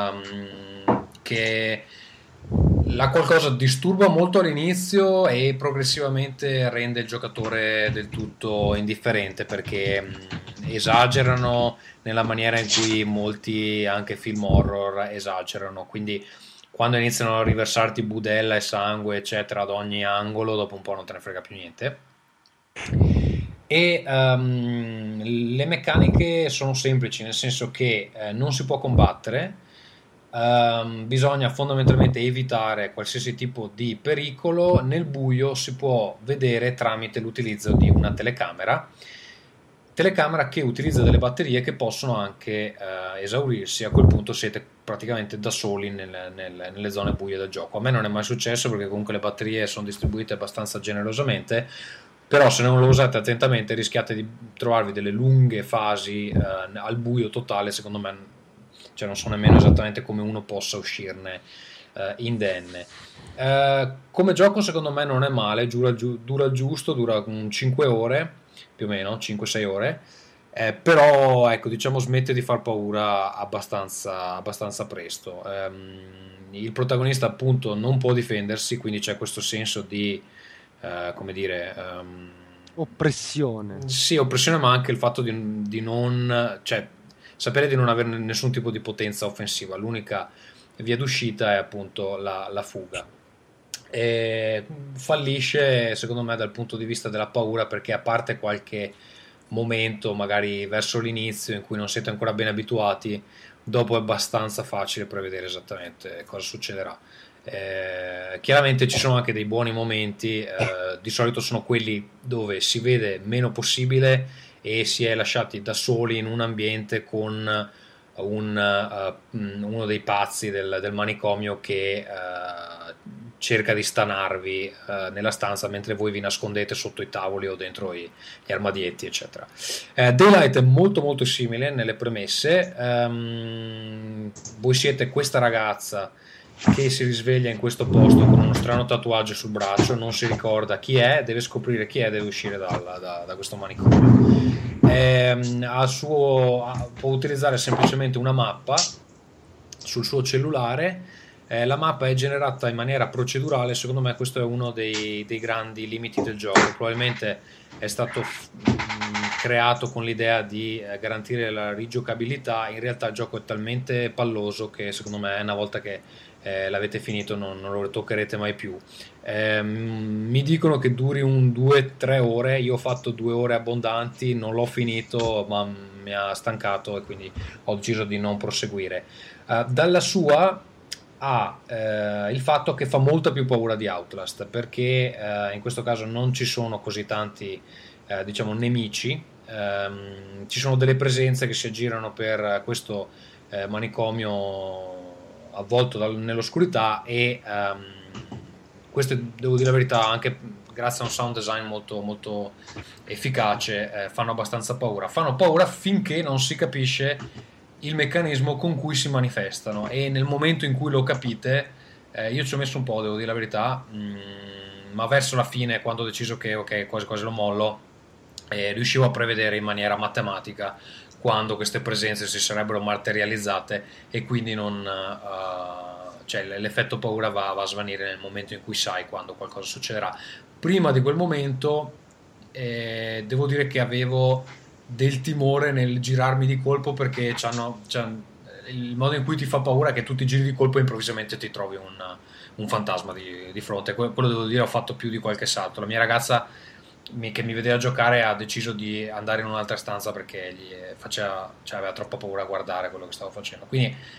Speaker 1: che la qualcosa disturba molto all'inizio e progressivamente rende il giocatore del tutto indifferente, perché esagerano nella maniera in cui molti anche film horror esagerano, quindi quando iniziano a riversarti budella e sangue eccetera ad ogni angolo, dopo un po' non te ne frega più niente. E le meccaniche sono semplici, nel senso che non si può combattere. Bisogna fondamentalmente evitare qualsiasi tipo di pericolo. Nel buio si può vedere tramite l'utilizzo di una telecamera che utilizza delle batterie che possono anche esaurirsi. A quel punto siete praticamente da soli nelle zone buie del gioco. A me non è mai successo, perché comunque le batterie sono distribuite abbastanza generosamente, però se non lo usate attentamente rischiate di trovarvi delle lunghe fasi al buio totale. Secondo me, cioè, non so nemmeno esattamente come uno possa uscirne indenne. Come gioco secondo me non è male, dura il giusto, dura 5 ore più o meno, 5-6 ore, però ecco, diciamo, smette di far paura abbastanza presto. Il protagonista appunto non può difendersi, quindi c'è questo senso di come dire,
Speaker 2: oppressione.
Speaker 1: Sì, oppressione, ma anche il fatto di non, cioè, sapere di non avere nessun tipo di potenza offensiva. L'unica via d'uscita è appunto la fuga. E fallisce secondo me dal punto di vista della paura, perché a parte qualche momento magari verso l'inizio in cui non siete ancora ben abituati, dopo è abbastanza facile prevedere esattamente cosa succederà. Chiaramente ci sono anche dei buoni momenti, di solito sono quelli dove si vede meno possibile e si è lasciati da soli in un ambiente con uno dei pazzi del manicomio che cerca di stanarvi nella stanza mentre voi vi nascondete sotto i tavoli o dentro gli armadietti eccetera. Daylight è molto molto simile nelle premesse. Voi siete questa ragazza che si risveglia in questo posto con uno strano tatuaggio sul braccio, non si ricorda chi è, deve scoprire chi è, deve uscire da questo manicomio. Può utilizzare semplicemente una mappa sul suo cellulare. La mappa è generata in maniera procedurale. Secondo me questo è uno dei grandi limiti del gioco. Probabilmente è stato creato con l'idea di garantire la rigiocabilità. In realtà il gioco è talmente palloso che secondo me una volta che l'avete finito non lo toccherete mai più. Mi dicono che duri 2-3 ore. Io ho fatto 2 ore abbondanti, non l'ho finito, ma mi ha stancato e quindi ho deciso di non proseguire. Dalla sua il fatto che fa molta più paura di Outlast, perché in questo caso non ci sono così tanti diciamo nemici. Ci sono delle presenze che si aggirano per questo manicomio avvolto nell'oscurità e questo, devo dire la verità, anche grazie a un sound design molto, molto efficace, fanno abbastanza paura. Fanno paura finché non si capisce il meccanismo con cui si manifestano, e nel momento in cui lo capite, io ci ho messo un po', devo dire la verità, ma verso la fine, quando ho deciso che ok, quasi quasi lo mollo, riuscivo a prevedere in maniera matematica quando queste presenze si sarebbero materializzate, e quindi cioè l'effetto paura va a svanire nel momento in cui sai quando qualcosa succederà. Prima di quel momento devo dire che avevo del timore nel girarmi di colpo, perché il modo in cui ti fa paura è che tu ti giri di colpo e improvvisamente ti trovi un fantasma di fronte. Quello devo dire, ho fatto più di qualche salto. La mia ragazza che mi vedeva giocare ha deciso di andare in un'altra stanza perché aveva troppa paura a guardare quello che stavo facendo. Quindi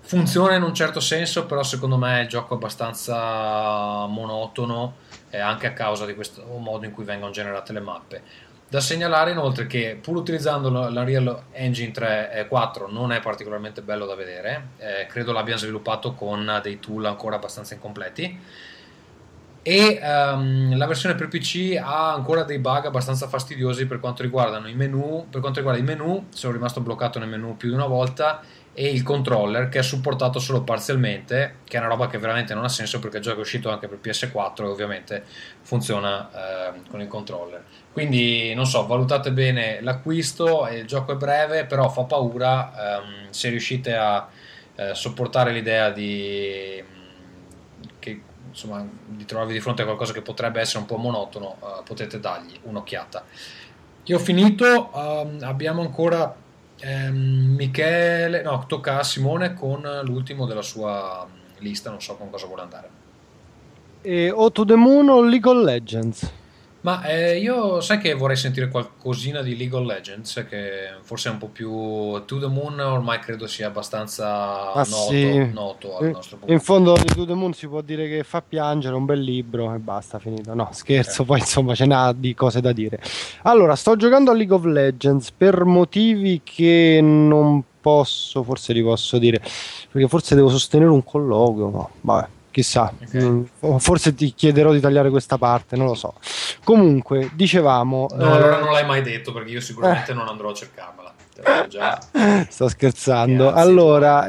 Speaker 1: funziona in un certo senso, però secondo me il gioco è abbastanza monotono, anche a causa di questo modo in cui vengono generate le mappe. Da segnalare inoltre che pur utilizzando l'Unreal Engine 3 e 4 non è particolarmente bello da vedere, credo l'abbiano sviluppato con dei tool ancora abbastanza incompleti, e la versione per PC ha ancora dei bug abbastanza fastidiosi per quanto riguardano i menu. Per quanto riguarda i menu, sono rimasto bloccato nel menu più di una volta, e il controller che è supportato solo parzialmente, che è una roba che veramente non ha senso, perché il gioco è uscito anche per PS4 e ovviamente funziona con il controller. Quindi non so, valutate bene l'acquisto, il gioco è breve però fa paura. Se riuscite a sopportare l'idea di trovarvi di fronte a qualcosa che potrebbe essere un po' monotono, potete dargli un'occhiata. Io ho finito, abbiamo ancora Michele, no, tocca a Simone con l'ultimo della sua lista, non so con cosa vuole andare.
Speaker 2: O To The Moon o League of Legends?
Speaker 1: Ma io sai che vorrei sentire qualcosina di League of Legends, che forse è un po' più. To The Moon ormai credo sia abbastanza noto al nostro pubblico.
Speaker 2: In fondo di To The Moon si può dire che fa piangere, un bel libro e basta, finito. No, scherzo, poi insomma ce n'ha di cose da dire. Allora, sto giocando a League of Legends per motivi che non posso, forse li posso dire, perché forse devo sostenere un colloquio, no, vabbè. Chissà, forse ti chiederò di tagliare questa parte, non lo so. Comunque, dicevamo...
Speaker 1: No, allora non l'hai mai detto, perché io sicuramente non andrò a cercarmela.
Speaker 2: Sto scherzando. Allora,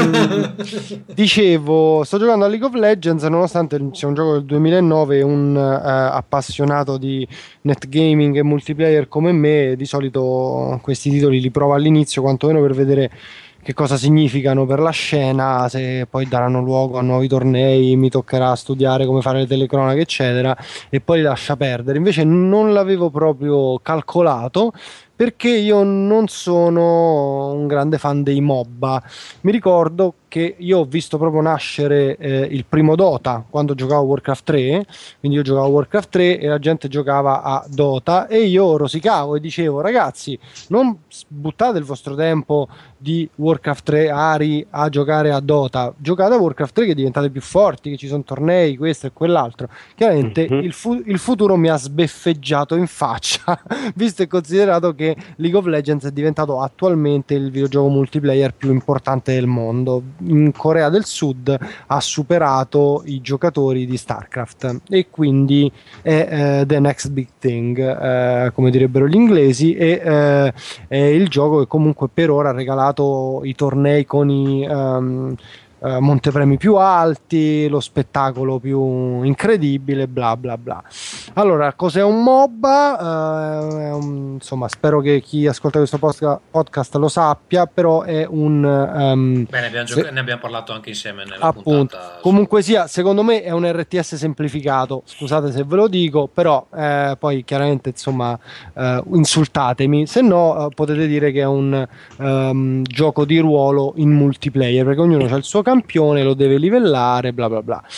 Speaker 2: dicevo, sto giocando a League of Legends, nonostante sia un gioco del 2009, un appassionato di netgaming e multiplayer come me, di solito questi titoli li provo all'inizio, quantomeno per vedere che cosa significano per la scena, se poi daranno luogo a nuovi tornei, mi toccherà studiare come fare le telecronache eccetera, e poi li lascia perdere. Invece non l'avevo proprio calcolato, perché io non sono un grande fan dei MOBA. Mi ricordo che io ho visto proprio nascere il primo Dota quando giocavo a Warcraft 3, quindi io giocavo a Warcraft 3 e la gente giocava a Dota, e io rosicavo e dicevo: ragazzi, non buttate il vostro tempo di Warcraft 3 Ari a giocare a Dota, giocate a Warcraft 3 che diventate più forti, che ci sono tornei, questo e quell'altro. Chiaramente il futuro mi ha sbeffeggiato in faccia, visto e considerato che League of Legends è diventato attualmente il videogioco multiplayer più importante del mondo. In Corea del Sud ha superato i giocatori di StarCraft e quindi è the next big thing, come direbbero gli inglesi, e è il gioco che comunque per ora ha regalato i tornei con i montepremi più alti, lo spettacolo più incredibile, bla bla bla. Allora, cos'è un MOBA? Insomma, spero che chi ascolta questo podcast lo sappia, però è un
Speaker 1: beh, ne abbiamo parlato anche insieme nella
Speaker 2: appunto,
Speaker 1: puntata.
Speaker 2: Comunque sia, secondo me è un RTS semplificato, scusate se ve lo dico, però poi chiaramente insomma insultatemi, se no potete dire che è un gioco di ruolo in multiplayer, perché ognuno ha il suo campione, lo deve livellare, bla bla bla.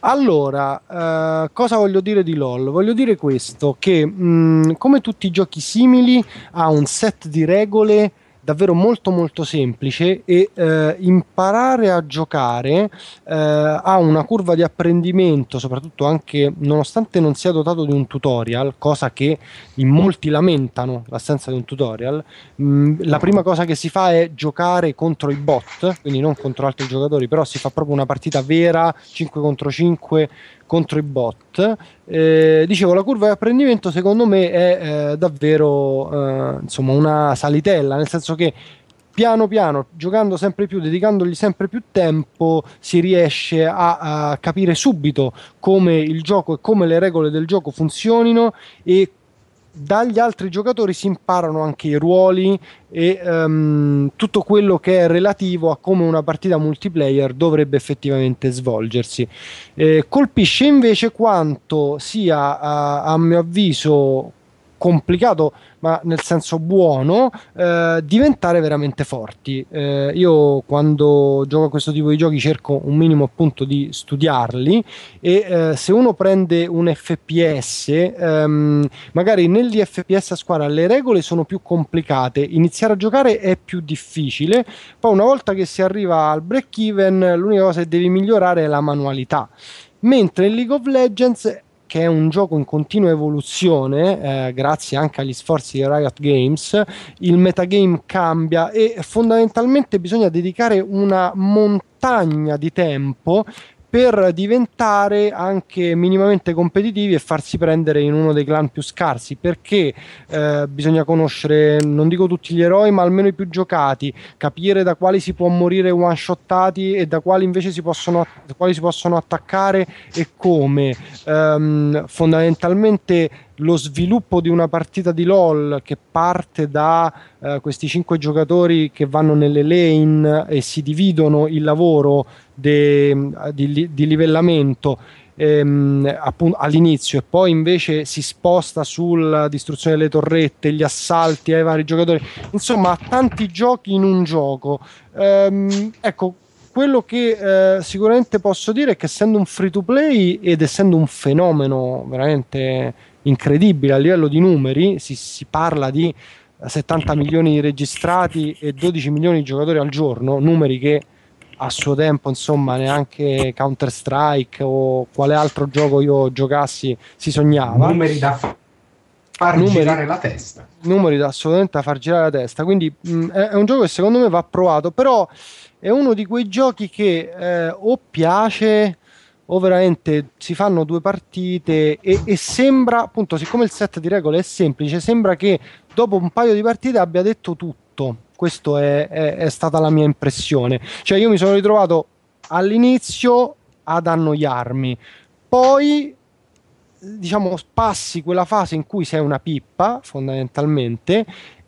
Speaker 2: Allora, cosa voglio dire di LoL? Voglio dire questo, che come tutti i giochi simili ha un set di regole davvero molto molto semplice, e imparare a giocare ha una curva di apprendimento, soprattutto anche nonostante non sia dotato di un tutorial, cosa che in molti lamentano l'assenza di un tutorial. La prima cosa che si fa è giocare contro i bot, quindi non contro altri giocatori, però si fa proprio una partita vera 5 contro 5 contro i bot. Dicevo, la curva di apprendimento secondo me è davvero insomma una salitella, nel senso che piano piano, giocando sempre più, dedicandogli sempre più tempo, si riesce a capire subito come il gioco e come le regole del gioco funzionino, e dagli altri giocatori si imparano anche i ruoli e tutto quello che è relativo a come una partita multiplayer dovrebbe effettivamente svolgersi. Colpisce invece quanto sia a mio avviso complicato, ma nel senso buono, diventare veramente forti. Io quando gioco a questo tipo di giochi cerco un minimo appunto di studiarli e se uno prende un FPS, magari negli FPS a squadra le regole sono più complicate, iniziare a giocare è più difficile, poi una volta che si arriva al break even l'unica cosa che devi migliorare è la manualità. Mentre in League of Legends, che è un gioco in continua evoluzione, grazie anche agli sforzi di Riot Games, il metagame cambia e fondamentalmente bisogna dedicare una montagna di tempo per diventare anche minimamente competitivi e farsi prendere in uno dei clan più scarsi, perché bisogna conoscere, non dico tutti gli eroi, ma almeno i più giocati, capire da quali si può morire one shottati e da quali invece si possono attaccare e come. Fondamentalmente lo sviluppo di una partita di LoL che parte da questi 5 giocatori che vanno nelle lane e si dividono il lavoro di livellamento appunto all'inizio, e poi invece si sposta sulla distruzione delle torrette, gli assalti ai vari giocatori, insomma tanti giochi in un gioco. Ecco, quello che sicuramente posso dire è che essendo un free to play ed essendo un fenomeno veramente incredibile a livello di numeri, si parla di 70 milioni di registrati e 12 milioni di giocatori al giorno, numeri che a suo tempo insomma neanche Counter Strike o quale altro gioco io giocassi si sognava.
Speaker 4: Numeri da far girare la testa,
Speaker 2: numeri da assolutamente da far girare la testa, quindi è un gioco che secondo me va provato, però è uno di quei giochi che o piace o veramente si fanno 2 partite e sembra, appunto, siccome il set di regole è semplice, sembra che dopo un paio di partite abbia detto tutto. Questo è stata la mia impressione. Cioè io mi sono ritrovato all'inizio ad annoiarmi, poi diciamo passi quella fase in cui sei una pippa fondamentalmente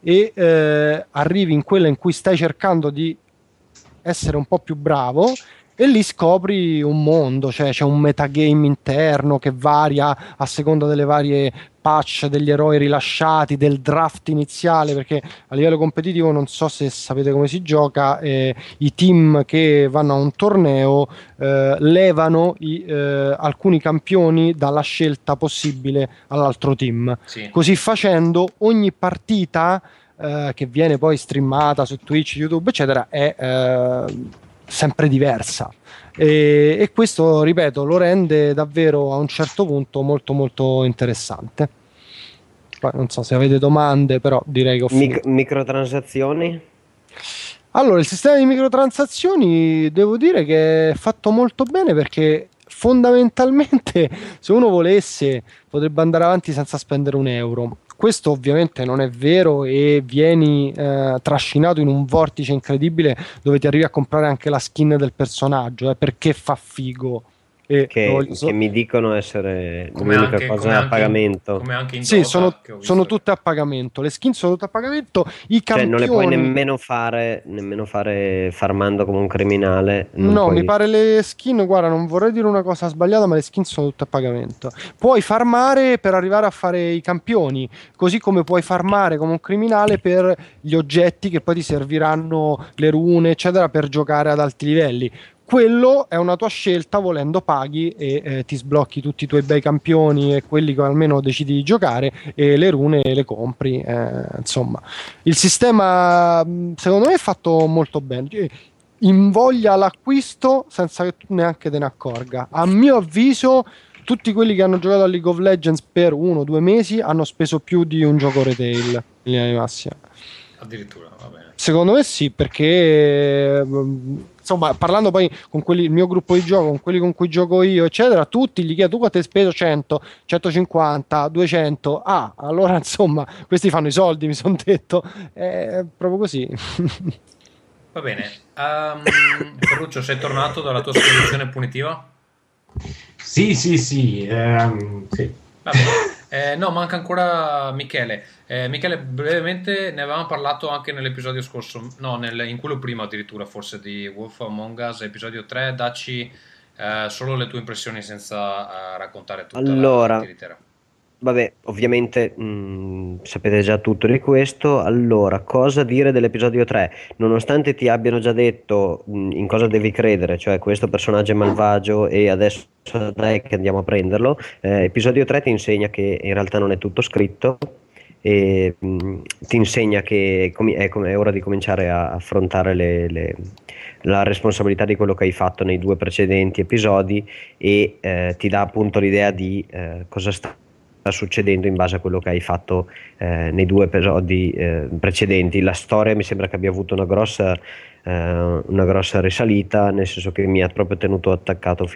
Speaker 2: e arrivi in quella in cui stai cercando di essere un po' più bravo e lì scopri un mondo, cioè c'è un metagame interno che varia a seconda delle varie patch, degli eroi rilasciati, del draft iniziale, perché a livello competitivo non so se sapete come si gioca, i team che vanno a un torneo levano alcuni campioni dalla scelta possibile all'altro team.
Speaker 1: Sì.
Speaker 2: Così facendo ogni partita che viene poi streamata su Twitch, YouTube eccetera è sempre diversa e questo, ripeto, lo rende davvero a un certo punto molto molto interessante. Poi non so se avete domande, però direi che ho finito.
Speaker 3: Microtransazioni?
Speaker 2: Allora, il sistema di microtransazioni devo dire che è fatto molto bene, perché fondamentalmente se uno volesse potrebbe andare avanti senza spendere un euro. Questo ovviamente non è vero e vieni trascinato in un vortice incredibile dove ti arrivi a comprare anche la skin del personaggio, perché fa figo.
Speaker 3: Che mi dicono essere l'unica cosa a pagamento.
Speaker 1: Come anche in
Speaker 2: sì,
Speaker 1: Dota,
Speaker 2: sono tutte a pagamento. Le skin sono tutte a pagamento. I campioni...
Speaker 3: Cioè non le puoi nemmeno fare farmando come un criminale.
Speaker 2: No, mi pare le skin, guarda, non vorrei dire una cosa sbagliata, ma le skin sono tutte a pagamento. Puoi farmare per arrivare a fare i campioni, così come puoi farmare come un criminale per gli oggetti che poi ti serviranno, le rune eccetera, per giocare ad alti livelli. Quello è una tua scelta, volendo paghi e ti sblocchi tutti i tuoi bei campioni e quelli che almeno decidi di giocare, e le rune le compri, insomma il sistema secondo me è fatto molto bene, invoglia l'acquisto senza che tu neanche te ne accorga. A mio avviso tutti quelli che hanno giocato a League of Legends per 1 o 2 mesi hanno speso più di un gioco retail in linea di massima.
Speaker 1: Addirittura, va bene.
Speaker 2: Secondo me sì, perché insomma, parlando poi con il mio gruppo di gioco, con quelli con cui gioco io eccetera, tutti gli chiedo: tu quanto hai speso? 100, 150, 200. Ah, allora insomma questi fanno i soldi, mi sono detto, è proprio così.
Speaker 1: Va bene. Ferruccio, sei tornato dalla tua spedizione punitiva?
Speaker 4: Sì.
Speaker 1: Va bene. No, manca ancora Michele. Michele, brevemente ne avevamo parlato anche nell'episodio scorso, no, in quello prima addirittura, forse, di Wolf Among Us, episodio 3. Dacci solo le tue impressioni senza raccontare tutta la partita intera.
Speaker 3: Vabbè, ovviamente sapete già tutto di questo. Allora, cosa dire dell'episodio 3? Nonostante ti abbiano già detto in cosa devi credere, cioè questo personaggio è malvagio e adesso dai che andiamo a prenderlo, episodio 3 ti insegna che in realtà non è tutto scritto e ti insegna che è ora di cominciare a affrontare la responsabilità di quello che hai fatto nei due precedenti episodi e ti dà appunto l'idea di cosa sta succedendo in base a quello che hai fatto nei due episodi precedenti. La storia mi sembra che abbia avuto una grossa risalita, nel senso che mi ha proprio tenuto attaccato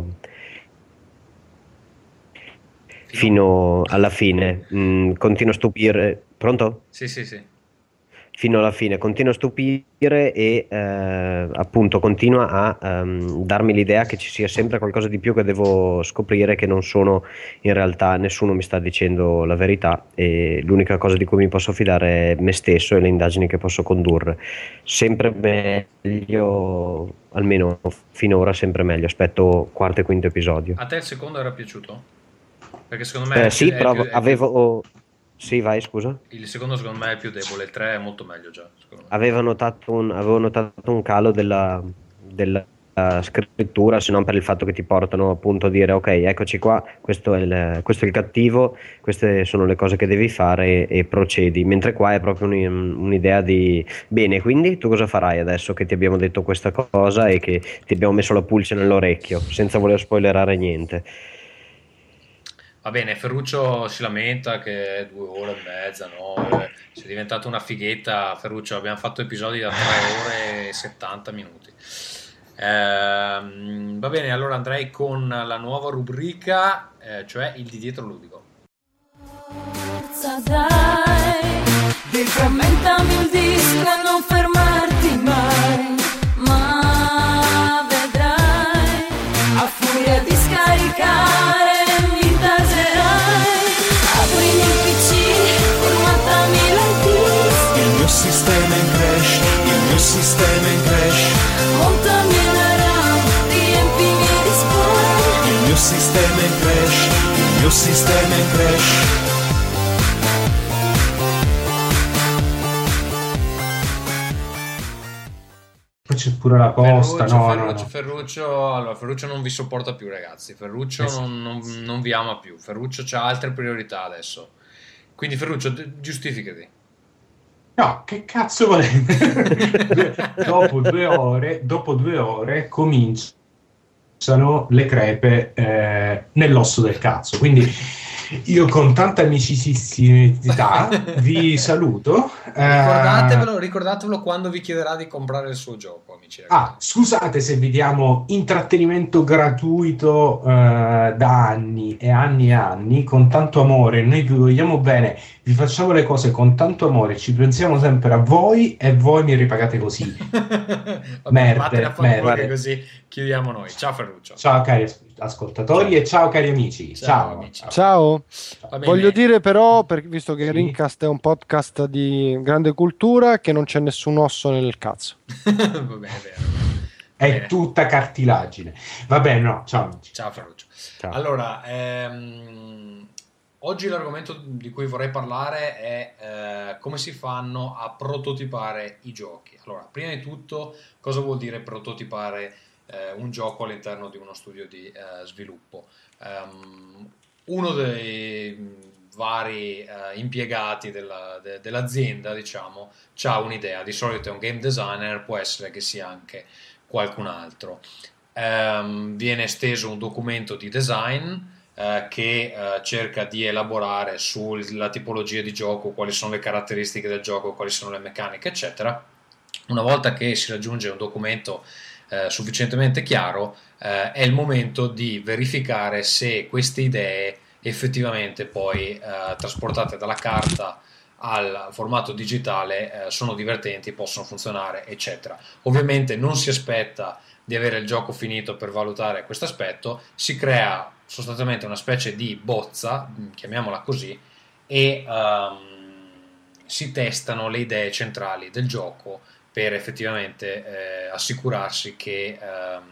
Speaker 3: fino alla fine. Continua a stupire. Pronto?
Speaker 1: Sì, sì, sì.
Speaker 3: Fino alla fine continua a stupire e appunto continua a darmi l'idea che ci sia sempre qualcosa di più che devo scoprire, che non sono in realtà, nessuno mi sta dicendo la verità e l'unica cosa di cui mi posso fidare è me stesso e le indagini che posso condurre. Sempre meglio, almeno finora sempre meglio, aspetto quarto e quinto episodio.
Speaker 1: A te il secondo era piaciuto? Perché secondo me
Speaker 3: Sì, però Sì, vai, scusa.
Speaker 1: il secondo secondo me è il più debole, il 3 è molto meglio già, secondo me.
Speaker 3: Avevo notato un calo della scrittura, se non per il fatto che ti portano appunto a dire ok, eccoci qua, questo è il cattivo, queste sono le cose che devi fare e procedi, mentre qua è proprio un'idea di bene, quindi tu cosa farai adesso che ti abbiamo detto questa cosa e che ti abbiamo messo la pulce nell'orecchio, senza voler spoilerare niente.
Speaker 1: Va bene, Ferruccio si lamenta che è 2 ore e mezza, no? Sei diventato una fighetta, Ferruccio, abbiamo fatto episodi da 3 ore e 70 minuti. Va bene, allora andrei con la nuova rubrica, cioè il di dietro ludico.
Speaker 9: Forza dai, riframmentami il disco e non fermarti mai, ma vedrai, a furia di scaricare mi taserai, aprimi il PC, formattami la disc,
Speaker 10: il mio sistema in crash, il mio sistema in crash,
Speaker 9: montami la RAM, riempimi di spawn,
Speaker 10: il mio sistema in crash, il mio sistema in crash.
Speaker 4: Poi c'è pure la posta,
Speaker 1: Ferruccio non vi sopporta più, ragazzi. Ferruccio non vi ama più. Ferruccio ha altre priorità adesso. Quindi Ferruccio, giustificati.
Speaker 4: No, che cazzo volete? dopo due ore cominciano le crepe nell'osso del cazzo. Quindi io con tanta amicizia vi saluto.
Speaker 1: Ricordatevelo quando vi chiederà di comprare il suo gioco, amici.
Speaker 4: Scusate se vi diamo intrattenimento gratuito da anni e anni e anni, con tanto amore. Noi vi vogliamo bene, vi facciamo le cose con tanto amore, ci pensiamo sempre a voi e voi mi ripagate così.
Speaker 1: Merde. Così chiudiamo noi. Ciao Ferruccio.
Speaker 4: Ciao cari ascoltatori e ciao cari amici. Ciao.
Speaker 1: Amici.
Speaker 2: Ciao. Voglio dire però, visto che Rincast è un podcast di grande cultura, che non c'è nessun osso nel cazzo.
Speaker 1: Va bene,
Speaker 4: è tutta cartilagine. Va bene, no, ciao amici.
Speaker 1: Ciao Ferruccio.
Speaker 3: Ciao.
Speaker 1: Allora, oggi l'argomento di cui vorrei parlare è come si fanno a prototipare i giochi. Allora, prima di tutto, cosa vuol dire prototipare un gioco all'interno di uno studio di sviluppo? Uno dei vari impiegati dell'azienda, diciamo, ha un'idea. Di solito è un game designer, può essere che sia anche qualcun altro. Viene esteso un documento di design che cerca di elaborare sulla tipologia di gioco, quali sono le caratteristiche del gioco, quali sono le meccaniche, eccetera. Una volta che si raggiunge un documento sufficientemente chiaro, è il momento di verificare se queste idee effettivamente poi trasportate dalla carta al formato digitale sono divertenti, possono funzionare, eccetera. Ovviamente non si aspetta di avere il gioco finito per valutare questo aspetto, si crea sostanzialmente una specie di bozza, chiamiamola così, e si testano le idee centrali del gioco per effettivamente assicurarsi che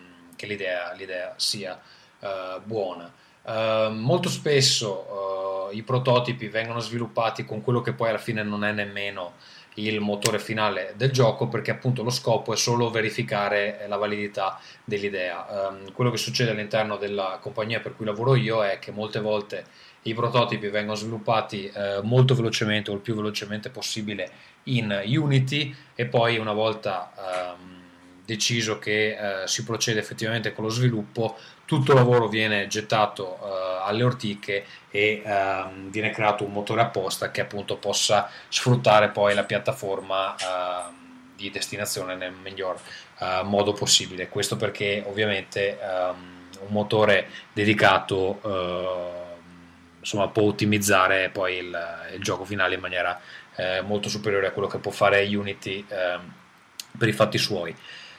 Speaker 1: l'idea sia buona. Molto spesso i prototipi vengono sviluppati con quello che poi alla fine non è nemmeno il motore finale del gioco, perché appunto lo scopo è solo verificare la validità dell'idea. Quello che succede all'interno della compagnia per cui lavoro io è che molte volte i prototipi vengono sviluppati molto velocemente o il più velocemente possibile in Unity, e poi una volta deciso che si procede effettivamente con lo sviluppo, tutto il lavoro viene gettato alle ortiche e viene creato un motore apposta che appunto possa sfruttare poi la piattaforma di destinazione nel miglior modo possibile. Questo perché ovviamente un motore dedicato insomma, può ottimizzare poi il gioco finale in maniera molto superiore a quello che può fare Unity per i fatti suoi.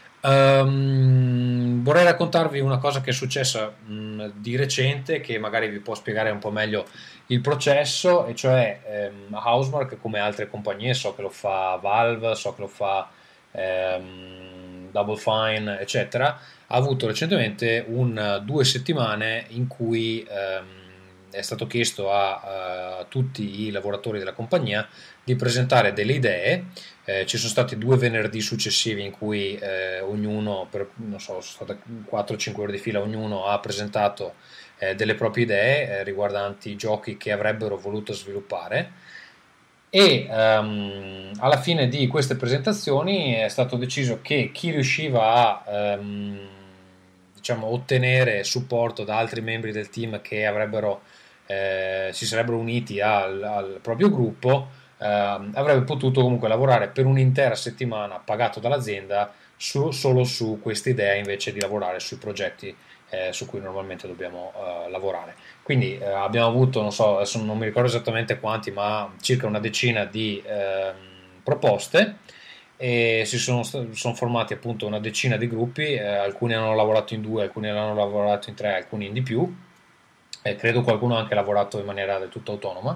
Speaker 1: Vorrei raccontarvi una cosa che è successa di recente, che magari vi può spiegare un po' meglio il processo, e cioè Housemarque, come altre compagnie, so che lo fa Valve, so che lo fa Double Fine, eccetera, ha avuto recentemente 2 settimane in cui è stato chiesto a tutti i lavoratori della compagnia di presentare delle idee. Ci sono stati 2 venerdì successivi in cui ognuno, per non so, sono state 4-5 ore di fila, ognuno ha presentato delle proprie idee riguardanti giochi che avrebbero voluto sviluppare, e alla fine di queste presentazioni è stato deciso che chi riusciva a diciamo, ottenere supporto da altri membri del team che si sarebbero uniti al proprio gruppo avrebbe potuto comunque lavorare per un'intera settimana pagato dall'azienda solo su questa idea, invece di lavorare sui progetti su cui normalmente dobbiamo lavorare. Quindi abbiamo avuto, non so, adesso non mi ricordo esattamente quanti, ma circa una decina di proposte, e si sono formati appunto una decina di gruppi. Alcuni hanno lavorato in 2, alcuni hanno lavorato in 3, alcuni in di più, credo qualcuno ha anche lavorato in maniera del tutto autonoma.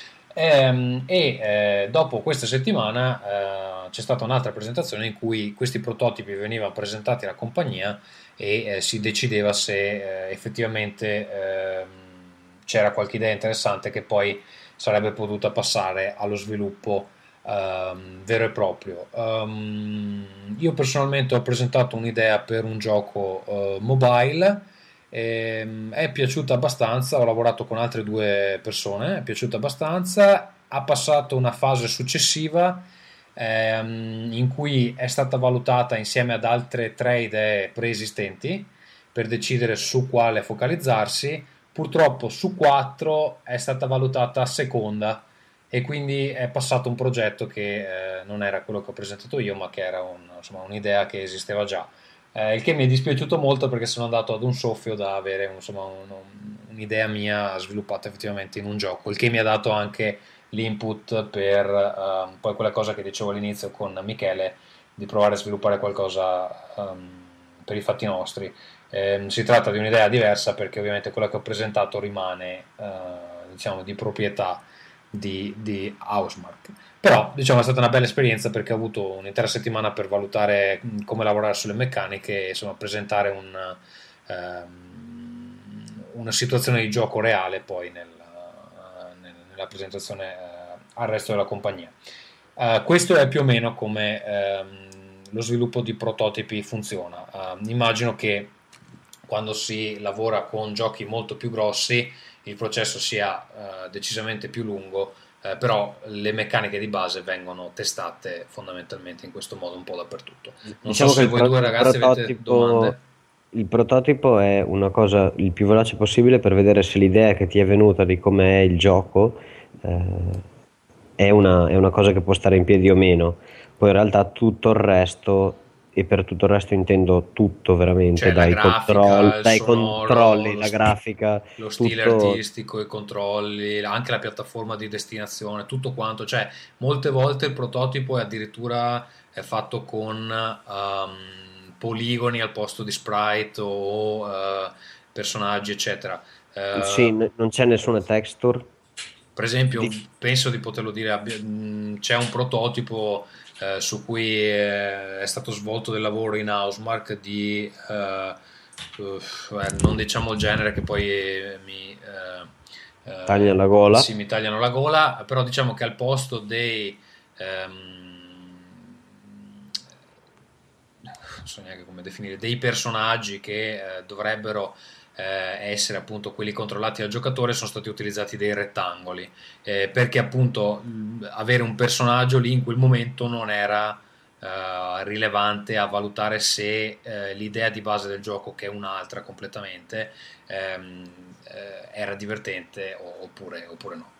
Speaker 1: Dopo questa settimana c'è stata un'altra presentazione in cui questi prototipi venivano presentati alla compagnia e si decideva se effettivamente c'era qualche idea interessante che poi sarebbe potuta passare allo sviluppo vero e proprio. Io personalmente ho presentato un'idea per un gioco mobile. È piaciuta abbastanza, ho lavorato con altre 2 persone, è piaciuta abbastanza, ha passato una fase successiva in cui è stata valutata insieme ad altre 3 idee preesistenti per decidere su quale focalizzarsi. Purtroppo su 4 è stata valutata seconda, e quindi è passato un progetto che non era quello che ho presentato io, ma che era un'idea che esisteva già. Il che mi è dispiaciuto molto, perché sono andato ad un soffio da avere un'idea mia sviluppata effettivamente in un gioco, il che mi ha dato anche l'input per poi quella cosa che dicevo all'inizio con Michele, di provare a sviluppare qualcosa per i fatti nostri. Si tratta di un'idea diversa, perché ovviamente quella che ho presentato rimane diciamo di proprietà di Housemarque. Però diciamo è stata una bella esperienza, perché ho avuto un'intera settimana per valutare come lavorare sulle meccaniche e insomma presentare una situazione di gioco reale poi nella presentazione al resto della compagnia. Questo è più o meno come lo sviluppo di prototipi funziona. Immagino che quando si lavora con giochi molto più grossi il processo sia decisamente più lungo, però le meccaniche di base vengono testate fondamentalmente in questo modo un po' dappertutto. Non so se voi 2 ragazzi avete domande.
Speaker 3: Il prototipo è una cosa il più veloce possibile per vedere se l'idea che ti è venuta di come è il gioco è una cosa che può stare in piedi o meno. Poi in realtà tutto il resto, e per tutto il resto intendo tutto veramente,
Speaker 1: cioè,
Speaker 3: dai
Speaker 1: grafica,
Speaker 3: controlli, la grafica,
Speaker 1: lo stile artistico, i controlli, anche la piattaforma di destinazione, tutto quanto. Cioè, molte volte il prototipo è addirittura fatto con poligoni al posto di sprite o personaggi, eccetera.
Speaker 3: Sì, non c'è nessuna texture.
Speaker 1: Per esempio, penso di poterlo dire, c'è un prototipo su cui è stato svolto del lavoro in Housemarque di non diciamo il genere, che poi
Speaker 3: Tagliano la gola.
Speaker 1: Sì, mi tagliano la gola, però diciamo che al posto dei non so neanche come definire, dei personaggi che dovrebbero essere appunto quelli controllati dal giocatore, sono stati utilizzati dei rettangoli, perché appunto avere un personaggio lì in quel momento non era rilevante a valutare se l'idea di base del gioco, che è un'altra completamente, era divertente oppure no.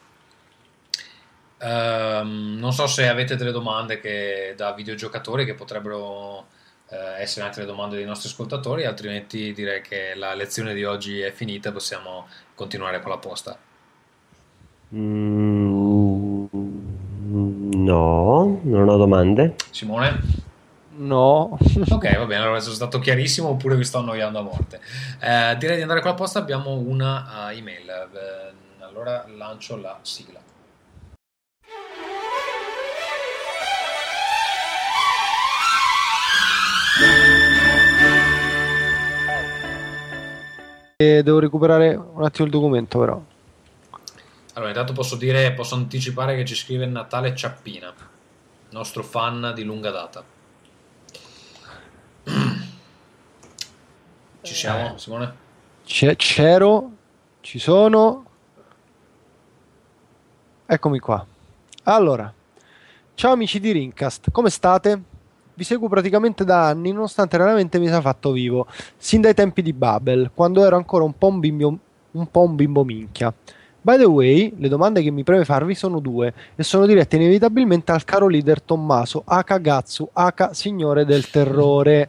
Speaker 1: Non so se avete delle domande da videogiocatori che potrebbero essere anche le domande dei nostri ascoltatori, altrimenti direi che la lezione di oggi è finita, possiamo continuare con la posta.
Speaker 3: No, non ho domande.
Speaker 1: Simone?
Speaker 2: No.
Speaker 1: Ok, va bene, allora sono stato chiarissimo oppure vi sto annoiando a morte. Direi di andare con la posta, abbiamo una email. Allora lancio la sigla.
Speaker 2: Devo recuperare un attimo il documento, però.
Speaker 1: Allora, intanto posso anticipare che ci scrive Natale Ciappina, nostro fan di lunga data. Ci siamo, Simone?
Speaker 2: C'ero, ci sono. Eccomi qua. Allora, ciao amici di Rincast, come state? Vi seguo praticamente da anni, nonostante raramente mi sia fatto vivo, sin dai tempi di Babel, quando ero ancora un po' un bimbo minchia. By the way, le domande che mi preme farvi sono due e sono dirette inevitabilmente al caro leader Tommaso, aka Gatsu, aka Signore del Terrore.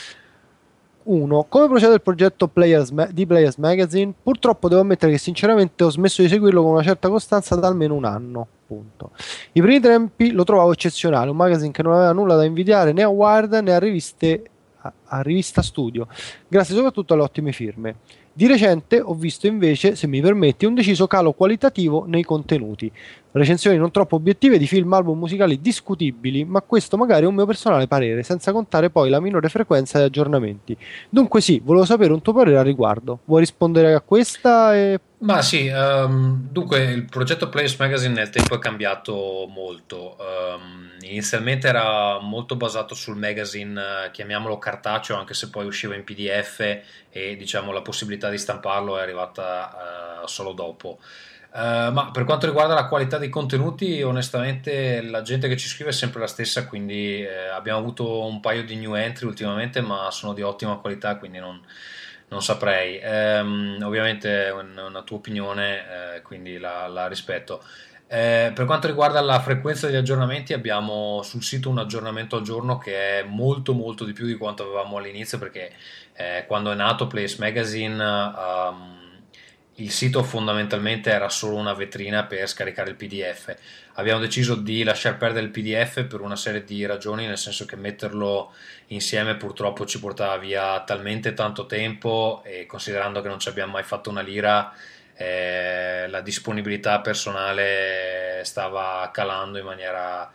Speaker 2: 1. Come procede il progetto di Players Magazine? Purtroppo devo ammettere che sinceramente ho smesso di seguirlo con una certa costanza da almeno un anno. Punto. I primi tempi lo trovavo eccezionale, un magazine che non aveva nulla da invidiare né a Wired né a rivista Studio, grazie soprattutto alle ottime firme. Di recente ho visto invece, se mi permetti, un deciso calo qualitativo nei contenuti. Recensioni non troppo obiettive di film, album musicali discutibili, ma questo magari è un mio personale parere, senza contare poi la minore frequenza di aggiornamenti. Dunque sì, volevo sapere un tuo parere al riguardo. Vuoi rispondere a questa?
Speaker 1: Ma sì, dunque il progetto Players Magazine nel tempo è cambiato molto. Inizialmente era molto basato sul magazine, chiamiamolo cartaceo, anche se poi usciva in PDF e diciamo la possibilità di stamparlo è arrivata solo dopo. Ma per quanto riguarda la qualità dei contenuti, onestamente la gente che ci scrive è sempre la stessa, quindi abbiamo avuto un paio di new entry ultimamente, ma sono di ottima qualità, quindi non saprei. Ovviamente è una tua opinione, quindi la rispetto. Per quanto riguarda la frequenza degli aggiornamenti, abbiamo sul sito un aggiornamento al giorno che è molto molto di più di quanto avevamo all'inizio, perché quando è nato Players Magazine il sito fondamentalmente era solo una vetrina per scaricare il PDF. Abbiamo deciso di lasciar perdere il PDF per una serie di ragioni, nel senso che metterlo insieme purtroppo ci portava via talmente tanto tempo, e considerando che non ci abbiamo mai fatto una lira, la disponibilità personale stava calando in maniera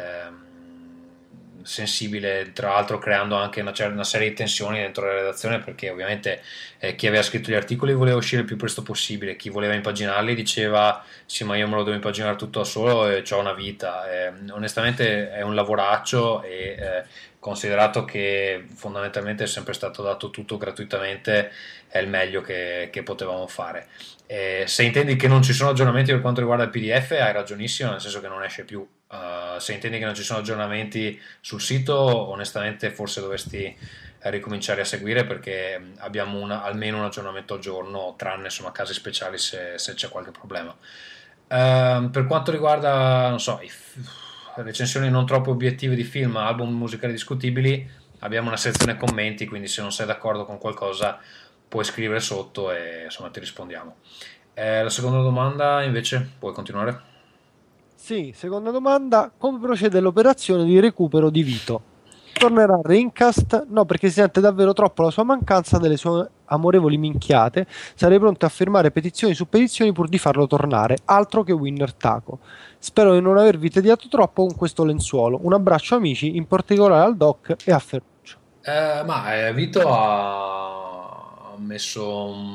Speaker 1: sensibile, tra l'altro creando anche una serie di tensioni dentro la redazione, perché ovviamente chi aveva scritto gli articoli voleva uscire il più presto possibile, chi voleva impaginarli diceva sì, ma io me lo devo impaginare tutto da solo e ho una vita. Onestamente è un lavoraccio, e considerato che fondamentalmente è sempre stato dato tutto gratuitamente, è il meglio che potevamo fare. Se intendi che non ci sono aggiornamenti per quanto riguarda il PDF, hai ragionissimo, nel senso che non esce più. Se intendi che non ci sono aggiornamenti sul sito, onestamente forse dovresti ricominciare a seguire, perché abbiamo almeno un aggiornamento al giorno, tranne insomma casi speciali se c'è qualche problema. Per quanto riguarda, non so, recensioni non troppo obiettive di film, album musicali discutibili, abbiamo una sezione commenti, quindi se non sei d'accordo con qualcosa puoi scrivere sotto e insomma ti rispondiamo. La seconda domanda invece, puoi continuare?
Speaker 2: Sì, seconda domanda, come procede l'operazione di recupero di Vito? Tornerà a Rincast? No, perché si sente davvero troppo la sua mancanza delle sue amorevoli minchiate. Sarei pronto a firmare petizioni su petizioni pur di farlo tornare, altro che Winner Taco. Spero di non avervi tediato troppo con questo lenzuolo. Un abbraccio amici, in particolare al Doc e a Ferruccio.
Speaker 1: Vito ha messo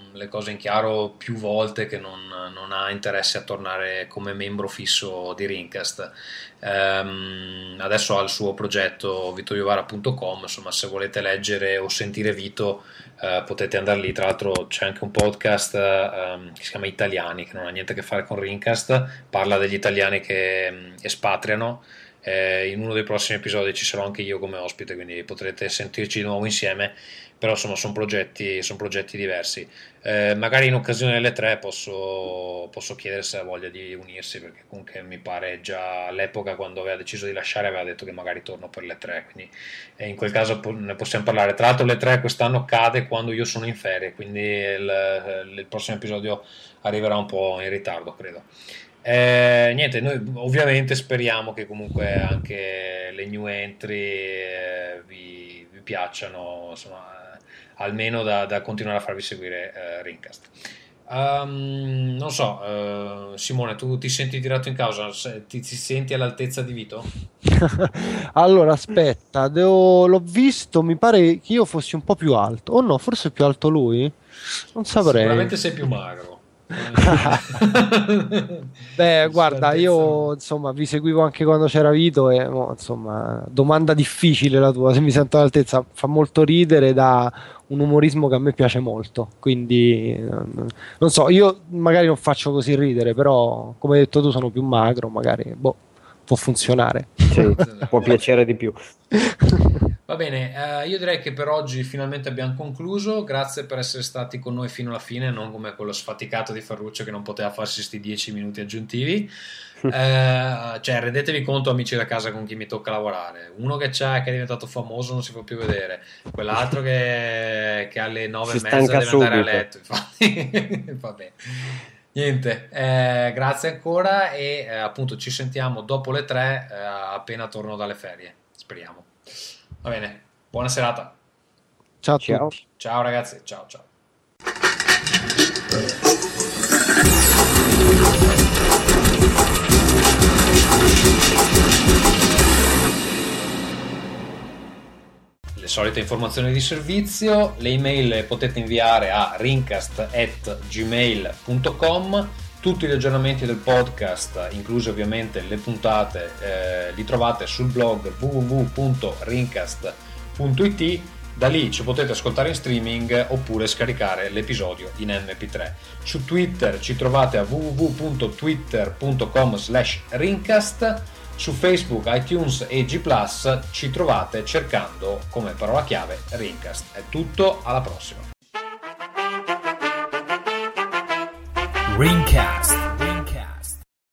Speaker 1: le cose in chiaro più volte che non ha interesse a tornare come membro fisso di Rincast. Adesso ha il suo progetto vitoriovara.com, insomma, se volete leggere o sentire Vito potete andare lì. Tra l'altro c'è anche un podcast che si chiama Italiani, che non ha niente a che fare con Rincast, parla degli italiani che espatriano. In uno dei prossimi episodi ci sarò anche io come ospite, quindi potrete sentirci di nuovo insieme, però insomma sono progetti diversi. Magari in occasione delle 3 posso chiedere se ha voglia di unirsi, perché comunque mi pare già all'epoca, quando aveva deciso di lasciare, aveva detto che magari torno per le 3, quindi in quel caso ne possiamo parlare. Tra l'altro le 3 quest'anno cade quando io sono in ferie, quindi il prossimo episodio arriverà un po' in ritardo, credo. Niente, noi ovviamente speriamo che comunque anche le new entry vi piacciono, insomma, almeno da continuare a farvi seguire Rincast. Non so, Simone, tu ti senti tirato in causa? Ti senti all'altezza di Vito?
Speaker 2: Allora aspetta, l'ho visto, mi pare che io fossi un po' più alto, o no, forse è più alto lui? Non saprei.
Speaker 1: Sicuramente sei più magro.
Speaker 2: Beh, guarda, io insomma vi seguivo anche quando c'era Vito e insomma, domanda difficile la tua, se mi sento all'altezza. Fa molto ridere, da un umorismo che a me piace molto, quindi non so, io magari non faccio così ridere, però come hai detto tu sono più magro, magari può funzionare.
Speaker 3: Sì, può piacere di più.
Speaker 1: Va bene, io direi che per oggi finalmente abbiamo concluso. Grazie per essere stati con noi fino alla fine, non come quello sfaticato di Ferruccio che non poteva farsi questi 10 minuti aggiuntivi. Cioè, rendetevi conto, amici da casa, con chi mi tocca lavorare. Uno che è diventato famoso non si può più vedere, quell'altro che alle 9:30 deve andare a letto, infatti. Va bene. Niente, grazie ancora e appunto ci sentiamo dopo le 3, appena torno dalle ferie, speriamo. Va bene, buona serata.
Speaker 2: Ciao a tutti.
Speaker 1: Ciao ragazzi, ciao. Le solite informazioni di servizio, le email le potete inviare a rincast@gmail.com. Tutti gli aggiornamenti del podcast, incluse ovviamente le puntate, li trovate sul blog www.rincast.it. Da lì ci potete ascoltare in streaming oppure scaricare l'episodio in MP3. Su Twitter ci trovate a www.twitter.com/rincast. Su Facebook, iTunes e G+ ci trovate cercando come parola chiave Rincast. È tutto, alla prossima.
Speaker 10: Rincast.